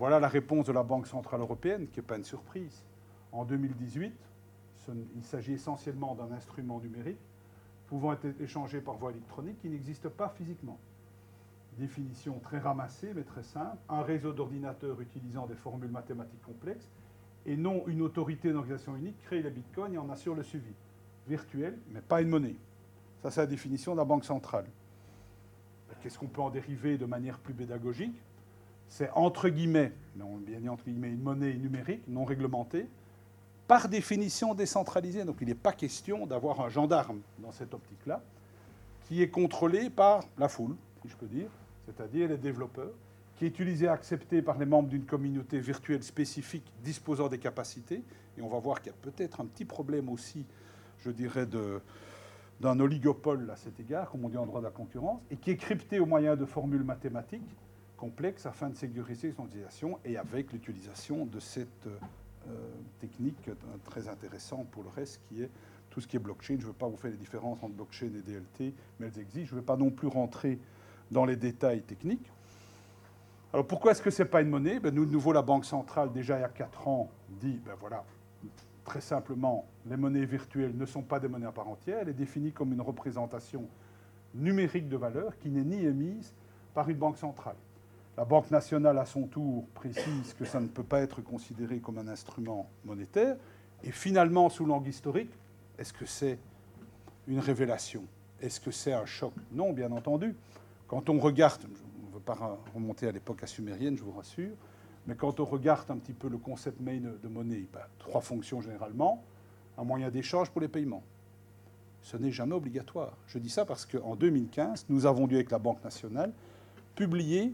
Voilà la réponse de la Banque centrale européenne, qui n'est pas une surprise. En 2018, il s'agit essentiellement d'un instrument numérique pouvant être échangé par voie électronique qui n'existe pas physiquement. Définition très ramassée, mais très simple. Un réseau d'ordinateurs utilisant des formules mathématiques complexes et non une autorité d'organisation unique crée les bitcoins et en assure le suivi. Virtuel, mais pas une monnaie. Ça, c'est la définition de la Banque centrale. Qu'est-ce qu'on peut en dériver de manière plus pédagogique? C'est entre guillemets, mais on bien dit entre guillemets, une monnaie numérique non réglementée, par définition décentralisée. Donc il n'est pas question d'avoir un gendarme dans cette optique-là, qui est contrôlé par la foule, si je peux dire, c'est-à-dire les développeurs, qui est utilisé et accepté par les membres d'une communauté virtuelle spécifique disposant des capacités. Et on va voir qu'il y a peut-être un petit problème aussi, je dirais, d'un oligopole à cet égard, comme on dit en droit de la concurrence, et qui est crypté au moyen de formules mathématiques complexes afin de sécuriser son utilisation et avec l'utilisation de cette technique très intéressante pour le reste, qui est tout ce qui est blockchain. Je ne veux pas vous faire les différences entre blockchain et DLT, mais elles existent. Je ne vais pas non plus rentrer dans les détails techniques. Alors pourquoi est-ce que ce n'est pas une monnaie? Nous, de nouveau, la Banque centrale, déjà il y a 4 ans, dit, voilà, très simplement, les monnaies virtuelles ne sont pas des monnaies à part entière. Elle est définie comme une représentation numérique de valeur qui n'est ni émise par une banque centrale. La Banque nationale, à son tour, précise que ça ne peut pas être considéré comme un instrument monétaire. Et finalement, sous l'angle historique, est-ce que c'est une révélation? Est-ce que c'est un choc? Non, bien entendu. Quand on regarde, on ne veut pas remonter à l'époque assumérienne, je vous rassure, mais quand on regarde un petit peu le concept même de monnaie, 3 fonctions généralement, un moyen d'échange pour les paiements. Ce n'est jamais obligatoire. Je dis ça parce qu'en 2015, nous avons dû, avec la Banque nationale, publier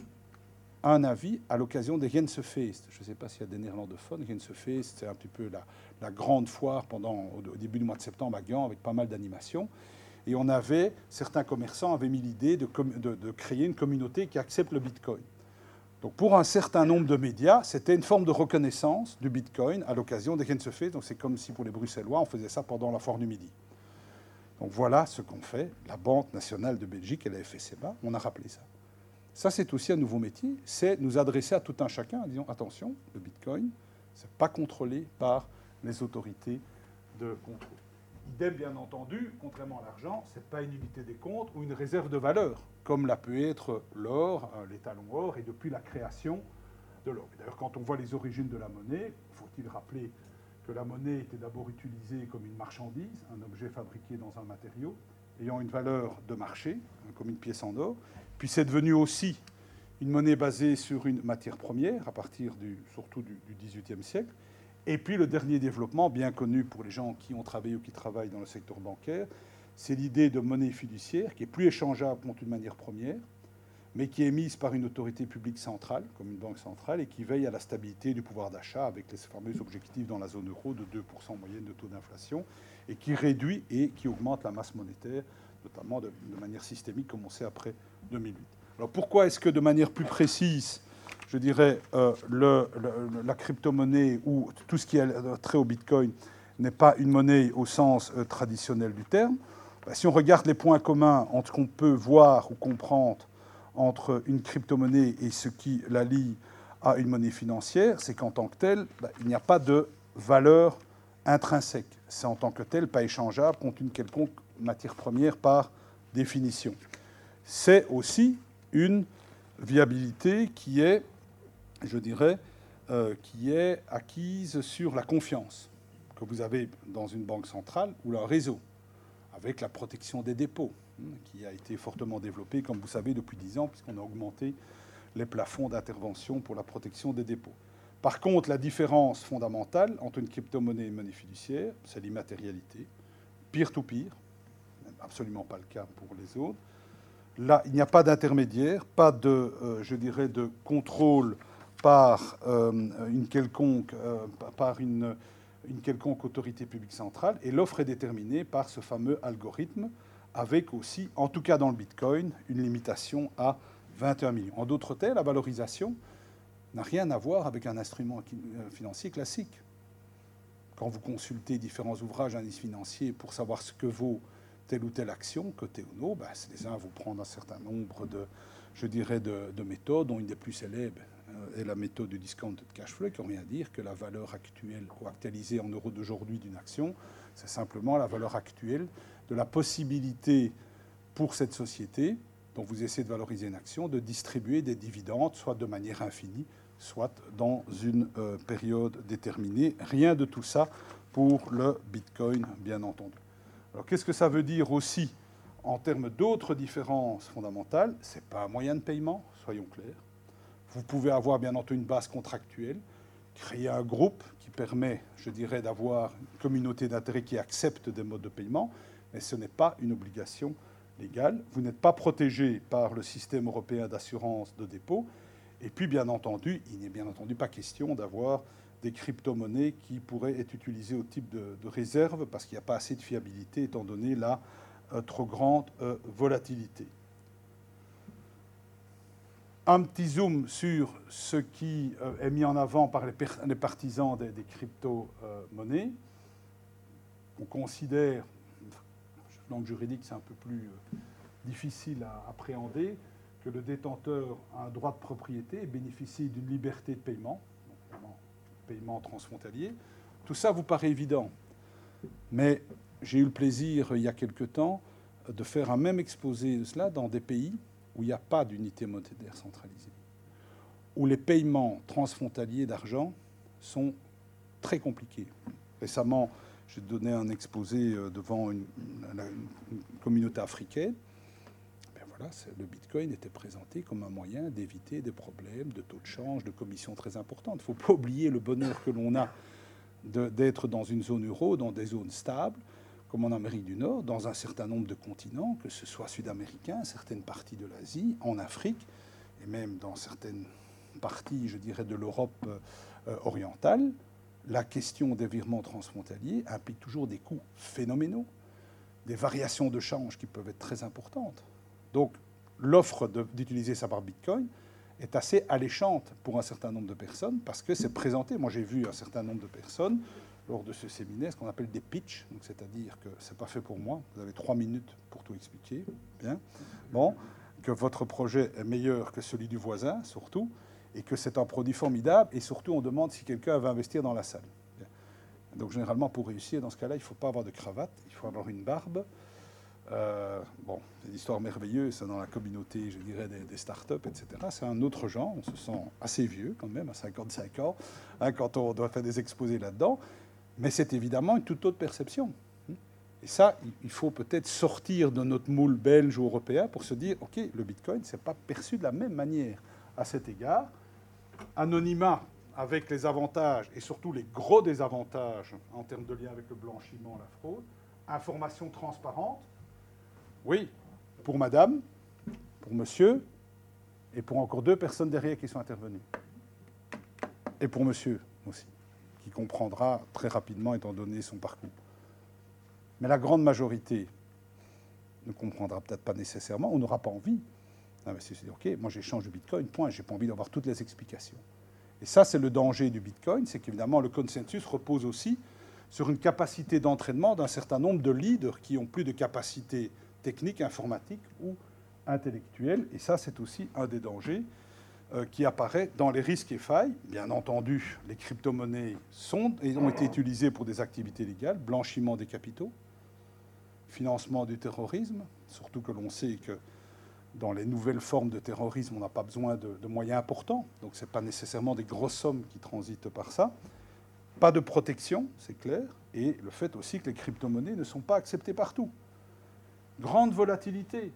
un avis à l'occasion des Gensefeest. Je ne sais pas s'il y a des néerlandophones. Gensefeest, c'est un petit peu la grande foire au début du mois de septembre à Gand, avec pas mal d'animations. Et certains commerçants avaient mis l'idée de créer une communauté qui accepte le Bitcoin. Donc pour un certain nombre de médias, c'était une forme de reconnaissance du Bitcoin à l'occasion des Gensefeest. Donc c'est comme si pour les Bruxellois, on faisait ça pendant la foire du Midi. Donc voilà ce qu'ont fait la Banque nationale de Belgique et la FSMA. On a rappelé ça. Ça, c'est aussi un nouveau métier, c'est nous adresser à tout un chacun en disant attention, le Bitcoin, ce n'est pas contrôlé par les autorités de contrôle. Idem, bien entendu, contrairement à l'argent, ce n'est pas une unité des comptes ou une réserve de valeur, comme l'a pu être l'or, les talons or, et depuis la création de l'or. D'ailleurs, quand on voit les origines de la monnaie, faut-il rappeler que la monnaie était d'abord utilisée comme une marchandise, un objet fabriqué dans un matériau, ayant une valeur de marché, comme une pièce en or. Puis c'est devenu aussi une monnaie basée sur une matière première, à partir surtout du XVIIIe siècle. Et puis le dernier développement, bien connu pour les gens qui ont travaillé ou qui travaillent dans le secteur bancaire, c'est l'idée de monnaie fiduciaire, qui est plus échangeable contre une matière première, mais qui est émise par une autorité publique centrale, comme une banque centrale, et qui veille à la stabilité du pouvoir d'achat avec les fameux objectifs dans la zone euro de 2% moyenne de taux d'inflation, et qui réduit et qui augmente la masse monétaire, notamment de manière systémique, comme on sait après 2008. Alors pourquoi est-ce que de manière plus précise, je dirais, la crypto-monnaie ou tout ce qui est trait au Bitcoin n'est pas une monnaie au sens traditionnel du terme? Si on regarde les points communs entre ce qu'on peut voir ou comprendre entre une crypto-monnaie et ce qui la lie à une monnaie financière, c'est qu'en tant que telle, il n'y a pas de valeur intrinsèque. C'est en tant que tel pas échangeable contre une quelconque matière première par définition. C'est aussi une viabilité qui est, je dirais, qui est acquise sur la confiance que vous avez dans une banque centrale ou un réseau, avec la protection des dépôts, qui a été fortement développée, comme vous savez, depuis 10 ans, puisqu'on a augmenté les plafonds d'intervention pour la protection des dépôts. Par contre, la différence fondamentale entre une crypto-monnaie et une monnaie fiduciaire, c'est l'immatérialité, peer-to-peer, absolument pas le cas pour les autres. Là, il n'y a pas d'intermédiaire, pas de, je dirais, de contrôle par une quelconque autorité publique centrale, et l'offre est déterminée par ce fameux algorithme, avec aussi, en tout cas dans le Bitcoin, une limitation à 21 millions. En d'autres termes, la valorisation n'a rien à voir avec un instrument financier classique. Quand vous consultez différents ouvrages d'indices financiers pour savoir ce que vaut telle ou telle action, côté ou non, les uns vous prendre un certain nombre de méthodes, dont une des plus célèbres est la méthode du discounted cash flow, qui revient à dire que la valeur actuelle ou actualisée en euros d'aujourd'hui d'une action, c'est simplement la valeur actuelle de la possibilité pour cette société, dont vous essayez de valoriser une action, de distribuer des dividendes, soit de manière infinie, soit dans une période déterminée. Rien de tout ça pour le Bitcoin, bien entendu. Alors, qu'est-ce que ça veut dire aussi en termes d'autres différences fondamentales? Ce n'est pas un moyen de paiement, soyons clairs. Vous pouvez avoir, bien entendu, une base contractuelle, créer un groupe qui permet, je dirais, d'avoir une communauté d'intérêts qui accepte des modes de paiement, mais ce n'est pas une obligation légale. Vous n'êtes pas protégé par le système européen d'assurance de dépôt. Et puis, bien entendu, il n'est bien entendu pas question d'avoir des crypto-monnaies qui pourraient être utilisées au type de réserve parce qu'il n'y a pas assez de fiabilité étant donné la trop grande volatilité. Un petit zoom sur ce qui est mis en avant par les partisans des crypto-monnaies. On considère, langue juridique c'est un peu plus difficile à appréhender, que le détenteur a un droit de propriété et bénéficie d'une liberté de paiement, notamment paiement transfrontalier. Tout ça vous paraît évident. Mais j'ai eu le plaisir, il y a quelque temps, de faire un même exposé de cela dans des pays où il n'y a pas d'unité monétaire centralisée, où les paiements transfrontaliers d'argent sont très compliqués. Récemment, j'ai donné un exposé devant une communauté africaine. Voilà, le Bitcoin était présenté comme un moyen d'éviter des problèmes de taux de change, de commissions très importantes. Il ne faut pas oublier le bonheur que l'on a d'être dans une zone euro, dans des zones stables, comme en Amérique du Nord, dans un certain nombre de continents, que ce soit sud-américain, certaines parties de l'Asie, en Afrique, et même dans certaines parties, je dirais, de l'Europe orientale. La question des virements transfrontaliers implique toujours des coûts phénoménaux, des variations de change qui peuvent être très importantes. Donc, l'offre d'utiliser ça par Bitcoin est assez alléchante pour un certain nombre de personnes parce que c'est présenté. Moi, j'ai vu un certain nombre de personnes lors de ce séminaire, ce qu'on appelle des pitchs, donc c'est-à-dire que ce n'est pas fait pour moi. Vous avez 3 minutes pour tout expliquer. Bien. Bon, que votre projet est meilleur que celui du voisin, surtout, et que c'est un produit formidable. Et surtout, on demande si quelqu'un va investir dans la salle. Bien. Donc, généralement, pour réussir, dans ce cas-là, il ne faut pas avoir de cravate, il faut avoir une barbe. Bon, c'est une histoire merveilleuse dans la communauté, je dirais, des startups, etc. C'est un autre genre. On se sent assez vieux quand même, à 55 ans, hein, quand on doit faire des exposés là-dedans. Mais c'est évidemment une toute autre perception. Et ça, il faut peut-être sortir de notre moule belge ou européen pour se dire, OK, le Bitcoin, ce n'est pas perçu de la même manière à cet égard. Anonymat avec les avantages et surtout les gros désavantages en termes de lien avec le blanchiment, la fraude. Information transparente. Oui, pour madame, pour monsieur, et pour encore 2 personnes derrière qui sont intervenues. Et pour monsieur aussi, qui comprendra très rapidement étant donné son parcours. Mais la grande majorité ne comprendra peut-être pas nécessairement, ou n'aura pas envie. C'est dire, OK, moi j'échange du Bitcoin, point, j'ai pas envie d'avoir toutes les explications. Et ça, c'est le danger du Bitcoin, c'est qu'évidemment le consensus repose aussi sur une capacité d'entraînement d'un certain nombre de leaders qui ont plus de capacité technique, informatique ou intellectuelle. Et ça, c'est aussi un des dangers qui apparaît dans les risques et failles. Bien entendu, les crypto-monnaies ont été utilisées pour des activités légales, blanchiment des capitaux, financement du terrorisme, surtout que l'on sait que dans les nouvelles formes de terrorisme, on n'a pas besoin de moyens importants. Donc, ce n'est pas nécessairement des grosses sommes qui transitent par ça. Pas de protection, c'est clair. Et le fait aussi que les crypto-monnaies ne sont pas acceptées partout. Grande volatilité.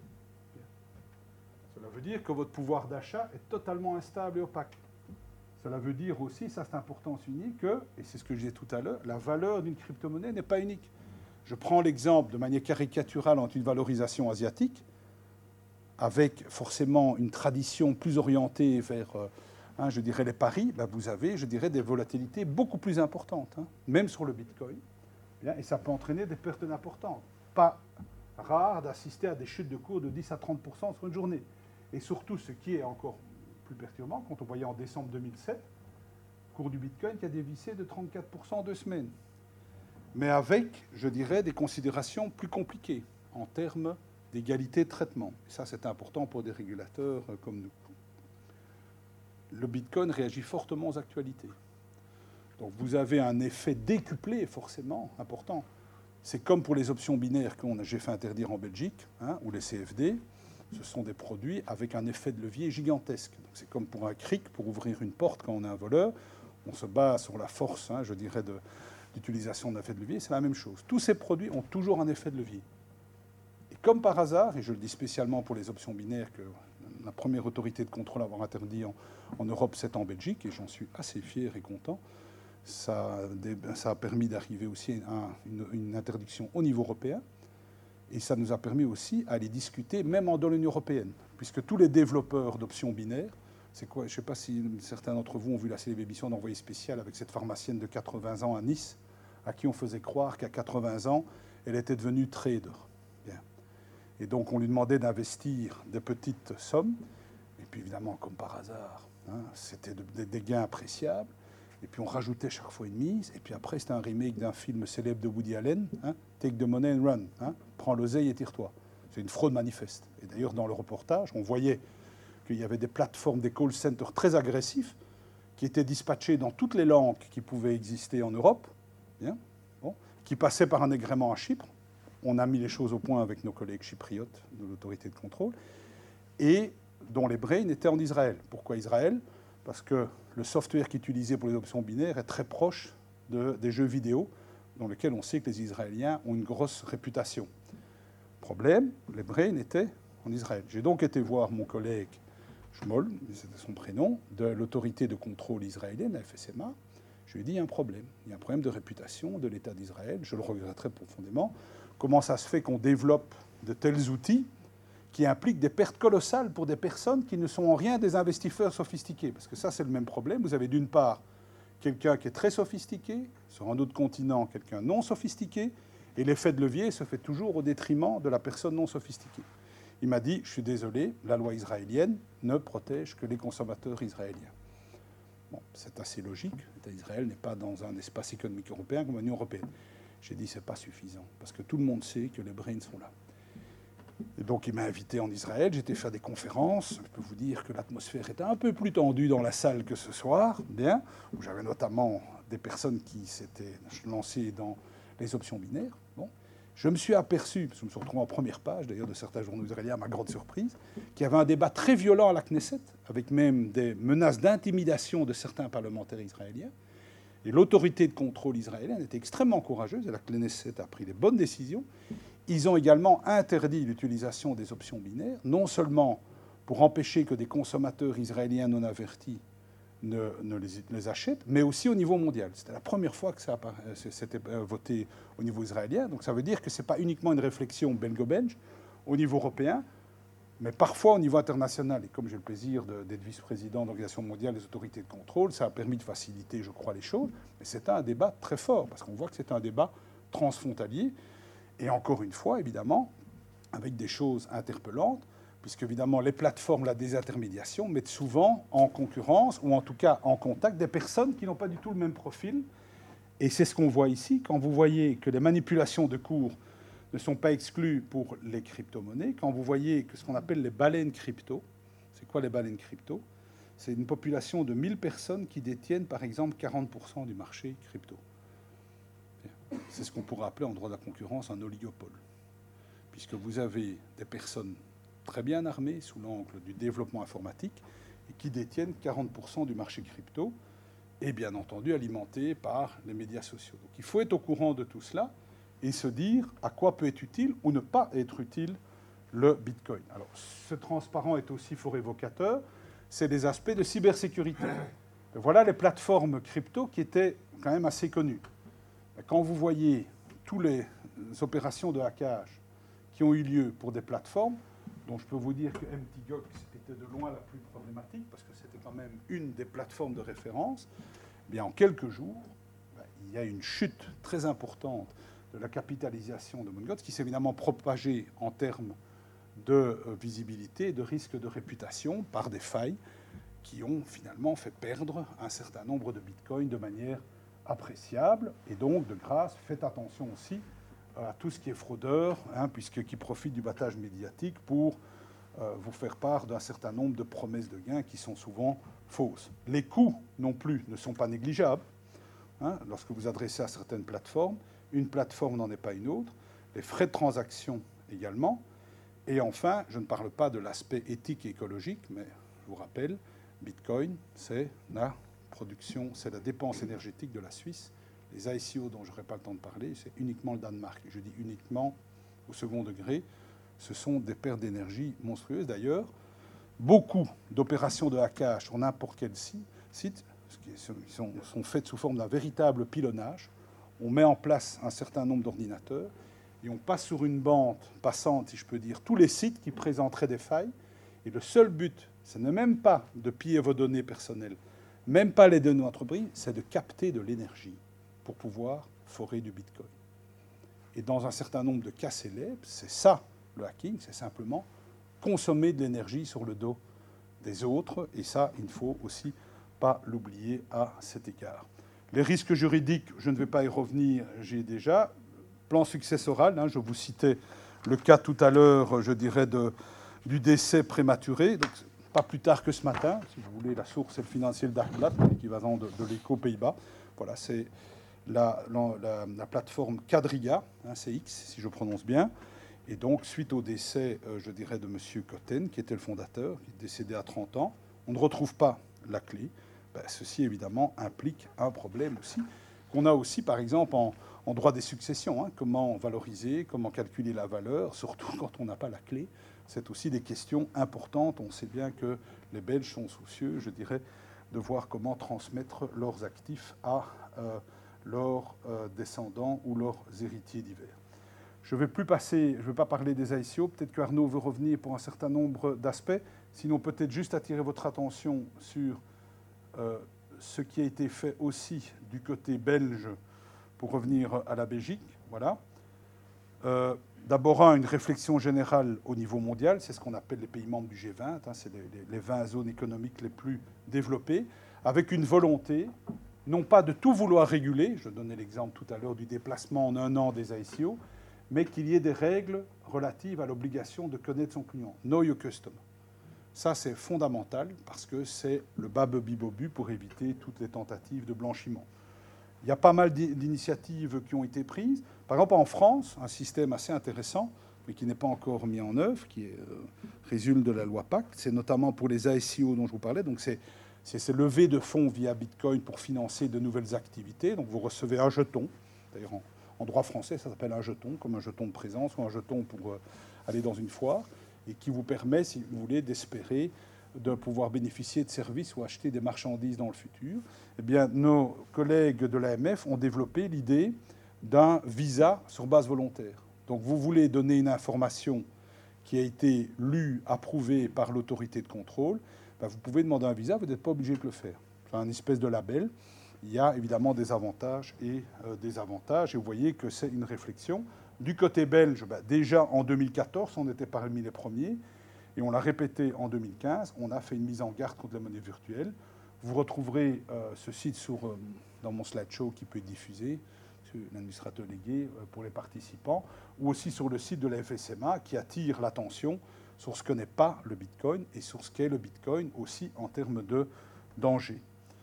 Cela veut dire que votre pouvoir d'achat est totalement instable et opaque. Cela veut dire aussi, ça c'est important de souligner, que, et c'est ce que je disais tout à l'heure, la valeur d'une crypto-monnaie n'est pas unique. Je prends l'exemple de manière caricaturale entre une valorisation asiatique, avec forcément une tradition plus orientée vers, je dirais, les paris, vous avez, je dirais, des volatilités beaucoup plus importantes, même sur le Bitcoin. Et ça peut entraîner des pertes importantes. Pas rare d'assister à des chutes de cours de 10 à 30% sur une journée. Et surtout, ce qui est encore plus perturbant, quand on voyait en décembre 2007, le cours du Bitcoin qui a dévissé de 34% en 2 semaines. Mais avec, je dirais, des considérations plus compliquées en termes d'égalité de traitement. Et ça, c'est important pour des régulateurs comme nous. le Bitcoin réagit fortement aux actualités. Donc vous avez un effet décuplé forcément important. C'est comme pour les options binaires que j'ai fait interdire en Belgique, hein, ou les CFD. Ce sont des produits avec un effet de levier gigantesque. Donc c'est comme pour un cric, pour ouvrir une porte quand on est un voleur. On se base sur la force, hein, je dirais, d'utilisation d'un effet de levier. C'est la même chose. Tous ces produits ont toujours un effet de levier. Et comme par hasard, et je le dis spécialement pour les options binaires, que la première autorité de contrôle à avoir interdit en Europe, c'est en Belgique, et j'en suis assez fier et content. Ça a permis d'arriver aussi à une interdiction au niveau européen. Et ça nous a permis aussi à aller discuter, même dans l'Union européenne, puisque tous les développeurs d'options binaires, c'est quoi? Je ne sais pas si certains d'entre vous ont vu la célèbre émission d'Envoyé spécial avec cette pharmacienne de 80 ans à Nice, à qui on faisait croire qu'à 80 ans, elle était devenue trader. Bien. Et donc on lui demandait d'investir des petites sommes, et puis évidemment, comme par hasard, hein, c'était des gains appréciables. Et puis on rajoutait chaque fois une mise. Et puis après, c'était un remake d'un film célèbre de Woody Allen, hein, Take the money and run. Hein, prends l'oseille et tire-toi. C'est une fraude manifeste. Et d'ailleurs, dans le reportage, on voyait qu'il y avait des plateformes, des call centers très agressifs qui étaient dispatchés dans toutes les langues qui pouvaient exister en Europe, bien, bon, qui passaient par un agrément à Chypre. On a mis les choses au point avec nos collègues chypriotes de l'autorité de contrôle, et dont les brains étaient en Israël. Pourquoi Israël? Parce que le software qui est utilisé pour les options binaires est très proche des jeux vidéo, dans lesquels on sait que les Israéliens ont une grosse réputation. Problème, les brains étaient en Israël. J'ai donc été voir mon collègue Shmol, c'était son prénom, de l'autorité de contrôle israélienne, la FSMA. Je lui ai dit, il y a un problème. Il y a un problème de réputation de l'État d'Israël. Je le regretterai profondément. Comment ça se fait qu'on développe de tels outils qui impliquent des pertes colossales pour des personnes qui ne sont en rien des investisseurs sophistiqués? Parce que ça, c'est le même problème. Vous avez d'une part quelqu'un qui est très sophistiqué, sur un autre continent, quelqu'un non sophistiqué, et l'effet de levier se fait toujours au détriment de la personne non sophistiquée. Il m'a dit, je suis désolé, la loi israélienne ne protège que les consommateurs israéliens. Bon, c'est assez logique. L'État d'Israël n'est pas dans un espace économique européen comme l'Union européenne. J'ai dit, c'est pas suffisant, parce que tout le monde sait que les brains sont là. Et donc, il m'a invité en Israël. J'étais faire des conférences. Je peux vous dire que l'atmosphère était un peu plus tendue dans la salle que ce soir, bien, où j'avais notamment des personnes qui s'étaient lancées dans les options binaires. Bon. Je me suis aperçu, parce que je me suis retrouvé en première page, d'ailleurs, de certains journaux israéliens, à ma grande surprise, qu'il y avait un débat très violent à la Knesset, avec même des menaces d'intimidation de certains parlementaires israéliens. Et l'autorité de contrôle israélienne était extrêmement courageuse, et la Knesset a pris les bonnes décisions. Ils ont également interdit l'utilisation des options binaires, non seulement pour empêcher que des consommateurs israéliens non avertis ne les achètent, mais aussi au niveau mondial. C'était la première fois que c'était voté au niveau israélien. Donc ça veut dire que ce n'est pas uniquement une réflexion belgo-belge au niveau européen, mais parfois au niveau international. Et comme j'ai le plaisir d'être vice-président de l'Organisation mondiale des autorités de contrôle, ça a permis de faciliter, je crois, les choses. Mais c'était un débat très fort, parce qu'on voit que c'est un débat transfrontalier. Et encore une fois, évidemment, avec des choses interpellantes, puisque évidemment les plateformes, la désintermédiation, mettent souvent en concurrence, ou en tout cas en contact, des personnes qui n'ont pas du tout le même profil. Et c'est ce qu'on voit ici, quand vous voyez que les manipulations de cours ne sont pas exclues pour les crypto-monnaies, quand vous voyez que ce qu'on appelle les baleines crypto, c'est quoi les baleines crypto? C'est une population de 1000 personnes qui détiennent, par exemple, 40% du marché crypto. C'est ce qu'on pourrait appeler en droit de la concurrence un oligopole, puisque vous avez des personnes très bien armées sous l'angle du développement informatique et qui détiennent 40% du marché crypto, et bien entendu alimentées par les médias sociaux. Donc il faut être au courant de tout cela et se dire à quoi peut être utile ou ne pas être utile le Bitcoin. Alors ce transparent est aussi fort évocateur, c'est des aspects de cybersécurité. Et voilà les plateformes crypto qui étaient quand même assez connues. Quand vous voyez toutes les opérations de hackage qui ont eu lieu pour des plateformes, dont je peux vous dire que MTGOX était de loin la plus problématique, parce que c'était quand même une des plateformes de référence, eh bien en quelques jours, il y a une chute très importante de la capitalisation de Mt. Gox, qui s'est évidemment propagée en termes de visibilité, de risque de réputation, par des failles qui ont finalement fait perdre un certain nombre de bitcoins de manière appréciable. Et donc, de grâce, faites attention aussi à tout ce qui est fraudeur, hein, qui profite du battage médiatique pour vous faire part d'un certain nombre de promesses de gains qui sont souvent fausses. Les coûts non plus ne sont pas négligeables. Hein, lorsque vous adressez à certaines plateformes, une plateforme n'en est pas une autre. Les frais de transaction également. Et enfin, je ne parle pas de l'aspect éthique et écologique, mais je vous rappelle, Bitcoin, c'est la production, c'est la dépense énergétique de la Suisse. Les ICO dont je n'aurai pas le temps de parler, c'est uniquement le Danemark. Je dis uniquement au second degré. Ce sont des pertes d'énergie monstrueuses. D'ailleurs, beaucoup d'opérations de hackage sur n'importe quel site sont faites sous forme d'un véritable pilonnage. On met en place un certain nombre d'ordinateurs et on passe sur une bande passante, si je peux dire, tous les sites qui présenteraient des failles. Et le seul but, ce n'est même pas de piller vos données personnelles, même pas les données d'entreprise, c'est de capter de l'énergie pour pouvoir forer du Bitcoin. Et dans un certain nombre de cas célèbres, c'est ça, le hacking, c'est simplement consommer de l'énergie sur le dos des autres. Et ça, il ne faut aussi pas l'oublier à cet égard. Les risques juridiques, je ne vais pas y revenir, j'ai déjà. Plan successoral, hein, je vous citais le cas tout à l'heure, je dirais, du décès prématuré. Donc, pas plus tard que ce matin, si vous voulez, la source, c'est le financier le Dagblad, l'équivalent de l'Echo Pays-Bas. Voilà, c'est la plateforme Quadriga, hein, c'est X, si je prononce bien. Et donc, suite au décès, je dirais, de M. Cotten, qui était le fondateur, qui est décédé à 30 ans, on ne retrouve pas la clé. Ben, ceci, évidemment, implique un problème aussi, qu'on a aussi, par exemple, en droit des successions. Hein, comment valoriser, comment calculer la valeur, surtout quand on n'a pas la clé. C'est aussi des questions importantes. On sait bien que les Belges sont soucieux, je dirais, de voir comment transmettre leurs actifs à leurs descendants ou leurs héritiers divers. Je ne vais pas parler des ICO. Peut-être qu'Arnaud veut revenir pour un certain nombre d'aspects. Sinon, peut-être juste attirer votre attention sur ce qui a été fait aussi du côté belge pour revenir à la Belgique. Voilà. D'abord, une réflexion générale au niveau mondial. C'est ce qu'on appelle les pays membres du G20. Hein, c'est les 20 zones économiques les plus développées, avec une volonté, non pas de tout vouloir réguler, je donnais l'exemple tout à l'heure du déplacement en un an des ICO, mais qu'il y ait des règles relatives à l'obligation de connaître son client. Know your customer. Ça, c'est fondamental parce que c'est le bas-bobu pour éviter toutes les tentatives de blanchiment. Il y a pas mal d'initiatives qui ont été prises. Par exemple, en France, un système assez intéressant, mais qui n'est pas encore mis en œuvre, qui résulte de la loi Pacte, c'est notamment pour les ICO dont je vous parlais. Donc, c'est ces levées de fonds via Bitcoin pour financer de nouvelles activités. Donc, vous recevez un jeton. D'ailleurs, en droit français, ça s'appelle un jeton, comme un jeton de présence ou un jeton pour aller dans une foire, et qui vous permet, si vous voulez, d'espérer de pouvoir bénéficier de services ou acheter des marchandises dans le futur. Eh bien, nos collègues de l'AMF ont développé l'idée d'un visa sur base volontaire. Donc, vous voulez donner une information qui a été lue, approuvée par l'autorité de contrôle, ben, vous pouvez demander un visa, vous n'êtes pas obligé de le faire. C'est un espèce de label. Il y a évidemment des avantages et des avantages. Et vous voyez que c'est une réflexion. Du côté belge, ben, déjà en 2014, on était parmi les premiers. Et on l'a répété en 2015. On a fait une mise en garde contre la monnaie virtuelle. Vous retrouverez ce site dans mon slideshow qui peut être diffusé, l'administrateur légué, pour les participants, ou aussi sur le site de la FSMA qui attire l'attention sur ce que n'est pas le Bitcoin et sur ce qu'est le Bitcoin aussi en termes de danger.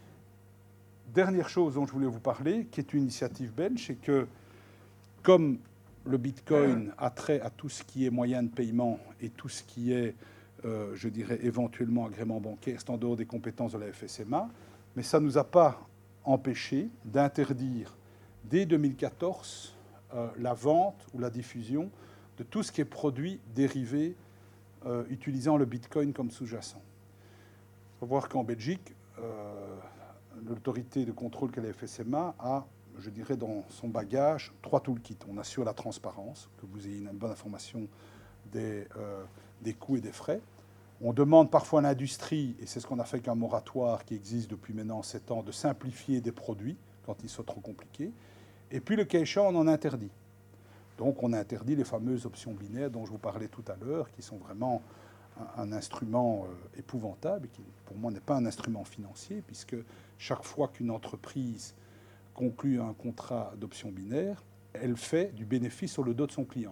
Dernière chose dont je voulais vous parler, qui est une initiative belge, c'est que comme le Bitcoin a trait à tout ce qui est moyen de paiement et tout ce qui est, je dirais, éventuellement agrément bancaire, c'est en dehors des compétences de la FSMA, mais ça ne nous a pas empêché d'interdire dès 2014 la vente ou la diffusion de tout ce qui est produit dérivé utilisant le Bitcoin comme sous-jacent. Il faut voir qu'en Belgique, l'autorité de contrôle qu'est la FSMA a, je dirais, dans son bagage 3 toolkits. On assure la transparence, que vous ayez une bonne information des coûts et des frais. On demande parfois à l'industrie, et c'est ce qu'on a fait avec un moratoire qui existe depuis maintenant 7 ans, de simplifier des produits quand ils sont trop compliqués. Et puis, le cas échéant, on en interdit. Donc, on interdit les fameuses options binaires dont je vous parlais tout à l'heure, qui sont vraiment un instrument épouvantable, et qui, pour moi, n'est pas un instrument financier, puisque chaque fois qu'une entreprise conclut un contrat d'option binaire, elle fait du bénéfice sur le dos de son client. Vous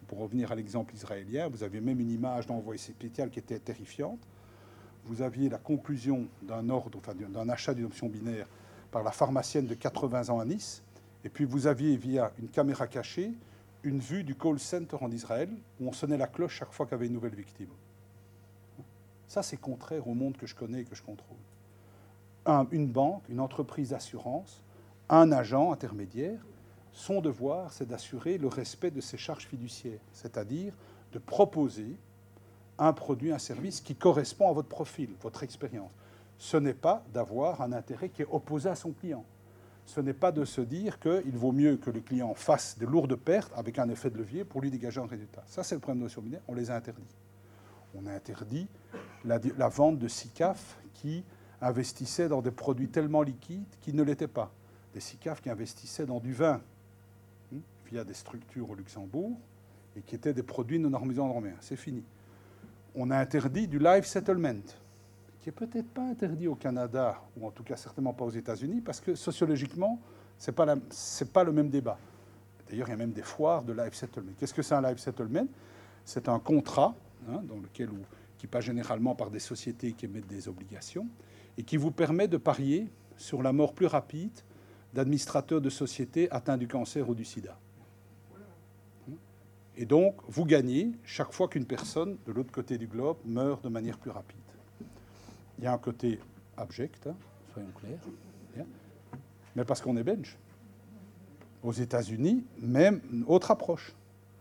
pour revenir à l'exemple israélien, vous aviez même une image d'envoi spécial qui était terrifiante. Vous aviez la conclusion d'un ordre, enfin d'un achat d'une option binaire par la pharmacienne de 80 ans à Nice. Et puis vous aviez, via une caméra cachée, une vue du call center en Israël où on sonnait la cloche chaque fois qu'il y avait une nouvelle victime. Ça, c'est contraire au monde que je connais et que je contrôle. Une banque, une entreprise d'assurance, un agent intermédiaire, son devoir, c'est d'assurer le respect de ses charges fiduciaires, c'est-à-dire de proposer un produit, un service qui correspond à votre profil, votre expérience. Ce n'est pas d'avoir un intérêt qui est opposé à son client. Ce n'est pas de se dire qu'il vaut mieux que le client fasse de lourdes pertes avec un effet de levier pour lui dégager un résultat. Ça, c'est le problème de l'option binaire. On les a interdits. On a interdit la vente de SICAF qui investissaient dans des produits tellement liquides qu'ils ne l'étaient pas. Des SICAF qui investissaient dans du vin via des structures au Luxembourg et qui étaient des produits non harmonisés en rien. C'est fini. On a interdit du live settlement, qui n'est peut-être pas interdit au Canada, ou en tout cas certainement pas aux États-Unis, parce que sociologiquement, ce n'est pas le même débat. D'ailleurs, il y a même des foires de live settlement. Qu'est-ce que c'est un live settlement? C'est un contrat dans lequel, qui passe généralement par des sociétés qui émettent des obligations, et qui vous permet de parier sur la mort plus rapide d'administrateurs de sociétés atteints du cancer ou du sida. Et donc, vous gagnez chaque fois qu'une personne de l'autre côté du globe meurt de manière plus rapide. Il y a un côté abject, soyons clairs, mais parce qu'on est belge. Aux États-Unis, même autre approche.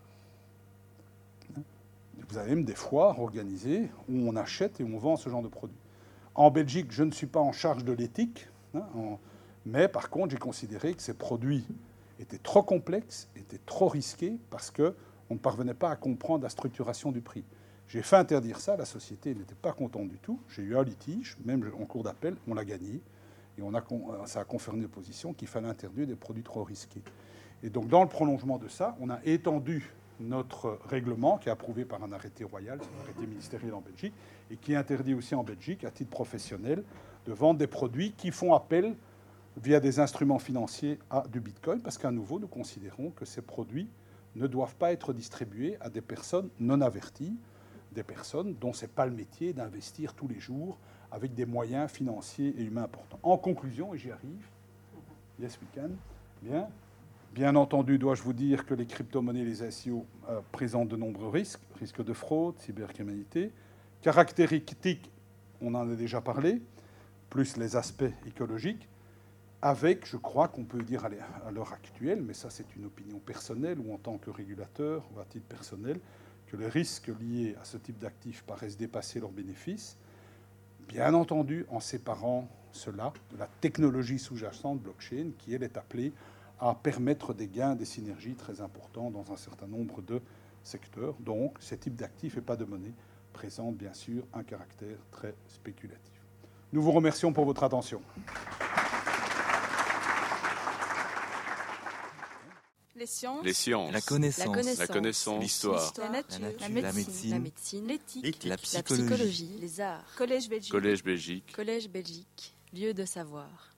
Vous avez même des foires organisées où on achète et où on vend ce genre de produits. En Belgique, je ne suis pas en charge de l'éthique, mais par contre, j'ai considéré que ces produits étaient trop complexes, étaient trop risqués, parce qu'on ne parvenait pas à comprendre la structuration du prix. J'ai fait interdire ça, la société n'était pas contente du tout. J'ai eu un litige, même en cours d'appel, on l'a gagné. Et ça a confirmé une position qu'il fallait interdire des produits trop risqués. Et donc, dans le prolongement de ça, on a étendu notre règlement, qui est approuvé par un arrêté royal, c'est un arrêté ministériel en Belgique, et qui interdit aussi en Belgique, à titre professionnel, de vendre des produits qui font appel, via des instruments financiers, à du Bitcoin, parce qu'à nouveau, nous considérons que ces produits ne doivent pas être distribués à des personnes non averties, des personnes dont ce n'est pas le métier d'investir tous les jours avec des moyens financiers et humains importants. En conclusion, et j'y arrive, yes we can, bien entendu, dois-je vous dire que les crypto-monnaies et les ICO présentent de nombreux risques, risques de fraude, cybercriminalité, caractéristiques, on en a déjà parlé, plus les aspects écologiques, avec, je crois qu'on peut dire à l'heure actuelle, mais ça c'est une opinion personnelle ou en tant que régulateur ou à titre personnel, que les risques liés à ce type d'actifs paraissent dépasser leurs bénéfices, bien entendu en séparant cela de la technologie sous-jacente blockchain qui, elle, est appelée à permettre des gains, des synergies très importants dans un certain nombre de secteurs. Donc, ce type d'actifs et pas de monnaie présente bien sûr un caractère très spéculatif. Nous vous remercions pour votre attention. Les sciences, La connaissance, l'histoire, la nature, la médecine, l'éthique, la psychologie, les arts. Collège Belgique. Collège Belgique. Collège Belgique, lieu de savoir.